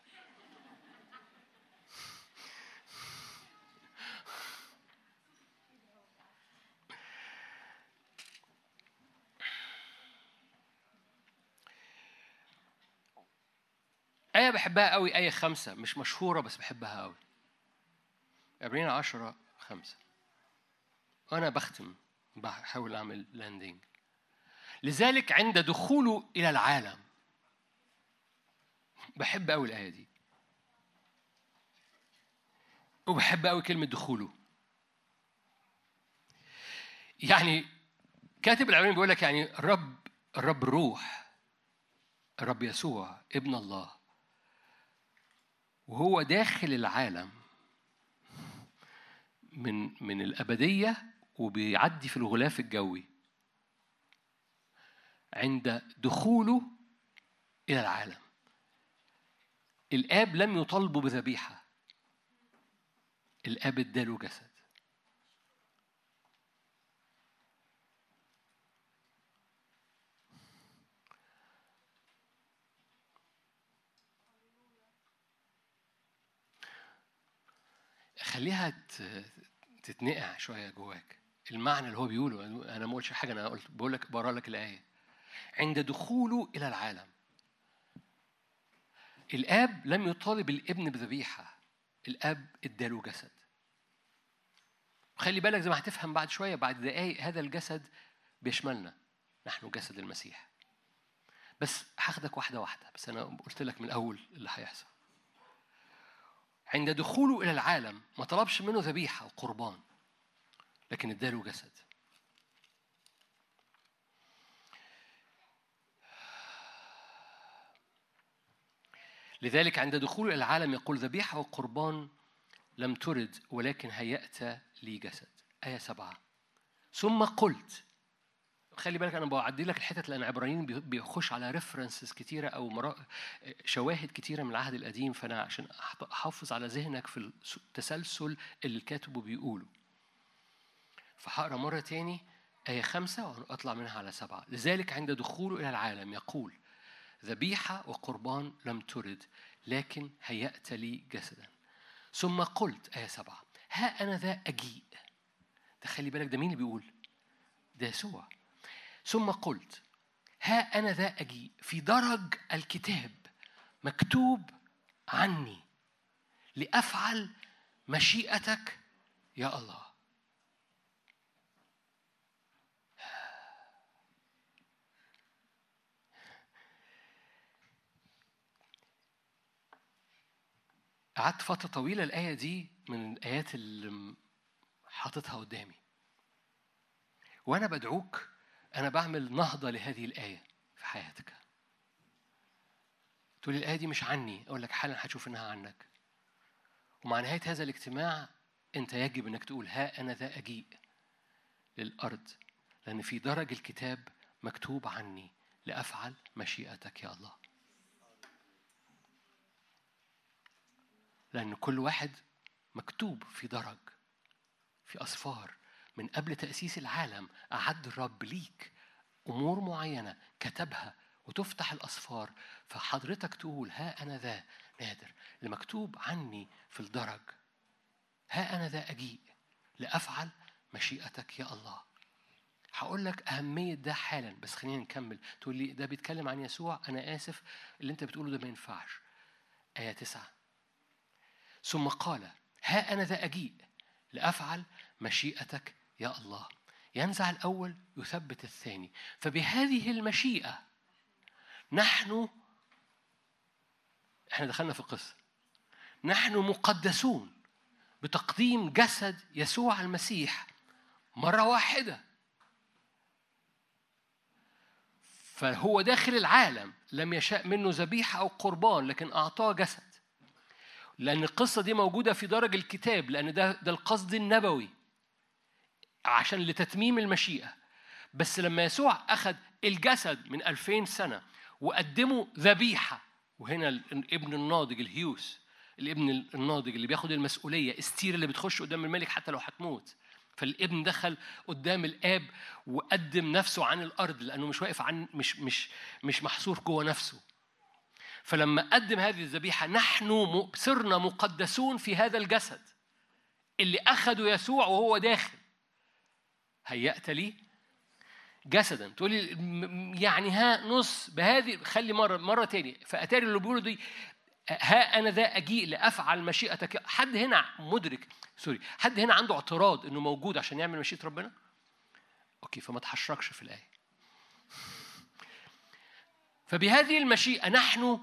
آية بحبها قوي، آية 5، مش مشهورة بس بحبها قوي. عبرانيين 10:5. وأنا بختم بحاول أعمل لاندينج. لذلك عند دخوله إلى العالم، بحب قوي الآية دي، وبحب قوي كلمة دخوله. يعني كاتب العبرانيين بيقول لك يعني الرب الروح، الرب يسوع ابن الله، وهو داخل العالم من الأبدية وبيعدي في الغلاف الجوي. عند دخوله إلى العالم الآب لم يطالبه بذبيحة، الآب اداله جسد. خليها تتنقع شوية جواك. المعنى اللي هو بيقوله، أنا ما قلتش حاجة، أنا بقرأ لك الآية. عند دخوله إلى العالم، الآب لم يطالب الابن بذبيحة، الآب اداله جسد. خلي بالك زي ما هتفهم بعد شوية، بعد دقايق، هذا الجسد بيشملنا، نحن جسد المسيح. بس هاخدك واحدة واحدة، بس أنا قلت لك من الأول اللي هيحصل. عند دخوله إلى العالم ما طلبش منه ذبيحة وقربان، لكن اداله جسد. لذلك عند دخوله إلى العالم يقول ذبيحة وقربان لم ترد، ولكن هيأت لي جسد. آية 7. ثم قلت، خلي بالك أنا بعدي لك الحتت لأن عبرانيين بيخش على ريفرنسز كتيرة أو شواهد كتيرة من العهد القديم، فأنا عشان أحافظ على ذهنك في التسلسل اللي الكاتب بيقوله. فهقرأ مرة تاني آية 5 وأطلع منها على 7. لذلك عند دخوله إلى العالم يقول ذبيحة وقربان لم ترد، لكن هيأت لي جسدا. ثم قلت، آية 7، ها أنا ذا أجيء. تخلي بالك ده مين اللي بيقول؟ ده يسوع. ثم قلت ها أنا ذا أجيء، في درج الكتاب مكتوب عني لأفعل مشيئتك يا الله. قعدت فترة طويلة الآية دي من الآيات اللي حاططها قدامي، وأنا بدعوك، أنا بعمل نهضة لهذه الآية في حياتك. تقولي الآية دي مش عني، أقول لك حالا هتشوف إنها عنك. ومع نهاية هذا الاجتماع أنت يجب أنك تقول ها أنا ذا أجيء للأرض، لأن في درج الكتاب مكتوب عني لأفعل مشيئتك يا الله. لأن كل واحد مكتوب في درج، في أصفار من قبل تأسيس العالم. أعد الرب ليك أمور معينة كتبها وتفتح الأصفار، فحضرتك تقول ها أنا ذا نادر لمكتوب عني في الدرج، ها أنا ذا أجيء لأفعل مشيئتك يا الله. هقول لك أهمية ده حالا، بس خلينا نكمل. تقول لي ده بيتكلم عن يسوع، أنا آسف اللي أنت بتقوله ده ما ينفعش. آية 9، ثم قال ها أنا ذا أجيء لأفعل مشيئتك يا الله. ينزع الأول يثبت الثاني. فبهذه المشيئة احنا دخلنا في القصة، نحن مقدسون بتقديم جسد يسوع المسيح مرة واحدة. فهو داخل العالم لم يشاء منه ذبيحة أو قربان، لكن أعطاه جسد. لأن القصة دي موجودة في درج الكتاب، لأن ده القصد النبوي عشان لتتميم المشيئة. بس لما يسوع أخذ الجسد من 2000 سنة وقدمه ذبيحة، وهنا الابن الناضج الهيوس، الابن الناضج اللي بياخد المسؤولية، استير اللي بتخش قدام الملك حتى لو هتموت. فالابن دخل قدام الآب وقدم نفسه عن الأرض، لأنه مش واقف عن مش محصور جوه نفسه. فلما قدم هذه الذبيحة نحن صرنا مقدسون في هذا الجسد اللي أخذه يسوع وهو داخل. هيأت لي جسدا. تقولي يعني ها نص بهذه، خلي مرة تاني. فأتاري اللي بيقولوا دي ها أنا ذا أجيء لأفعل مشيئتك. حد هنا مدرك حد هنا عنده اعتراض إنه موجود عشان يعمل مشيئة ربنا؟ أوكي، فما تحشركش في الآية. فبهذه المشيئة نحن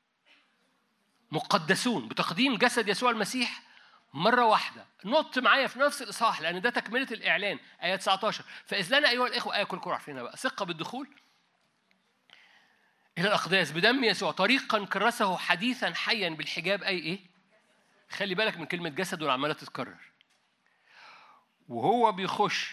مقدسون بتقديم جسد يسوع المسيح مرة واحدة. نط معايا في نفس الإصحاح لأن ده تكملة الإعلان. آية 19، فإذ لنا أيها الإخوة، آية كل عارفينها بقى، ثقة بالدخول إلى الأقداس بدم يسوع، طريقا كرسه حديثا حيا بالحجاب. أي إيه؟ خلي بالك من كلمة جسد والعمالة تتكرر. وهو بيخش،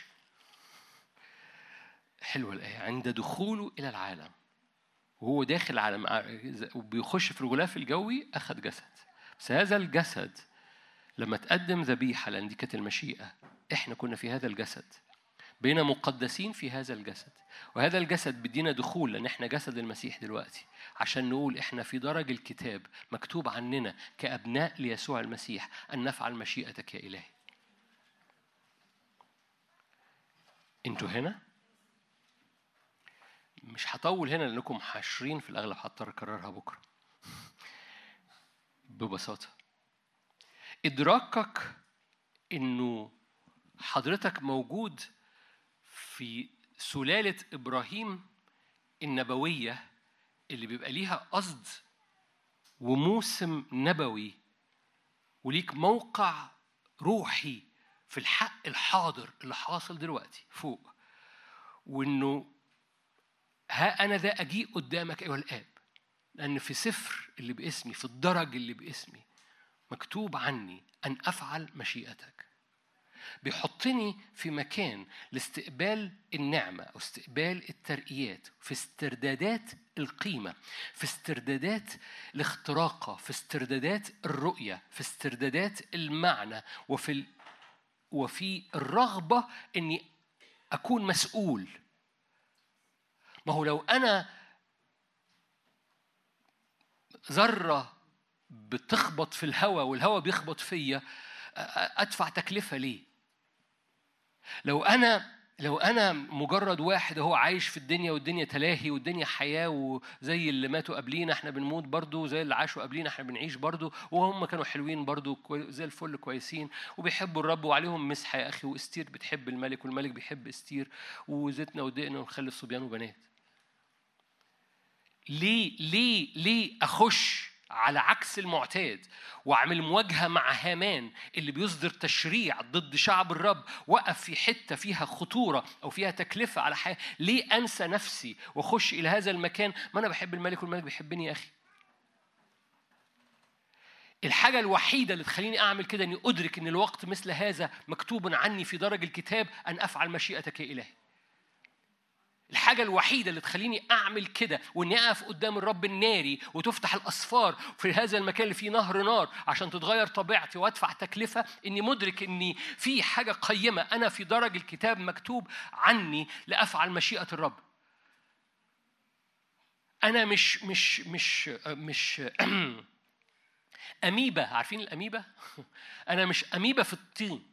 حلوة الآية، عند دخوله إلى العالم وهو داخل العالم وبيخش في الغلاف الجوي أخذ جسد. بس هذا الجسد لما تقدم ذبيحة، لأن دي كانت المشيئة، إحنا كنا في هذا الجسد. بين مقدسين في هذا الجسد، وهذا الجسد بدينا دخول لأن احنا جسد المسيح دلوقتي، عشان نقول احنا في درج الكتاب مكتوب عننا كأبناء ليسوع المسيح أن نفعل مشيئتك يا إلهي. انتوا هنا مش هطول هنا لأنكم حاشرين في الأغلب، هضطر أكررها بكرة. ببساطة إدراكك إنه حضرتك موجود في سلالة إبراهيم النبوية اللي بيبقى ليها قصد وموسم نبوي، وليك موقع روحي في الحق الحاضر اللي حاصل دلوقتي فوق، وإنه ها أنا ذا أجيء قدامك أيها الآب، لأن في سفر اللي باسمي، في الدرج اللي باسمي، مكتوب عني أن أفعل مشيئتك. بيحطني في مكان لاستقبال النعمة أو استقبال الترقيات، في استردادات القيمة، في استردادات الاختراقة، في استردادات الرؤية، في استردادات المعنى، وفي الرغبة أني أكون مسؤول. ما هو لو أنا ذرة بتخبط في الهواء والهواء بيخبط فيا، أدفع تكلفة ليه؟ لو أنا مجرد واحد هو عايش في الدنيا، والدنيا تلاهي والدنيا حياة، وزي اللي ماتوا قبلينا احنا بنموت برضو، زي اللي عاشوا قبلينا احنا بنعيش برضو، وهم كانوا حلوين برضو زي الفل كويسين وبيحبوا الرب وعليهم مسحة يا أخي، وإستير بتحب الملك والملك بيحب إستير، وزيتنا ودقنا ونخلي الصبيان وبنات. ليه أخش على عكس المعتاد وأعمل مواجهة مع هامان اللي بيصدر تشريع ضد شعب الرب، وقف في حتة فيها خطورة أو فيها تكلفة على حياة؟ ليه أنسى نفسي وأخش إلى هذا المكان؟ ما أنا بحب الملك والملك بيحبني يا أخي. الحاجة الوحيدة اللي تخليني أعمل كده أني أدرك أن الوقت مثل هذا مكتوب عني في درج الكتاب أن أفعل مشيئتك يا إلهي. الحاجة الوحيدة اللي تخليني أعمل كده وإني أقف قدام الرب الناري وتفتح الأسفار في هذا المكان اللي فيه نهر نار عشان تتغير طبيعتي وأدفع تكلفة، إني مدرك إني في حاجة قيمة أنا في درج الكتاب مكتوب عني لأفعل مشيئة الرب. أنا مش أميبة. عارفين الأميبة؟ أنا مش أميبة في الطين.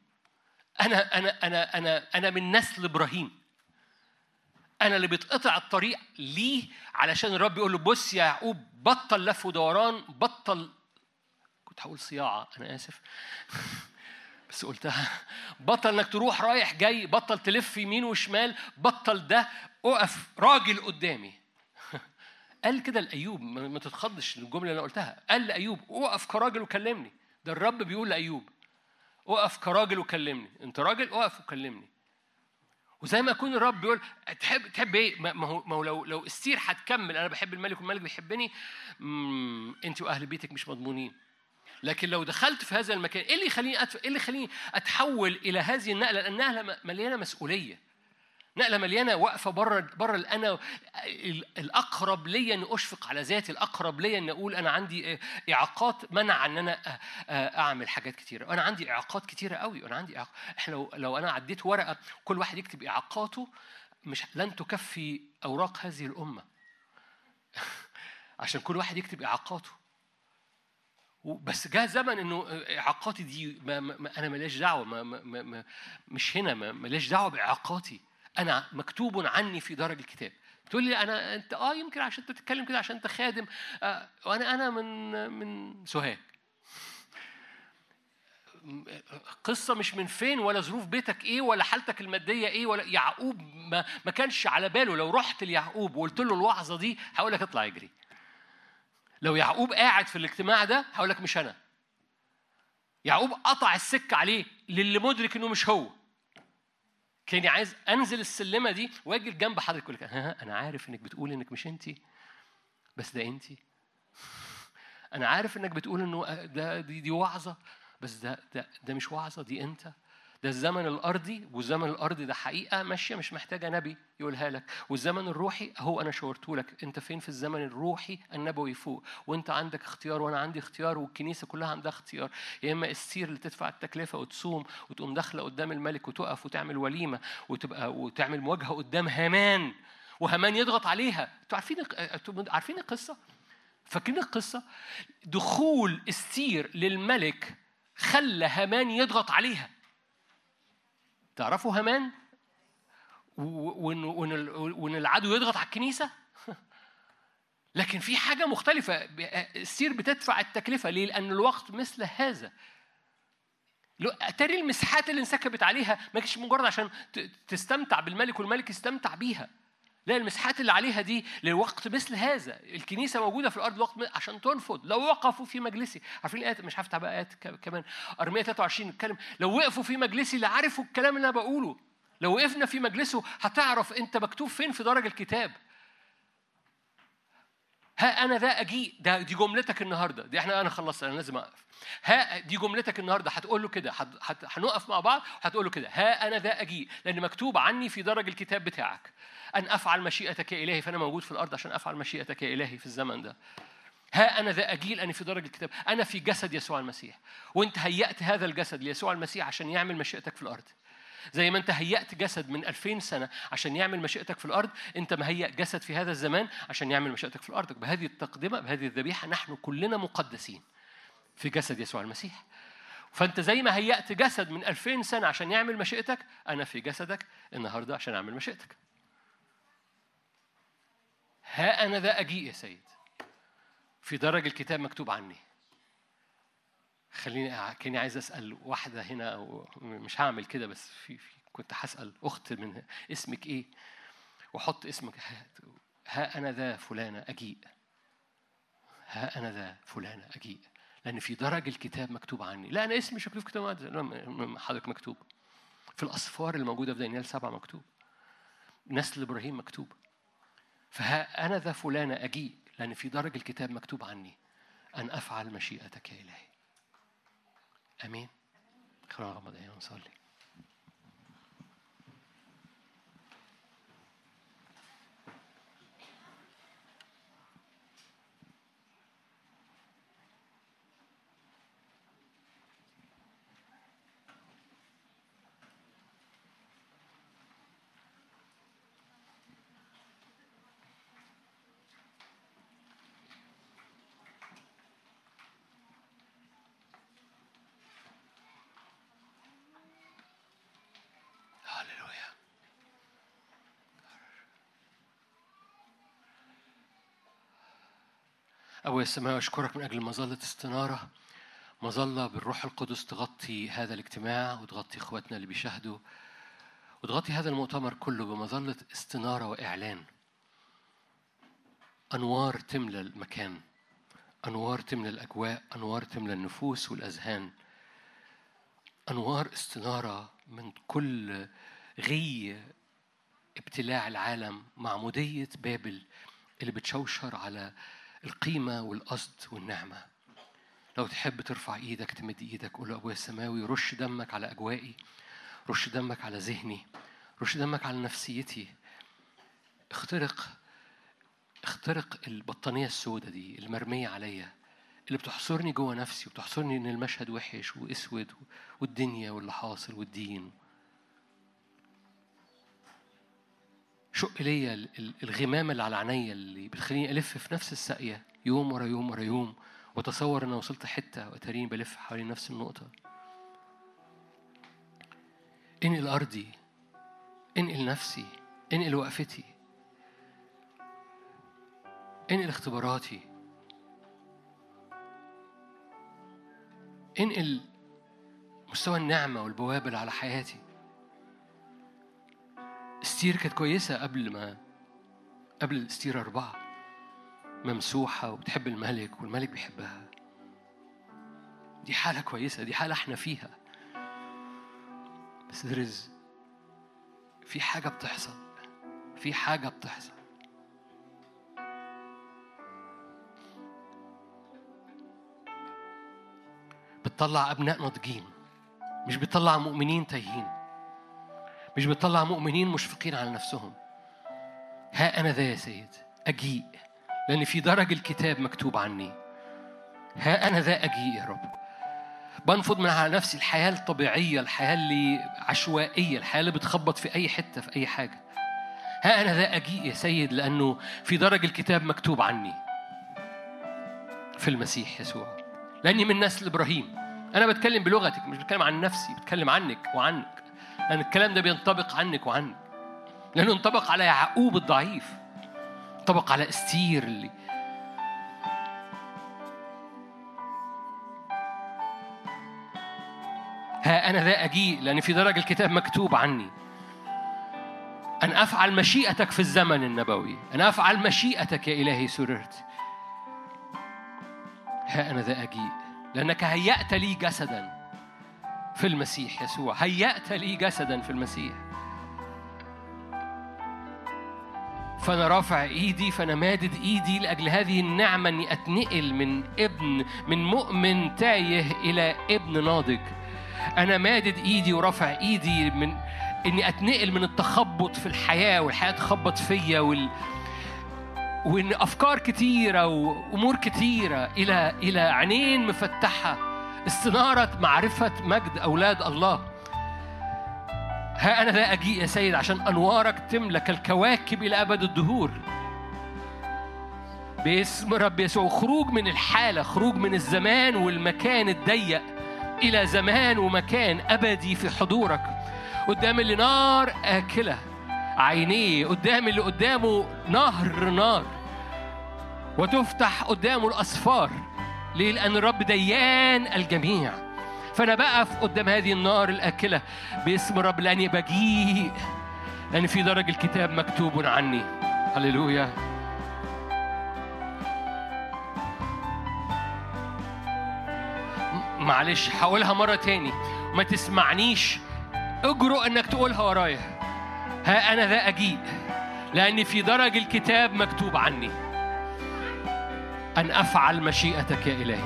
أنا من نسل إبراهيم. أنا اللي بتقطع الطريق ليه علشان الرب يقول له بص يا يعقوب، بطل لف ودوران، بطل، كنت هقول صياعة أنا آسف بس قلتها، بطل إنك تروح رايح جاي، بطل تلف يمين وشمال، بطل ده، أقف راجل قدامي. قال كده لأيوب، ما تتخضش الجملة اللي أنا قلتها، قال لأيوب أقف كراجل وكلمني. ده الرب بيقول لأيوب أقف كراجل وكلمني، أنت راجل أقف وكلمني. وزي ما يكون الرب بيقول تحب ايه؟ ما هو لو استير هتكمل انا بحب الملك والملك بيحبني، انت واهل بيتك مش مضمونين. لكن لو دخلت في هذا المكان، ايه اللي يخليني اتحول الى هذه النقله؟ لان النقله مليانه مسؤوليه، نقله مليانه واقفه بره الانا. الاقرب ليا ان اشفق على ذاتي، الاقرب ليا ان اقول انا عندي اعاقات منع ان انا اعمل حاجات كتيره، انا عندي اعاقات كتيره قوي، انا عندي احنا لو انا عديت ورقه كل واحد يكتب اعاقاته مش لن تكفي اوراق هذه الامه عشان كل واحد يكتب اعاقاته. بس جاء زمن انه اعاقاتي دي انا ماليش دعوه، مش هنا، ماليش دعوه باعاقاتي. أنا مكتوب عني في درج الكتاب. تقول لي أنت يمكن عشان تتكلم كده عشان أنت خادم، وأنا من سوهاج. قصة مش من فين ولا ظروف بيتك إيه ولا حالتك المادية إيه ولا يعقوب ما كانش على باله. لو رحت ليعقوب وقلت له الوعظة دي هقول لك اطلع يجري. لو يعقوب قاعد في الاجتماع ده هقول لك مش أنا. يعقوب قطع السكة عليه للي مدرك إنه مش هو. كاني عايز انزل السلمه دي واجي جنب حضرتك اقول لك انا عارف انك بتقول انك مش انتي، بس ده انتي. انا عارف انك بتقول انه دي وعظه، بس ده مش وعظه، دي انت. ده الزمن الأرضي، والزمن الأرضي ده حقيقة ماشية مش محتاجة نبي يقولها لك. والزمن الروحي أهو أنا شاورته لك، أنت فين في الزمن الروحي النبوي فوق، وأنت عندك اختيار وأنا عندي اختيار والكنيسة كلها عندها اختيار. يا إما استير اللي تدفع التكلفة وتصوم وتقوم داخلة قدام الملك وتقف وتعمل وليمة وتعمل مواجهة قدام هامان، وهامان يضغط عليها. أنتوا عارفين القصة؟ فاكرين القصة؟ دخول استير للملك خلى هامان يضغط عليها. تعرفوا هامان وإن العدو يضغط على الكنيسة؟ لكن في حاجة مختلفة، استير بتدفع التكلفة. ليه؟ لأن الوقت مثل هذا. أتاري المساحات اللي انسكبت عليها ما كانتش مجرد عشان تستمتع بالملك والملك يستمتع بيها، لا، المساحات اللي عليها دي لوقت مثل هذا. الكنيسة موجودة في الأرض وقت عشان تنفض. لو وقفوا في مجلسي، عارفين الآيات؟ مش هفتح بقى آيات كمان. أرمية 23 نتكلم، لو وقفوا في مجلسي لعرفوا الكلام اللي أنا بقوله. لو وقفنا في مجلسه هتعرف أنت مكتوب فين في درج الكتاب. ها أنا ذا أجيء، دي جملتك النهاردة. دي أنا خلصت، أنا لازم أقف. ها دي جملتك النهاردة. هتقول له كده، هنقف مع بعض هتقول له كده، ها أنا ذا أجيء، لأن مكتوب عني في درج الكتاب بتاعك أن أفعل مشيئتك يا إلهي. فأنا موجود في الأرض عشان أفعل مشيئتك يا إلهي في الزمن ده. ها أنا ذا أجيء لأني في درج الكتاب. أنا في جسد يسوع المسيح، وأنت هيأت هذا الجسد ليسوع المسيح عشان يعمل مشيئتك في الأرض. زي ما أنت هيأت جسد من 2000 سنة عشان يعمل مشيئتك في الأرض، أنت مهيأ جسد في هذا الزمان عشان يعمل مشيئتك في الأرض. بهذه التقدمة، بهذه الذبيحة، نحن كلنا مقدسين في جسد يسوع المسيح. فأنت زي ما هيأت جسد من 2000 سنة عشان يعمل مشيئتك، أنا في جسدك النهاردة عشان أعمل مشيئتك. ها أنا ذا أجيء يا سيد، في درج الكتاب مكتوب عني. كأني عايز أسأل واحدة هنا، أو مش هعمل كده، بس كنت هسأل أخت من اسمك إيه، وحط اسمك. ها أنا ذا فلانة أجيء، ها أنا ذا فلانة أجيء، لأن في درج الكتاب مكتوب عني. لا، أنا اسمي مش مكتوب في كتاب حضرتك، مكتوب في الأصفار اللي موجودة في دانيال 7، مكتوب نسل إبراهيم مكتوب. فها أنا ذا فلانة أجيء، لأن في درج الكتاب مكتوب عني أن أفعل مشيئتك يا إلهي. أمين. خلونا نغمض عينينا ونصلي. أبويا السماوي، أشكرك من أجل مظلة استنارة، مظلة بالروح القدس تغطي هذا الاجتماع وتغطي إخواتنا اللي بيشاهدوا وتغطي هذا المؤتمر كله بمظلة استنارة وإعلان. أنوار تملى المكان، أنوار تملى الأجواء، أنوار تملى النفوس والأذهان، أنوار استنارة من كل غي ابتلاع العالم، معمودية بابل اللي بتشوشر على القيمة والقصد والنعمة. لو تحب ترفع إيدك، تمد إيدك، قول له أبويا السماوي، رش دمك على أجوائي، رش دمك على ذهني، رش دمك على نفسيتي. اخترق البطانية السوداء دي المرمية عليا، اللي بتحصرني جوه نفسي وبتحصرني إن المشهد وحش وأسود والدنيا واللي حاصل والدين. شق ليا الغمامة اللي على عينيا اللي بتخليني ألف في نفس الساقية يوم ورا يوم ورا يوم، وتصور أنا وصلت حتة وأتاريني بلف حوالين نفس النقطة. انقل أرضي، انقل نفسي، انقل وقفتي، انقل اختباراتي، انقل مستوى النعمة والبوابل على حياتي. استير كانت كويسة قبل الاستير 4، ممسوحة وبتحب الملك والملك بيحبها. دي حالة كويسة، دي حالة احنا فيها، بس في حاجة بتحصل، في حاجة بتحصل. بتطلع أبناء ناضجين، مش بتطلع مؤمنين تايهين، مش بتطلع مؤمنين مشفقين على نفسهم. ها أنا ذا يا سيد أجيء، لأن في درج الكتاب مكتوب عني. ها أنا ذا أجيء يا رب. بنفض من على نفسي الحياة الطبيعية، الحياة اللي عشوائية، الحياة اللي بتخبط في أي حتة في أي حاجة. ها أنا ذا أجيء يا سيد، لأنه في درج الكتاب مكتوب عني في المسيح يسوع. لأني من نسل إبراهيم. أنا بتكلم بلغتك، مش بتكلم عن نفسي، بتكلم عنك وعنك، لأن الكلام ده بينطبق عنك وعنك، لأنه ينطبق على يعقوب الضعيف، ينطبق على استير اللي ها أنا ذا أجيء، لأن في درج الكتاب مكتوب عني أن أفعل مشيئتك في الزمن النبوي، أن أفعل مشيئتك يا إلهي سررت. ها أنا ذا أجيء، لأنك هيأت لي جسدا في المسيح يسوع، هيأت لي جسدا في المسيح. فأنا رافع إيدي، فأنا مادد إيدي لأجل هذه النعمة أني أتنقل من مؤمن تايه إلى ابن ناضج. أنا مادد إيدي ورافع إيدي من إني أتنقل من التخبط في الحياة والحياة تخبط فيا وإن أفكار كتيرة وأمور كتيرة إلى عينين مفتحة، استنارة معرفة مجد أولاد الله. ها أنا ذا أجيء يا سيد عشان أنوارك تملك الكواكب إلى أبد الدهور باسم رب يسوع. خروج من الحالة، خروج من الزمان والمكان الضيق إلى زمان ومكان أبدي في حضورك. قدام اللي نار آكلة عينيه، قدام اللي قدامه نهر نار وتفتح قدامه الأسفار. ليه؟ لأن الرب ديان الجميع. فأنا بقف قدام هذه النار الآكلة باسم الرب، لأني بجيء، لأن في درج الكتاب مكتوب عني. هللويا. معلش هقولها مرة تاني، ما تسمعنيش، اجرؤ انك تقولها ورايا. ها انا ذا اجيء، لان في درج الكتاب مكتوب عني ان افعل مشيئتك يا الهي.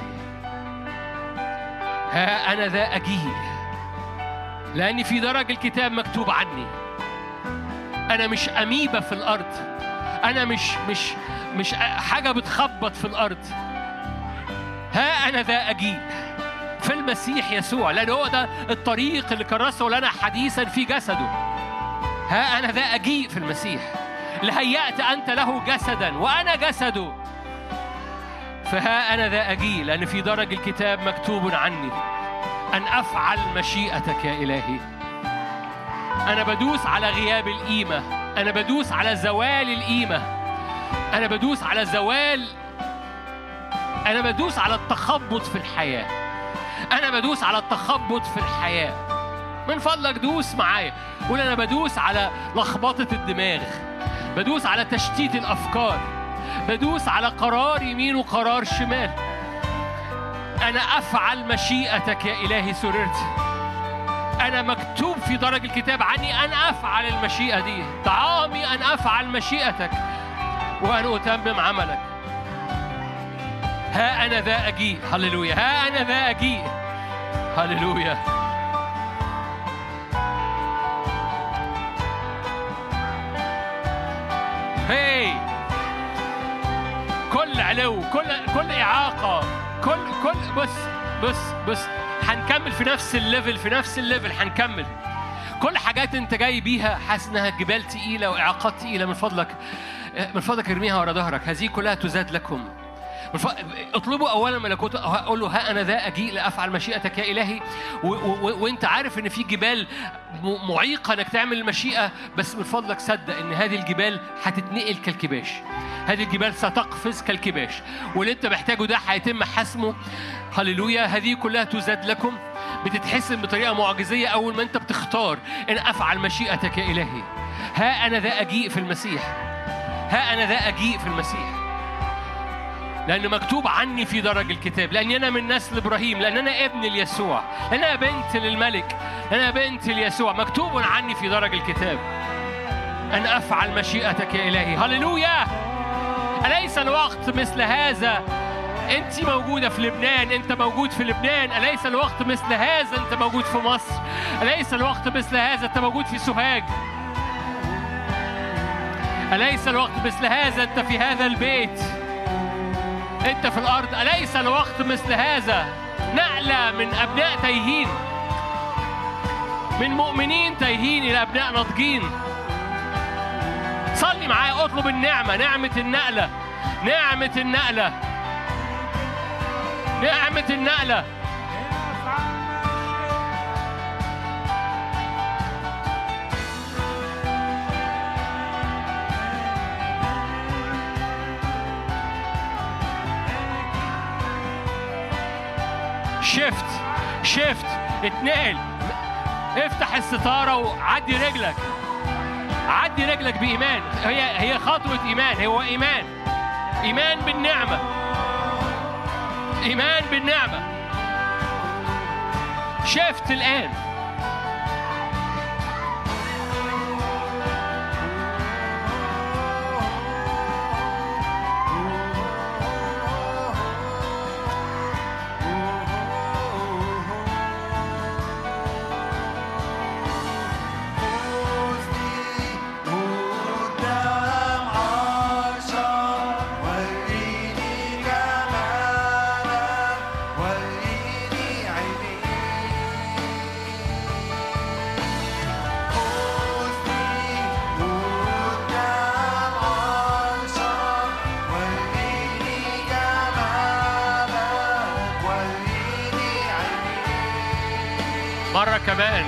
ها انا ذا اجيء، لان في درج الكتاب مكتوب عني. انا مش اميبة في الارض، انا مش حاجة بتخبط في الارض. ها انا ذا اجيء في المسيح يسوع، لأن هو ده الطريق اللي كرسه لنا حديثا في جسده. ها أنا ذا أجيء في المسيح، لهيأت أنت له جسدا وأنا جسده. فها أنا ذا أجيء، لأن في درج الكتاب مكتوب عني أن أفعل مشيئتك يا إلهي. أنا بدوس على غياب القيمة، أنا بدوس على زوال القيمة، أنا بدوس على زوال، أنا بدوس على التخبط في الحياة، أنا بدوس على التخبط في الحياة. من فضلك دوس معايا، قول أنا بدوس على لخبطة الدماغ، بدوس على تشتيت الأفكار، بدوس على قرار يمين وقرار شمال. أنا أفعل مشيئتك يا إلهي سررت. أنا مكتوب في درج الكتاب عني أن أفعل المشيئة دي. طعامي أن أفعل مشيئتك وأن أتمم عملك. ها أنا ذا أجيء. هللويا. ها أنا ذا أجيء. هللويا. هاي كل علو، كل إعاقة، كل بص هنكمل في نفس الليفل هنكمل. كل حاجات انت جاي بيها حاسس انها جبال تقيلة وإعاقات تقيلة، من فضلك ارميها ورا ظهرك. هذه كلها تزاد لكم. اطلبوا اولا ملكوت، اقول له ها انا ذا اجيء لافعل مشيئتك يا الهي. وانت عارف ان في جبال معيقه انك تعمل المشيئه، بس من فضلك صدق ان هذه الجبال هتتنقل كالكباش، هذه الجبال ستقفز كالكباش، واللي انت محتاجه ده هيتم حسمه. هللويا. هذه كلها تزاد لكم، بتتحسن بطريقه معجزيه اول ما انت بتختار ان افعل مشيئتك يا الهي. ها انا ذا اجيء في المسيح. ها انا ذا اجيء في المسيح، لأن مكتوب عني في درج الكتاب، لأني أنا من نسل إبراهيم، لأن أنا ابن ليسوع، لأن أنا بنت للملك، لأن أنا بنت ليسوع. مكتوب عني في درج الكتاب أن أفعل مشيئتك يا إلهي. هللويا. أليس الوقت مثل هذا أنت موجودة في لبنان، أنت موجود في لبنان. أليس الوقت مثل هذا أنت موجود في مصر؟ أليس الوقت مثل هذا أنت موجود في سوهاج؟ أليس الوقت مثل هذا أنت في هذا البيت؟ أنت في الأرض. أليس الوقت مثل هذا نقلة من أبناء تايهين، من مؤمنين تايهين إلى أبناء ناضجين؟ صلي معايا، اطلب النعمة، نعمة النقلة، نعمة النقلة، نعمة النقلة. شفت اتنقل. افتح الستارة وعدي رجلك، عدي رجلك بإيمان. هي خطوة إيمان، هو إيمان بالنعمة، إيمان بالنعمة. شفت الآن. مرة كمان.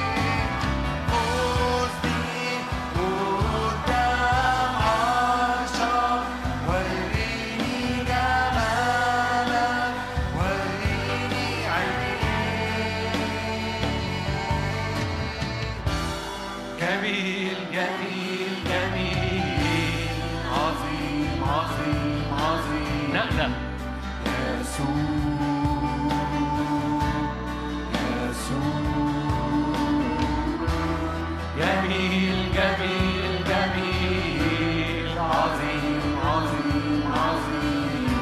جميل جميل جميل، عظيم عظيم عظيم. نقلة. جميل جميل جميل، عظيم عظيم عظيم.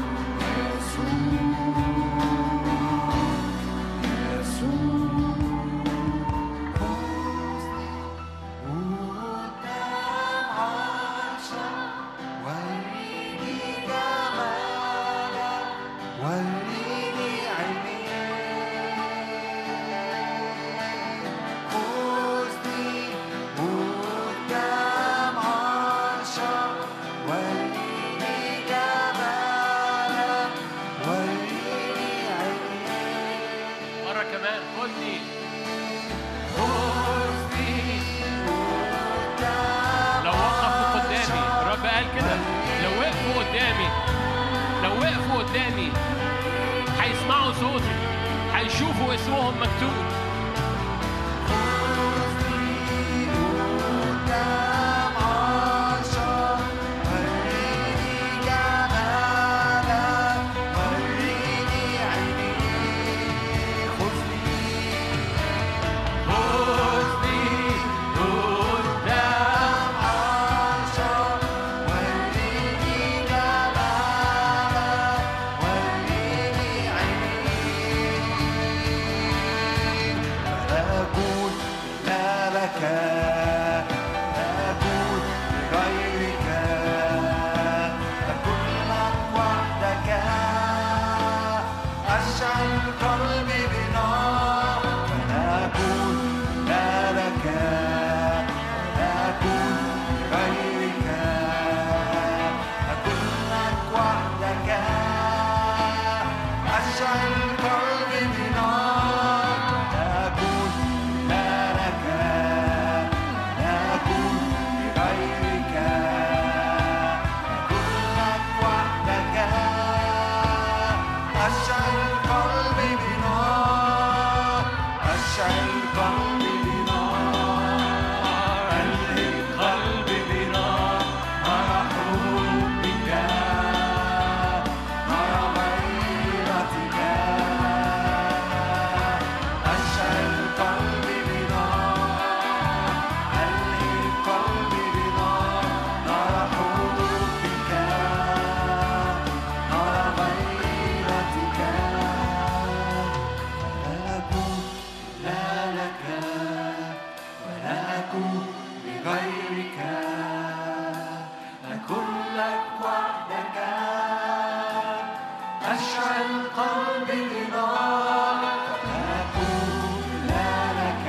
هيسمعوا صوتي، هيشوفوا اسمهم مكتوب. بنار ملكوت لا لك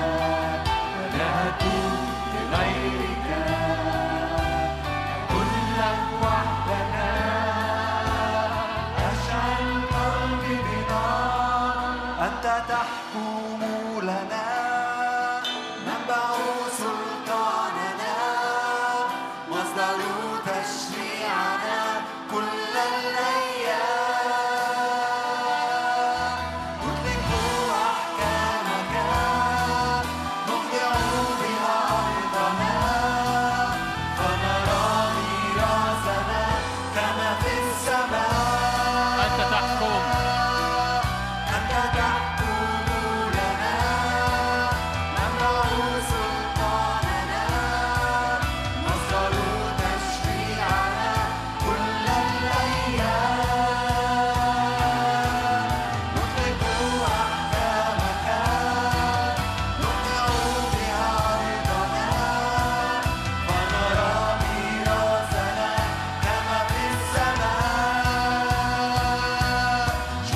ملكوت لغيرك كلك وحدك أشعل قلبي بنار أنت تحكم لنا منبع سلطاننا مصدر تشريعنا كل الأيام نطلق أحكامك نخضع بها أرضنا فنرى ميراثنا كما في السماء أنت تحكم أنت تحكم لنا منبع سلطاننا مصدر تشريعنا كل الأيام نطلق أحكامك نخضع بها أرضنا فنرى ميراثنا كما في السماء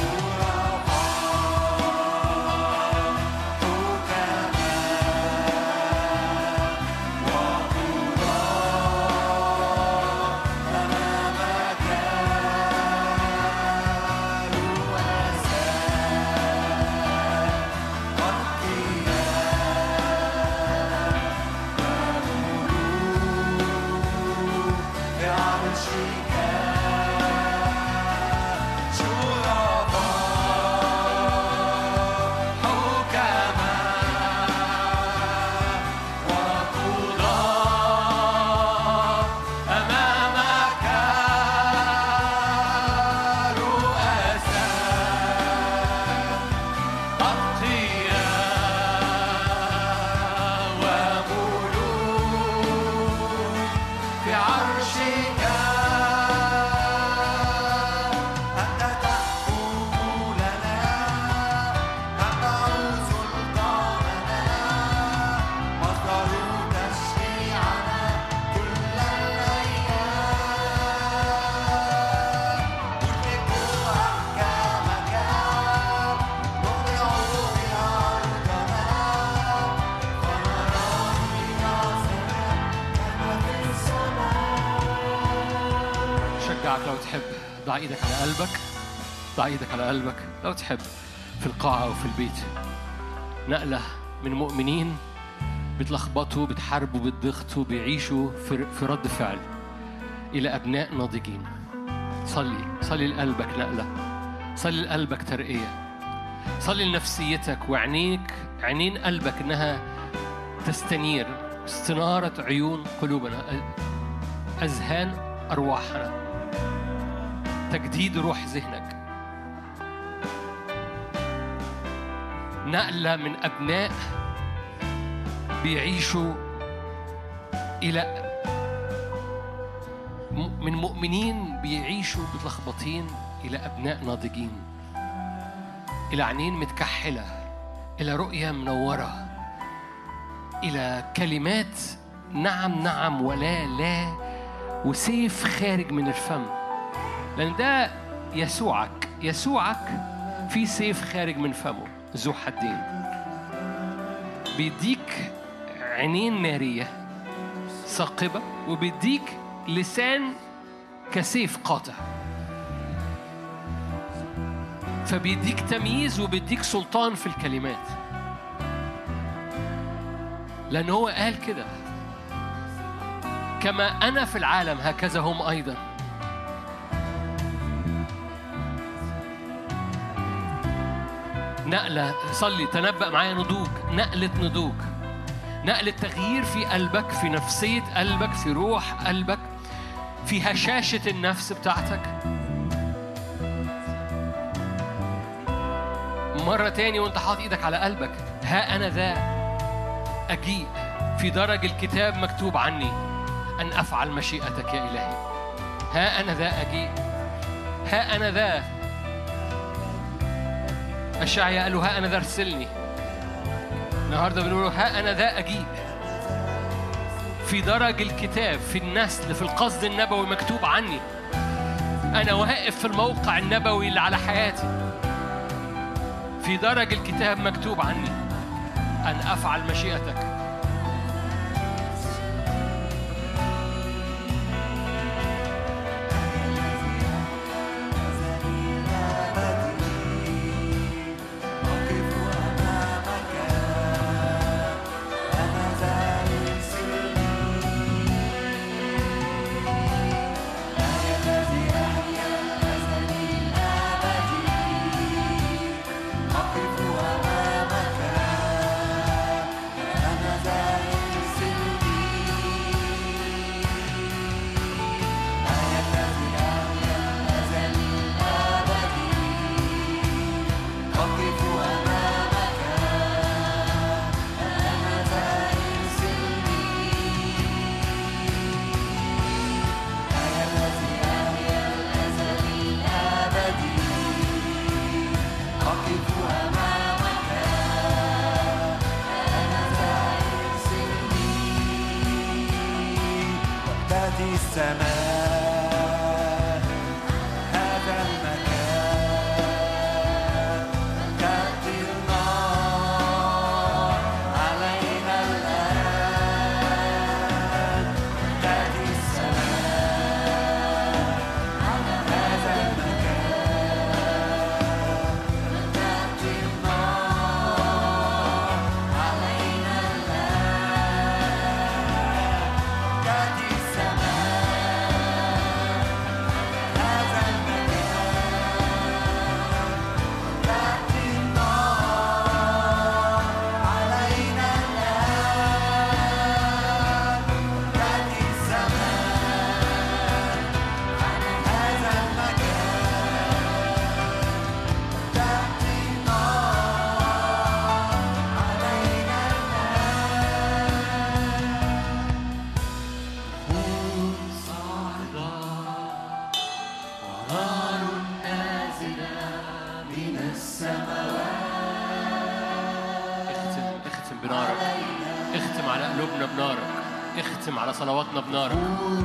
لو تحب ضع ايدك على قلبك، ضع ايدك على قلبك لو تحب، في القاعة أو في البيت. نقلة من مؤمنين بيتلخبطوا بيتحاربوا بيتضغطوا بيعيشوا في رد فعل إلى أبناء ناضجين. صلي لقلبك نقلة، صلي لقلبك ترقية، صلي لنفسيتك وعينيك، عينين قلبك إنها تستنير، استنارة عيون قلوبنا، أذهان أرواحنا، تجديد روح ذهنك. نقلة من أبناء بيعيشوا إلى من مؤمنين بيعيشوا متلخبطين إلى أبناء ناضجين، إلى عينين متكحلة، إلى رؤية منورة، إلى كلمات نعم نعم ولا لا، وسيف خارج من الفم، لأن ده يسوعك في سيف خارج من فمه ذو حدين، بيديك عينين نارية ثاقبة، وبيديك لسان كسيف قاطع، فبيديك تمييز وبيديك سلطان في الكلمات، لأن هو قال كده: كما أنا في العالم هكذا هم أيضا. نقلة، صلي تنبأ معايا، نضوج، نقلة نضوج، نقلة تغيير في قلبك، في نفسية قلبك، في روح قلبك، في هشاشة النفس بتاعتك. مرة تاني وانت حاطط ايدك على قلبك: ها أنا ذا أجيء، في درج الكتاب مكتوب عني أن أفعل مشيئتك يا إلهي. ها أنا ذا أجيء، ها أنا ذا. أشعياء قال له: ها أنا ذا ارسلني. النهارده بنقول له: ها أنا ذا أجيء، في درج الكتاب، في النسل، في القصد النبوي مكتوب عني. أنا واقف في الموقع النبوي اللي على حياتي. في درج الكتاب مكتوب عني أن أفعل مشيئتك. صلواتنا بنارك.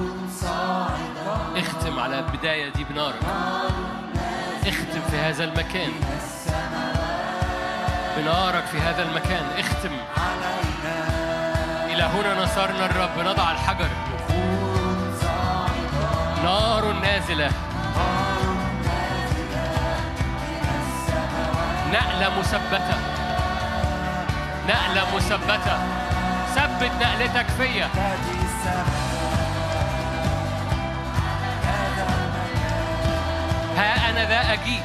اختم على البداية دي بنارك. اختم في هذا المكان بنارك في هذا المكان. اختم. إلى هنا نصرنا الرب. نضع الحجر. نار نازلة. نقلة مثبتة. نقلة مثبتة. ثبت نقلتك فيا. ها أنا ذا أجيب.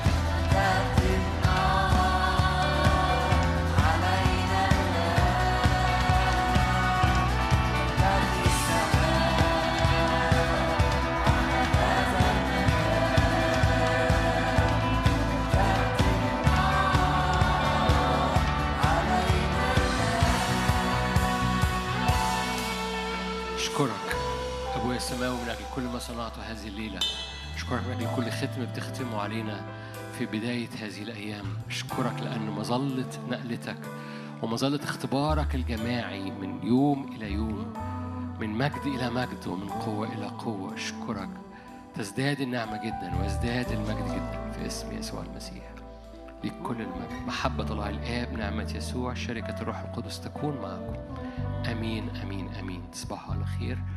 أشكرك أبويا السماوي من أجل كل ما صنعته هذه الليلة. أشكرك من أجل كل ختم بتختمه علينا في بداية هذه الأيام. أشكرك لأن مظلة نقلتك ومظلة اختبارك الجماعي من يوم إلى يوم، من مجد إلى مجد ومن قوة إلى قوة. أشكرك. تزداد النعمة جدا ويزداد المجد جدا في اسم يسوع المسيح. لك كل المجد. محبة الله الآب، نعمة يسوع، شركة الروح القدس تكون معكم. آمين آمين آمين. تصبحوا على خير.